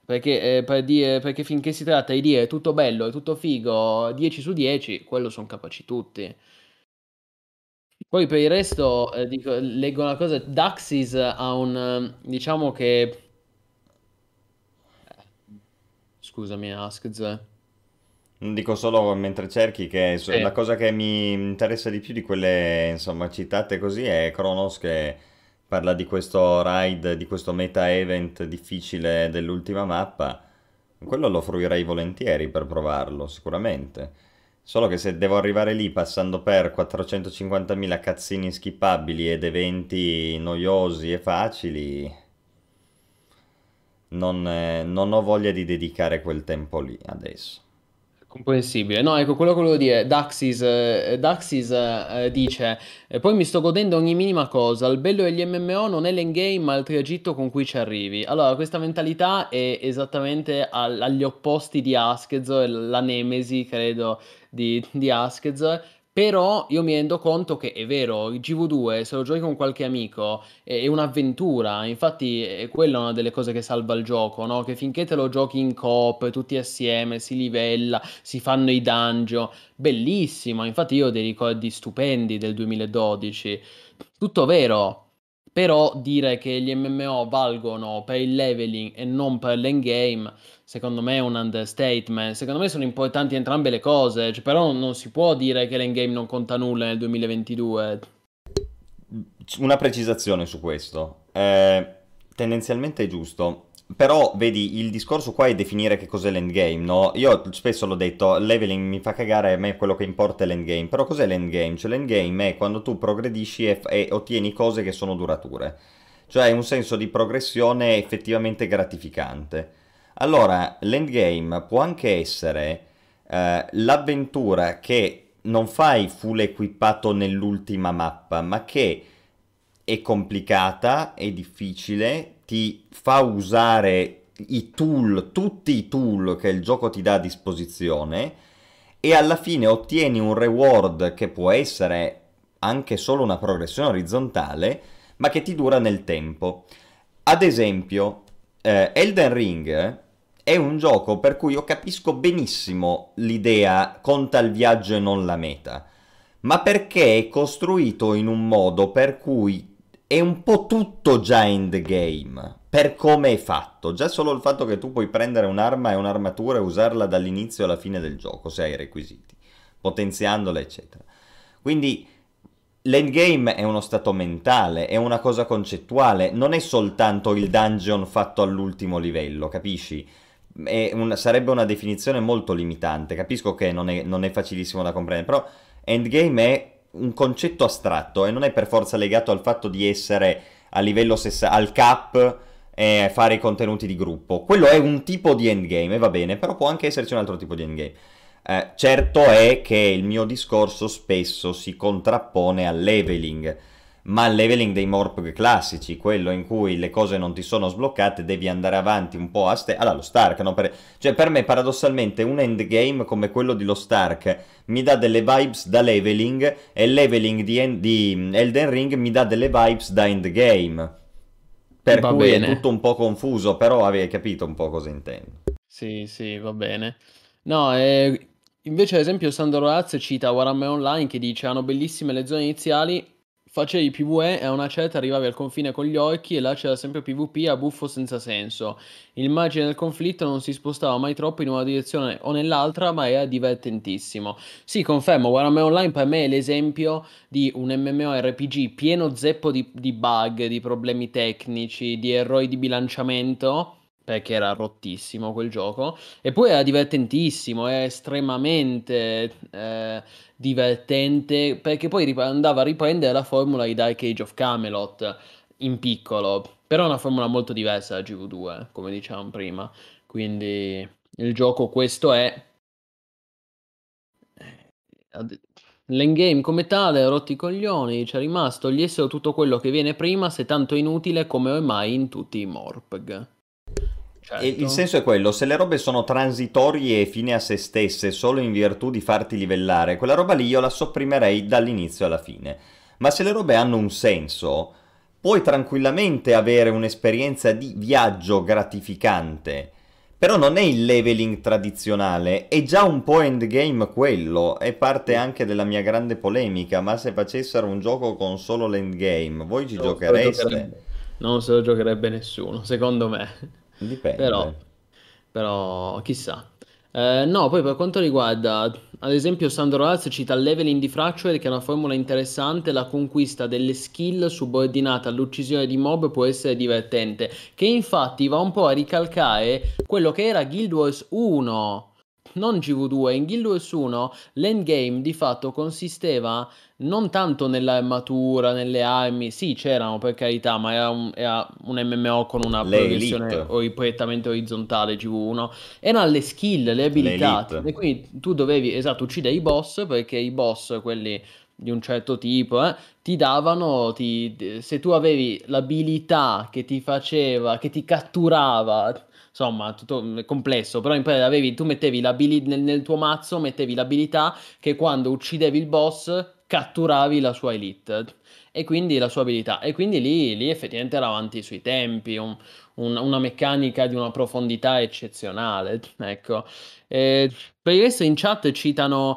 Perché finché si tratta di dire tutto bello e tutto figo, 10 su 10, quello sono capaci tutti. Poi per il resto, leggo una cosa, Daxis ha diciamo che... Scusami, Askz. Dico solo mentre cerchi che Sì. la cosa che mi interessa di più di quelle, insomma, citate così è Kronos che parla di questo raid, di questo meta event difficile dell'ultima mappa. Quello lo fruirei volentieri per provarlo, sicuramente. Solo che se devo arrivare lì passando per 450.000 cazzini skippabili ed eventi noiosi e facili, non ho voglia di dedicare quel tempo lì adesso. Comprensibile. No, ecco, quello che volevo dire, Daxis dice, poi mi sto godendo ogni minima cosa, il bello degli MMO non è l'endgame ma il tragitto con cui ci arrivi. Allora, questa mentalità è esattamente agli opposti di Askez, la nemesi, credo, di Askez, però io mi rendo conto che è vero, il GV2, se lo giochi con qualche amico, è un'avventura, infatti è quella una delle cose che salva il gioco, no? Che finché te lo giochi in coop, tutti assieme, si livella, si fanno i dungeon, bellissimo, infatti io ho dei ricordi stupendi del 2012, tutto vero, però dire che gli MMO valgono per il leveling e non per l'endgame, secondo me è un understatement, secondo me sono importanti entrambe le cose, cioè, però non si può dire che l'endgame non conta nulla nel 2022. Una precisazione su questo. Tendenzialmente è giusto. Però, vedi, il discorso qua è definire che cos'è l'endgame, no? Io spesso l'ho detto, leveling mi fa cagare, a me quello che importa è l'endgame. Però cos'è l'endgame? Cioè l'endgame è quando tu progredisci e ottieni cose che sono durature. cioè un senso di progressione effettivamente gratificante. Allora, l'endgame può anche essere l'avventura che non fai full equipato nell'ultima mappa, ma che è complicata, è difficile, ti fa usare i tool, tutti i tool che il gioco ti dà a disposizione e alla fine ottieni un reward che può essere anche solo una progressione orizzontale, ma che ti dura nel tempo. Ad esempio, Elden Ring è un gioco per cui io capisco benissimo l'idea conta il viaggio e non la meta, ma perché è costruito in un modo per cui è un po' tutto già endgame, per come è fatto. Già solo il fatto che tu puoi prendere un'arma e un'armatura e usarla dall'inizio alla fine del gioco, se hai i requisiti, potenziandola, eccetera. Quindi l'endgame è uno stato mentale, è una cosa concettuale, non è soltanto il dungeon fatto all'ultimo livello, capisci? Sarebbe una definizione molto limitante, capisco che non è facilissimo da comprendere, però endgame è un concetto astratto e non è per forza legato al fatto di essere a livello al cap e fare i contenuti di gruppo. Quello è un tipo di endgame, va bene, però può anche esserci un altro tipo di endgame. Certo è che il mio discorso spesso si contrappone al leveling, ma al leveling dei morpg classici, quello in cui le cose non ti sono sbloccate, devi andare avanti un po' allora, lo Stark, no? Cioè per me paradossalmente un endgame come quello di lo Stark mi dà delle vibes da leveling e il leveling di Elden Ring mi dà delle vibes da endgame. Per Va cui è bene. tutto un po' confuso, però avevi capito un po' cosa intendo. Sì, sì, va bene. No, invece ad esempio Sandro Raz cita Warhammer Online che dice hanno bellissime le zone iniziali, facevi PvE e a una certa arrivavi al confine con gli orchi e là c'era sempre PvP a buffo senza senso. Il margine del conflitto non si spostava mai troppo in una direzione o nell'altra, ma era divertentissimo. Sì, confermo, Warhammer Online per me è l'esempio di un MMORPG pieno zeppo di bug, di problemi tecnici, di errori di bilanciamento, perché era rottissimo quel gioco. E poi era divertentissimo, è estremamente divertente, perché poi andava a riprendere la formula di Dark Age of Camelot in piccolo, però è una formula molto diversa da GV2, come dicevamo prima. Quindi il gioco questo è. L'endgame come tale ha rotto i coglioni, c'è rimasto gli essere tutto quello che viene prima, se tanto inutile come ormai in tutti i Morpg. E il Certo. senso è quello, se le robe sono transitorie e fine a se stesse solo in virtù di farti livellare, quella roba lì io la sopprimerei dall'inizio alla fine. Ma se le robe hanno un senso, puoi tranquillamente avere un'esperienza di viaggio gratificante. Però non è il leveling tradizionale, è già un po' endgame quello, è parte Sì. anche della mia grande polemica, ma se facessero un gioco con solo l'endgame, voi ci Non se lo giochereste? giocherebbe, non se lo giocherebbe nessuno, secondo me. Dipende. Però, però chissà. No, poi per quanto riguarda, ad esempio, Sandro Arz cita il leveling di Fracture, che è una formula interessante, la conquista delle skill subordinata all'uccisione di mob può essere divertente, che infatti va un po' a ricalcare quello che era Guild Wars 1. Non GV2, in Guild Wars 1 l'endgame di fatto consisteva non tanto nell'armatura, nelle armi, sì c'erano per carità, ma era un MMO con una Le elite, progressione prettamente orizzontale GV1, erano le skill, le le abilità, elite. e quindi tu dovevi, esatto, uccidere i boss, perché i boss, quelli di un certo tipo, ti davano, se tu avevi l'abilità che ti faceva, che ti catturava, insomma, tutto complesso, però in pratica tu mettevi nel tuo mazzo, mettevi l'abilità che quando uccidevi il boss catturavi la sua elite e quindi la sua abilità. E quindi lì effettivamente era avanti sui tempi, una meccanica di una profondità eccezionale. Ecco. Per il resto in chat citano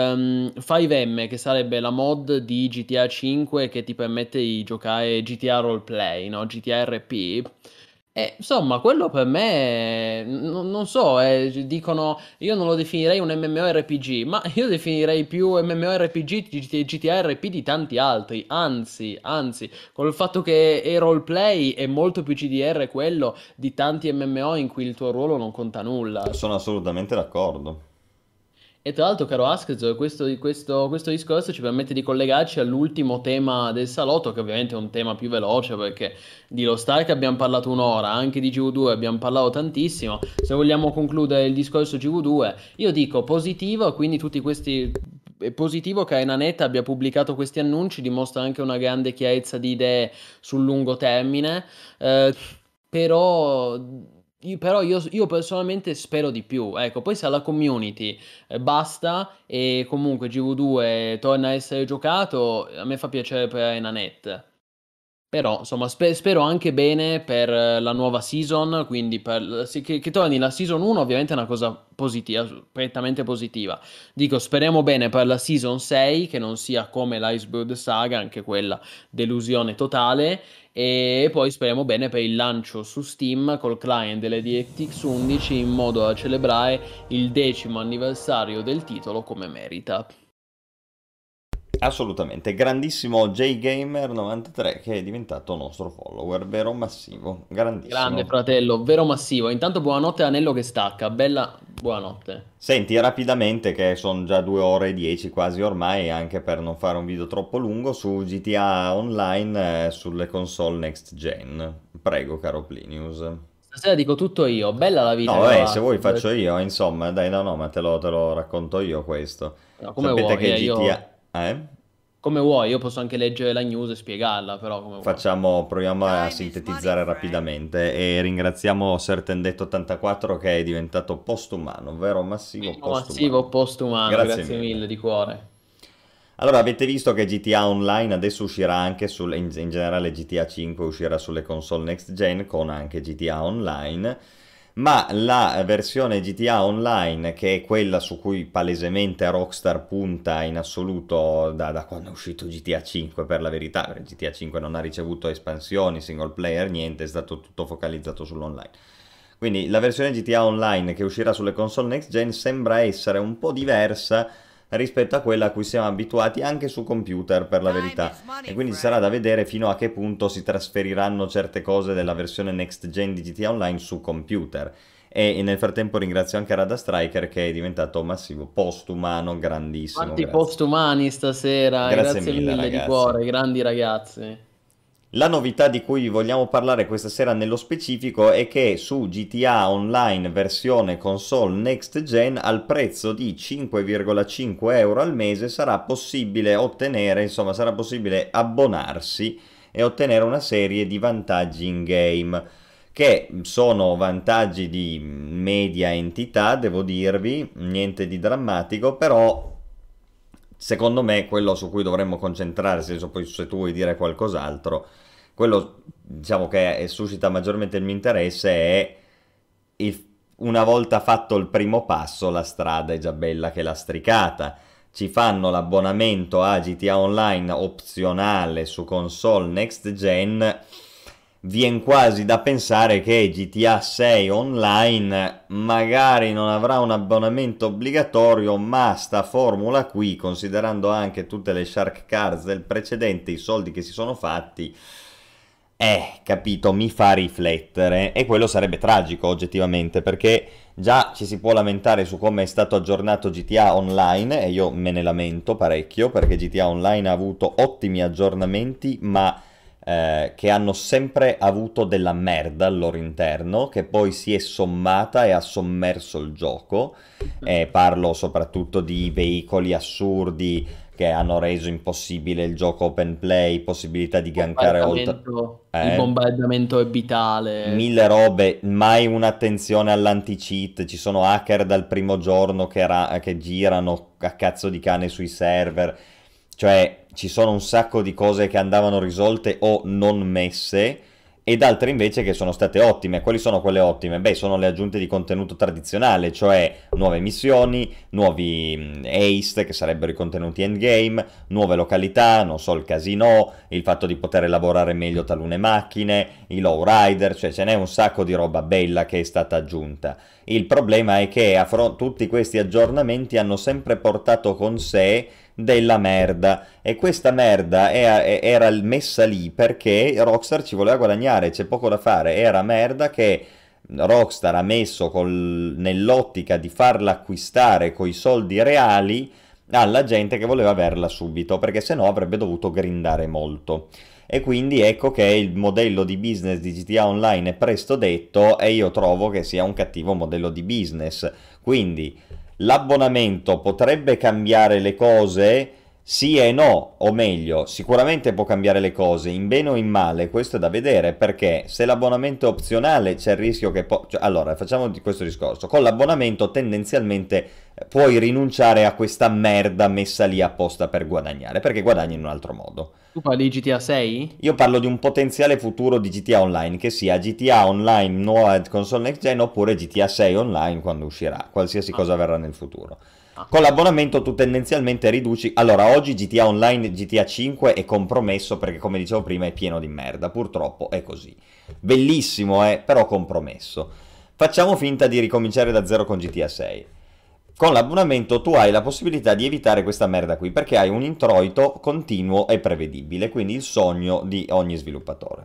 5M, che sarebbe la mod di GTA 5 che ti permette di giocare GTA Roleplay, no? GTA RP. Insomma, quello per me, non so, dicono, io non lo definirei un MMORPG, ma io definirei più MMORPG di GTA RP di tanti altri, anzi, con il fatto che è roleplay è molto più CDR quello di tanti MMO in cui il tuo ruolo non conta nulla. Sono assolutamente d'accordo. E tra l'altro, caro Askez, questo discorso ci permette di collegarci all'ultimo tema del salotto, che ovviamente è un tema più veloce, perché di Lost Ark abbiamo parlato un'ora, anche di GV2 abbiamo parlato tantissimo. Se vogliamo concludere il discorso GV2, io dico positivo, quindi tutti questi... È positivo che Enanet abbia pubblicato questi annunci, dimostra anche una grande chiarezza di idee sul lungo termine. Eh, però, io personalmente spero di più. Ecco, poi se alla community basta e comunque GV2 torna a essere giocato, a me fa piacere per Enanet. Però, insomma, spero anche bene per la nuova season, quindi sì, che torni la season 1 ovviamente è una cosa positiva, prettamente positiva. Dico, speriamo bene per la season 6, che non sia come l'Icebird Saga, anche quella delusione totale, e poi speriamo bene per il lancio su Steam col client delle DirectX 11 in modo da celebrare il 10° anniversario del titolo come merita. Assolutamente, grandissimo JGamer93 che è diventato nostro follower, vero Massivo, Grande grandissimo. fratello, vero massivo. Intanto buonanotte Anello che stacca, bella buonanotte. Senti, rapidamente, che sono già 2 ore e 10 quasi ormai, anche per non fare un video troppo lungo, su GTA Online sulle console next gen. Prego, caro Plinius. Stasera dico tutto io, bella la vita No, che vabbè, va. se vuoi faccio io, insomma, dai, no, no, ma te lo racconto io questo. No, come Sapete vuoi, che io GTA... come vuoi, io posso anche leggere la news e spiegarla, però come vuoi. Proviamo a sintetizzare rapidamente e ringraziamo Sertendetto84 che è diventato postumano, vero Massivo postumano. Massivo postumano, Grazie grazie mille. mille di cuore. Allora, avete visto che GTA Online adesso uscirà anche in generale GTA 5 uscirà sulle console next gen con anche GTA Online, ma la versione GTA Online, che è quella su cui palesemente Rockstar punta in assoluto da quando è uscito GTA 5, per la verità, perché GTA 5 non ha ricevuto espansioni, single player, niente, è stato tutto focalizzato sull'online. Quindi la versione GTA Online che uscirà sulle console next gen sembra essere un po' diversa rispetto a quella a cui siamo abituati anche su computer, per la verità, e quindi sarà da vedere fino a che punto si trasferiranno certe cose della versione next gen di GTA Online su computer. E nel frattempo ringrazio anche Rada Striker che è diventato massivo postumano, grandissimo, Quanti grazie. postumani stasera, Grazie grazie mille mille di ragazzi. cuore, grandi ragazzi. La novità di cui vogliamo parlare questa sera nello specifico è che su GTA Online versione console next gen al prezzo di 5,5 euro al mese sarà possibile ottenere, insomma sarà possibile abbonarsi e ottenere una serie di vantaggi in game, che sono vantaggi di media entità, devo dirvi, niente di drammatico, però secondo me quello su cui dovremmo concentrarsi, adesso poi se tu vuoi dire qualcos'altro, quello diciamo che suscita maggiormente il mio interesse è una volta fatto il primo passo la strada è già bella che lastricata. Ci fanno l'abbonamento a GTA Online opzionale su console next gen, vien quasi da pensare che GTA 6 Online magari non avrà un abbonamento obbligatorio, ma sta formula qui, considerando anche tutte le shark cards del precedente, i soldi che si sono fatti, capito, mi fa riflettere, e quello sarebbe tragico oggettivamente, perché già ci si può lamentare su come è stato aggiornato GTA Online, e io me ne lamento parecchio, perché GTA Online ha avuto ottimi aggiornamenti, ma che hanno sempre avuto della merda al loro interno, che poi si è sommata e ha sommerso il gioco. Parlo soprattutto di veicoli assurdi che hanno reso impossibile il gioco open play, possibilità di gankare oltre... Il bombardamento orbitale. Mille robe, mai un'attenzione all'anti-cheat, ci sono hacker dal primo giorno che girano a cazzo di cane sui server, cioè ci sono un sacco di cose che andavano risolte o non messe, ed altre invece che sono state ottime. Quali sono quelle ottime? Beh, sono le aggiunte di contenuto tradizionale, cioè nuove missioni, nuovi haste, che sarebbero i contenuti endgame, nuove località, non so, il casino, il fatto di poter elaborare meglio talune macchine, i lowrider, cioè ce n'è un sacco di roba bella che è stata aggiunta. Il problema è che tutti questi aggiornamenti hanno sempre portato con sé della merda, e questa merda era messa lì perché Rockstar ci voleva guadagnare, c'è poco da fare, era merda che Rockstar ha messo nell'ottica di farla acquistare coi soldi reali alla gente che voleva averla subito, perché sennò avrebbe dovuto grindare molto. E quindi ecco che il modello di business di GTA Online è presto detto e io trovo che sia un cattivo modello di business. Quindi l'abbonamento potrebbe cambiare le cose? Sì e no, o meglio, sicuramente può cambiare le cose, in bene o in male, questo è da vedere, perché se l'abbonamento è opzionale c'è il rischio che... allora, facciamo di questo discorso, con l'abbonamento tendenzialmente puoi rinunciare a questa merda messa lì apposta per guadagnare, perché guadagni in un altro modo. Tu parli di GTA 6? Io parlo di un potenziale futuro di GTA Online, che sia GTA Online nuova console next gen oppure GTA 6 Online quando uscirà, qualsiasi Ah, cosa verrà nel futuro. ah. Con l'abbonamento tu tendenzialmente riduci... Allora, oggi GTA Online, GTA 5 è compromesso perché, come dicevo prima, è pieno di merda. Purtroppo è così. Bellissimo, però compromesso. Facciamo finta di ricominciare da zero con GTA 6. Con l'abbonamento tu hai la possibilità di evitare questa merda qui perché hai un introito continuo e prevedibile, quindi il sogno di ogni sviluppatore.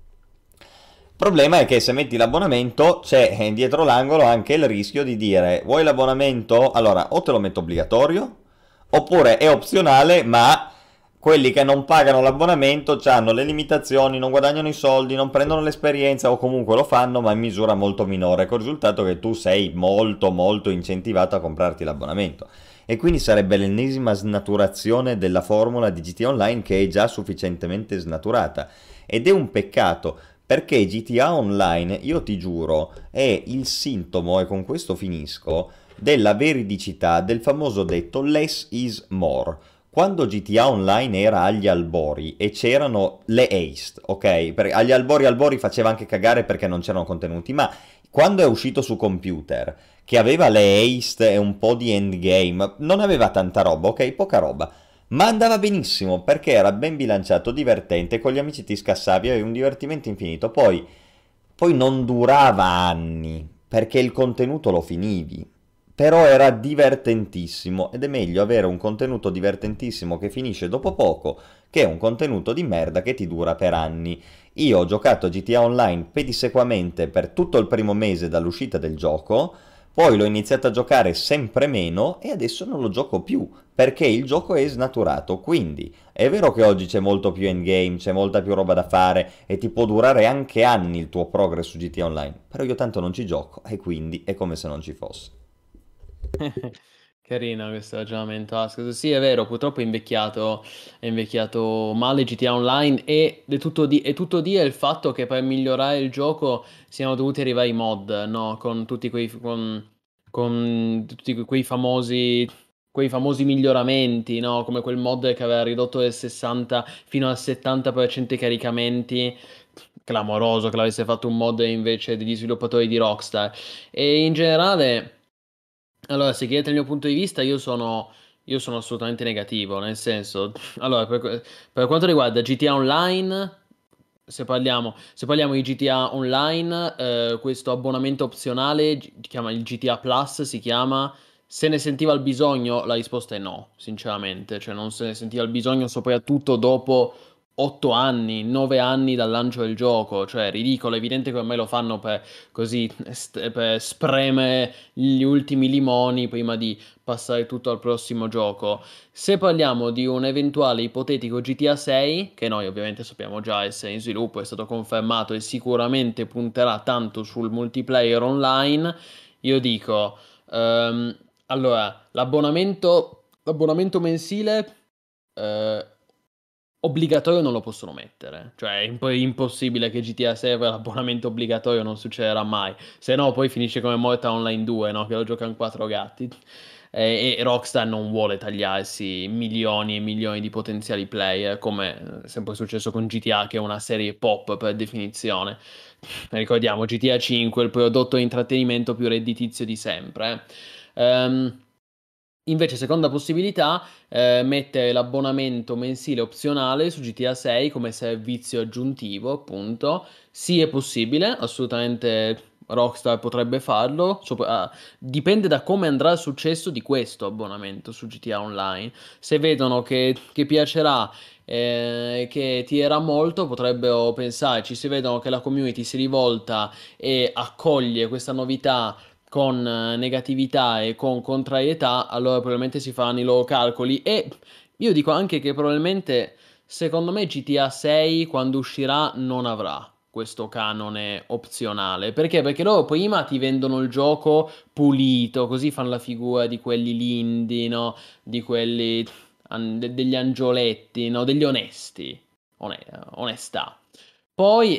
Il problema è che se metti l'abbonamento c'è dietro l'angolo anche il rischio di dire vuoi l'abbonamento? Allora o te lo metto obbligatorio oppure è opzionale ma quelli che non pagano l'abbonamento hanno le limitazioni, non guadagnano i soldi, non prendono l'esperienza o comunque lo fanno ma in misura molto minore, con il risultato che tu sei molto molto incentivato a comprarti l'abbonamento. E quindi sarebbe l'ennesima snaturazione della formula di GTA Online che è già sufficientemente snaturata. Ed è un peccato perché GTA Online, io ti giuro, è il sintomo, e con questo finisco, della veridicità del famoso detto less is more. Quando GTA Online era agli albori e c'erano le haste, ok? Agli albori faceva anche cagare perché non c'erano contenuti, ma quando è uscito su computer, che aveva le haste e un po' di endgame, non aveva tanta roba, ok? Poca roba. Ma andava benissimo perché era ben bilanciato, divertente, con gli amici ti scassavi, avevi un divertimento infinito. Poi non durava anni perché il contenuto lo finivi. Però era divertentissimo ed è meglio avere un contenuto divertentissimo che finisce dopo poco che un contenuto di merda che ti dura per anni. Io ho giocato GTA Online pedissequamente per tutto il primo mese dall'uscita del gioco, poi l'ho iniziato a giocare sempre meno e adesso non lo gioco più perché il gioco è snaturato. Quindi è vero che oggi c'è molto più endgame, c'è molta più roba da fare e ti può durare anche anni il tuo progress su GTA Online, però io tanto non ci gioco e quindi è come se non ci fosse. Carina questo ragionamento, Ask. Sì, è vero, purtroppo è invecchiato male GTA Online e è tutto di è il fatto che per migliorare il gioco siano dovuti arrivare i mod, no? Con tutti quei famosi miglioramenti, no? Come quel mod che aveva ridotto del 60 fino al 70% i caricamenti. Clamoroso che l'avesse fatto un mod invece degli sviluppatori di Rockstar. E in generale. Allora, se chiedete il mio punto di vista, io sono assolutamente negativo, nel senso, allora, per quanto riguarda GTA Online, se parliamo di GTA Online, questo abbonamento opzionale, chiama il GTA Plus, si chiama, se ne sentiva il bisogno, la risposta è no, sinceramente, cioè non se ne sentiva il bisogno, soprattutto dopo 8 anni, 9 anni dal lancio del gioco, cioè ridicolo, è evidente che ormai lo fanno per così, per spremere gli ultimi limoni prima di passare tutto al prossimo gioco. Se parliamo di un eventuale ipotetico GTA 6, che noi ovviamente sappiamo già essere in sviluppo, è stato confermato e sicuramente punterà tanto sul multiplayer online, io dico, allora, l'abbonamento mensile eh, obbligatorio non lo possono mettere, cioè è impossibile che GTA 6 avrà l'abbonamento obbligatorio, non succederà mai, se no poi finisce come Mortal Online 2, no? Che lo giocano quattro gatti. E Rockstar non vuole tagliarsi milioni e milioni di potenziali player, come è sempre successo con GTA, che è una serie pop per definizione. Ricordiamo GTA 5, il prodotto di intrattenimento più redditizio di sempre. Invece, seconda possibilità, mettere l'abbonamento mensile opzionale su GTA 6 come servizio aggiuntivo, appunto. Sì, è possibile, assolutamente Rockstar potrebbe farlo, dipende da come andrà il successo di questo abbonamento su GTA Online. Se vedono che piacerà, che tirerà molto, potrebbero pensarci. Se vedono che la community si rivolta e accoglie questa novità con negatività e con contrarietà, allora probabilmente si faranno i loro calcoli. E io dico anche che probabilmente, secondo me, GTA 6 quando uscirà non avrà questo canone opzionale. Perché? Perché loro prima ti vendono il gioco pulito, così fanno la figura di quelli lindi, no? Di quelli degli angioletti, no? Degli onesti. Onestà. Poi,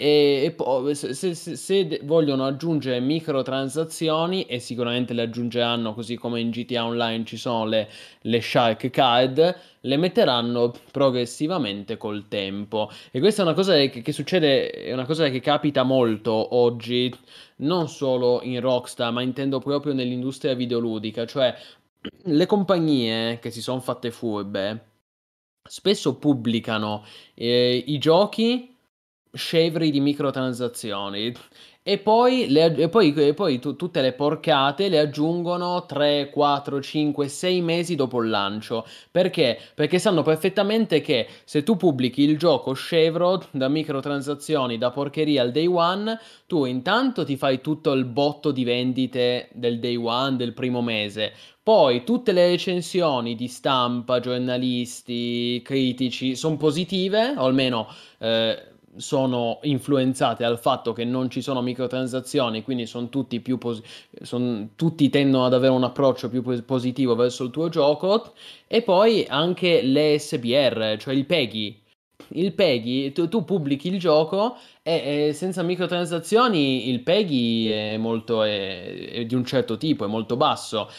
se vogliono aggiungere microtransazioni, e sicuramente le aggiungeranno, così come in GTA Online ci sono le Shark Card, le metteranno progressivamente col tempo. E questa è una cosa che succede, è una cosa che capita molto oggi, non solo in Rockstar, ma intendo proprio nell'industria videoludica, cioè le compagnie che si sono fatte furbe spesso pubblicano i giochi scevri di microtransazioni e poi tutte le porcate le aggiungono 3, 4, 5, 6 mesi dopo il lancio. Perché? Perché sanno perfettamente che se tu pubblichi il gioco scevro da microtransazioni, da porcheria al day one, tu intanto ti fai tutto il botto di vendite del day one, del primo mese. Poi tutte le recensioni di stampa, giornalisti, critici sono positive, o almeno sono influenzate dal fatto che non ci sono microtransazioni, quindi sono tutti tutti tendono ad avere un approccio più positivo verso il tuo gioco. E poi anche le SBR, cioè il PEGI. Il PEGI, tu pubblichi il gioco e senza microtransazioni il PEGI è di un certo tipo, è molto basso.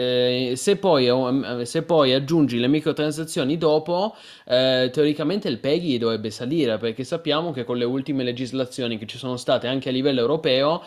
Se poi aggiungi le microtransazioni dopo, teoricamente il PEGI dovrebbe salire, perché sappiamo che con le ultime legislazioni che ci sono state anche a livello europeo,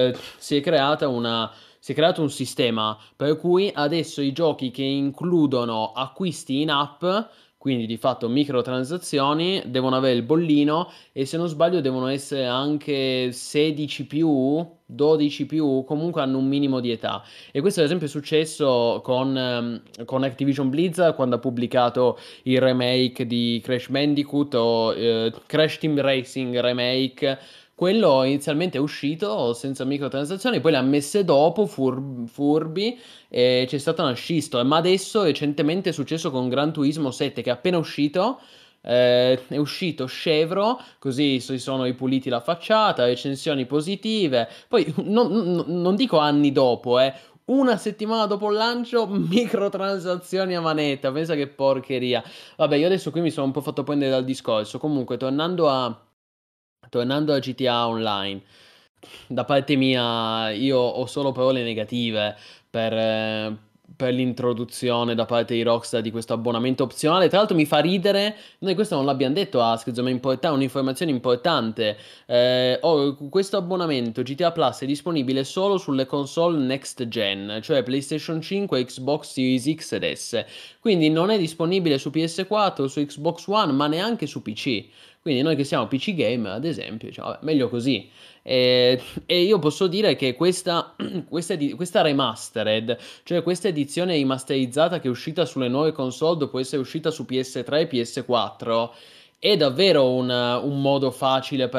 si è creato un sistema per cui adesso i giochi che includono acquisti in app, quindi di fatto microtransazioni, devono avere il bollino, e se non sbaglio devono essere anche 16 più, 12 più, comunque hanno un minimo di età. E questo ad esempio è successo con Activision Blizzard quando ha pubblicato il remake di Crash Bandicoot, o Crash Team Racing Remake. Quello inizialmente è uscito senza microtransazioni, poi le ha messe dopo, furbi, e c'è stata una shitstorm. Ma adesso recentemente è successo con Gran Turismo 7, che è appena uscito. È uscito scevro, così si sono ripuliti la facciata, recensioni positive. Poi non dico anni dopo, una settimana dopo il lancio, microtransazioni a manetta. Pensa che porcheria. Vabbè, io adesso qui mi sono un po' fatto prendere dal discorso. Comunque, tornando a GTA Online, da parte mia, io ho solo parole negative per, eh, per l'introduzione da parte di Rockstar di questo abbonamento opzionale. Tra l'altro mi fa ridere, noi questo non l'abbiamo detto a Ask, ma è un'informazione importante. Questo abbonamento GTA Plus è disponibile solo sulle console next gen, cioè PlayStation 5, Xbox Series X ed S. Quindi non è disponibile su PS4, su Xbox One, ma neanche su PC. Quindi noi che siamo PC gamer, ad esempio, diciamo, vabbè, meglio così. E io posso dire che questa remastered, cioè questa edizione rimasterizzata che è uscita sulle nuove console dopo essere uscita su PS3 e PS4, è davvero un modo facile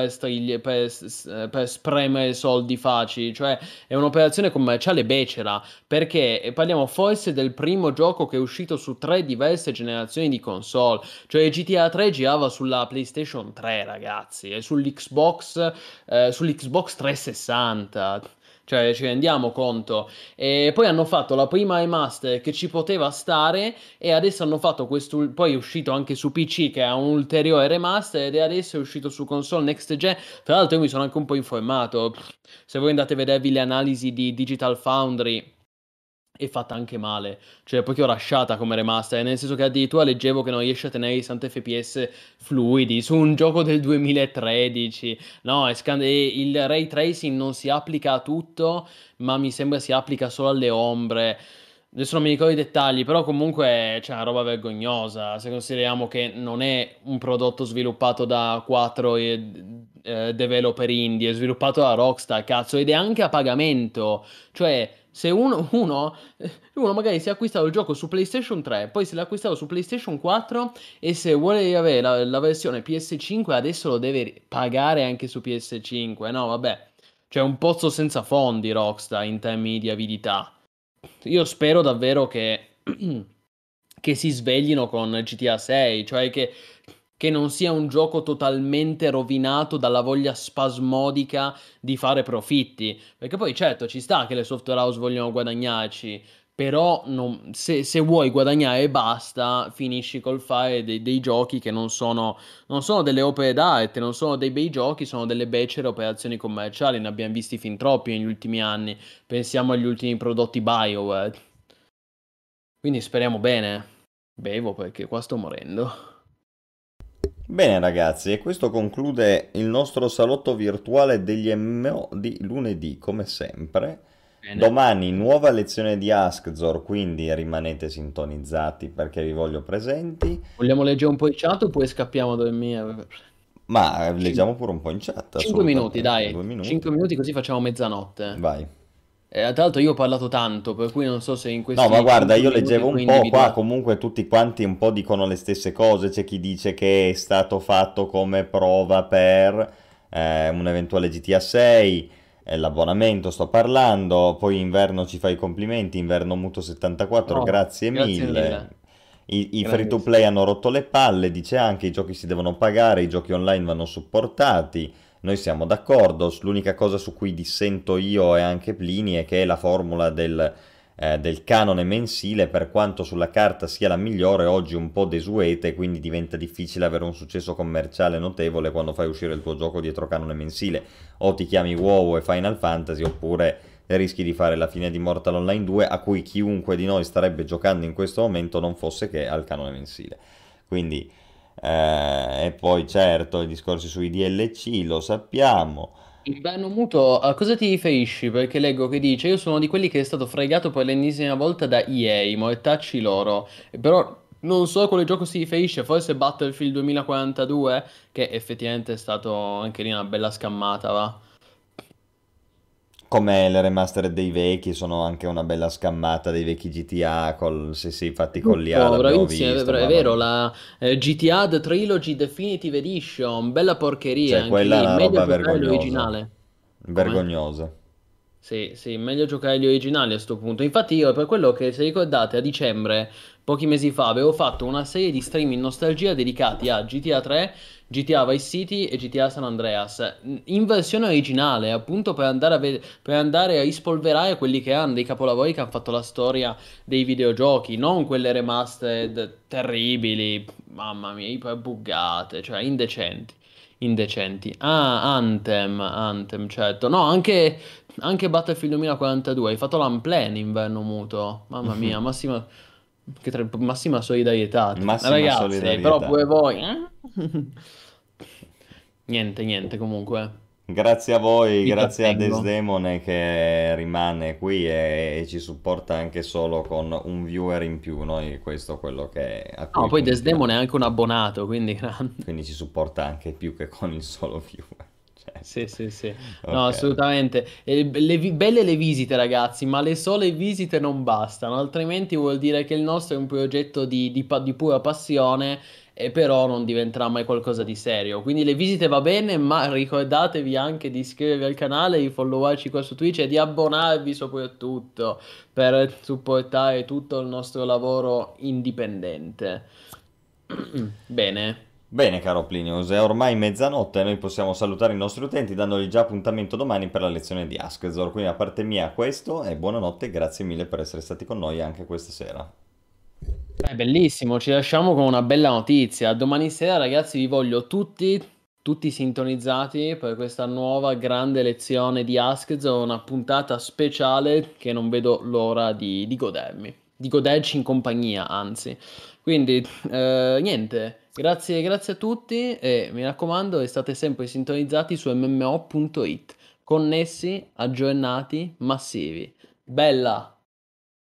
per spremere soldi facili, cioè è un'operazione commerciale becera, perché parliamo forse del primo gioco che è uscito su 3 diverse generazioni di console, cioè GTA 3 girava sulla PlayStation 3, ragazzi, e sull'Xbox 360. Cioè, ci rendiamo conto. E poi hanno fatto la prima remaster che ci poteva stare, e adesso hanno fatto questo. Poi è uscito anche su PC, che ha un ulteriore remaster, ed è adesso è uscito su console next gen. Tra l'altro, io mi sono anche un po' informato. Se voi andate a vedervi le analisi di Digital Foundry, è fatta anche male, cioè proprio rasciata come remaster, nel senso che addirittura leggevo che non riesce a tenere i 60 fps fluidi su un gioco del 2013. No, il ray tracing non si applica a tutto, ma mi sembra si applica solo alle ombre. Adesso non mi ricordo i dettagli, però comunque c'è una roba vergognosa, se consideriamo che non è un prodotto sviluppato da quattro developer indie, è sviluppato da Rockstar, cazzo, ed è anche a pagamento. Cioè, se uno magari si è acquistato il gioco su PlayStation 3, poi se l'ha acquistato su PlayStation 4 e se vuole avere la versione PS5 adesso lo deve pagare anche su PS5. No, vabbè, c'è un pozzo senza fondi Rockstar in termini di avidità. Io spero davvero che si sveglino con GTA 6, cioè che non sia un gioco totalmente rovinato dalla voglia spasmodica di fare profitti. Perché poi certo ci sta che le software house vogliono guadagnarci, però se vuoi guadagnare e basta, finisci col fare dei giochi che non sono delle opere d'arte, non sono dei bei giochi, sono delle becere operazioni commerciali. Ne abbiamo visti fin troppi negli ultimi anni. Pensiamo agli ultimi prodotti BioWare. Quindi speriamo bene. Bevo perché qua sto morendo. Bene ragazzi, e questo conclude il nostro salotto virtuale degli MMO di lunedì, come sempre. Bene. Domani nuova lezione di Askzor, quindi rimanete sintonizzati perché vi voglio presenti. Vogliamo leggere un po' il chat oppure scappiamo a dormire? Ma Cin- leggiamo pure un po' in chat, 5 minuti, assolutamente. dai. 2 minuti. 5 minuti così facciamo mezzanotte. Vai. Tra l'altro io ho parlato tanto, per cui non so se in No, ma questi guarda, 5 io minuti leggevo puoi un po' qua, individuare. comunque tutti quanti un po' dicono le stesse cose, c'è chi dice che è stato fatto come prova per un eventuale GTA 6, l'abbonamento sto parlando, poi Inverno ci fa i complimenti, Inverno Muto 74, Oh, grazie grazie mille. mille. I free to Grandissimo. play hanno rotto le palle, dice anche, i giochi si devono pagare, i giochi online vanno supportati. Noi siamo d'accordo, l'unica cosa su cui dissento io e anche Plini è che la formula del canone mensile, per quanto sulla carta sia la migliore, oggi un po' desuete, quindi diventa difficile avere un successo commerciale notevole quando fai uscire il tuo gioco dietro canone mensile. O ti chiami WoW e Final Fantasy, oppure rischi di fare la fine di Mortal Online 2, a cui chiunque di noi starebbe giocando in questo momento non fosse che al canone mensile. Quindi... e poi certo i discorsi sui DLC lo sappiamo. Inverno muto, a cosa ti riferisci? Perché leggo che dice: Io sono di quelli che è stato fregato per l'ennesima volta da EA, mortacci loro. Però non so a quale gioco si riferisce, forse Battlefield 2042, che effettivamente è stato anche lì una bella scammata, va? Come le remastered dei vecchi sono anche una bella scammata dei vecchi GTA, se sì, fatti con l'IA Tutto, l'abbiamo bravissimo, visto, è mamma vero, mia. la GTA The Trilogy Definitive Edition, bella porcheria Cioè, anche quella è lì, una meglio roba giocare vergognosa. l'originale. Come? Vergognosa. Sì, sì, meglio giocare gli originali a sto punto. Infatti io, per quello che, se ricordate, a dicembre, pochi mesi fa, avevo fatto una serie di stream in nostalgia dedicati a GTA 3, GTA Vice City e GTA San Andreas, in versione originale, appunto per andare a rispolverare quelli che erano dei capolavori che hanno fatto la storia dei videogiochi, non quelle remastered terribili, mamma mia, iper buggate, cioè indecenti. Indecenti. Ah, Anthem, certo. No, anche Battlefield 2042, hai fatto l'unplan inverno muto. Mamma mia, massima solidarietà. Massima Ragazzi, però solidarietà. pure voi. Niente, niente, comunque. Grazie a voi, Vi grazie a trattengo. Desdemone che rimane qui e ci supporta anche solo con un viewer in più, noi questo è quello a No, cui poi puntiamo. Desdemone è anche un abbonato, quindi grande. Quindi ci supporta anche più che con il solo viewer. Certo. Sì, sì, sì. No, Ok. assolutamente. Belle le visite, ragazzi, ma le sole visite non bastano, altrimenti vuol dire che il nostro è un progetto di pura passione e però non diventerà mai qualcosa di serio. Quindi le visite va bene, ma ricordatevi anche di iscrivervi al canale, di followarci qua su Twitch e di abbonarvi soprattutto per supportare tutto il nostro lavoro indipendente. Bene. Bene, caro Plinius, è ormai mezzanotte, noi possiamo salutare i nostri utenti dandogli già appuntamento domani per la lezione di Askzor. Quindi, a parte mia, questo e buonanotte e grazie mille per essere stati con noi anche questa sera. Bellissimo, ci lasciamo con una bella notizia. Domani sera, ragazzi, vi voglio tutti sintonizzati per questa nuova grande lezione di Askzo, una puntata speciale che non vedo l'ora di godermi, di goderci in compagnia, anzi. Quindi, niente, grazie a tutti e mi raccomando, state sempre sintonizzati su mmo.it, connessi, aggiornati, massivi. Bella!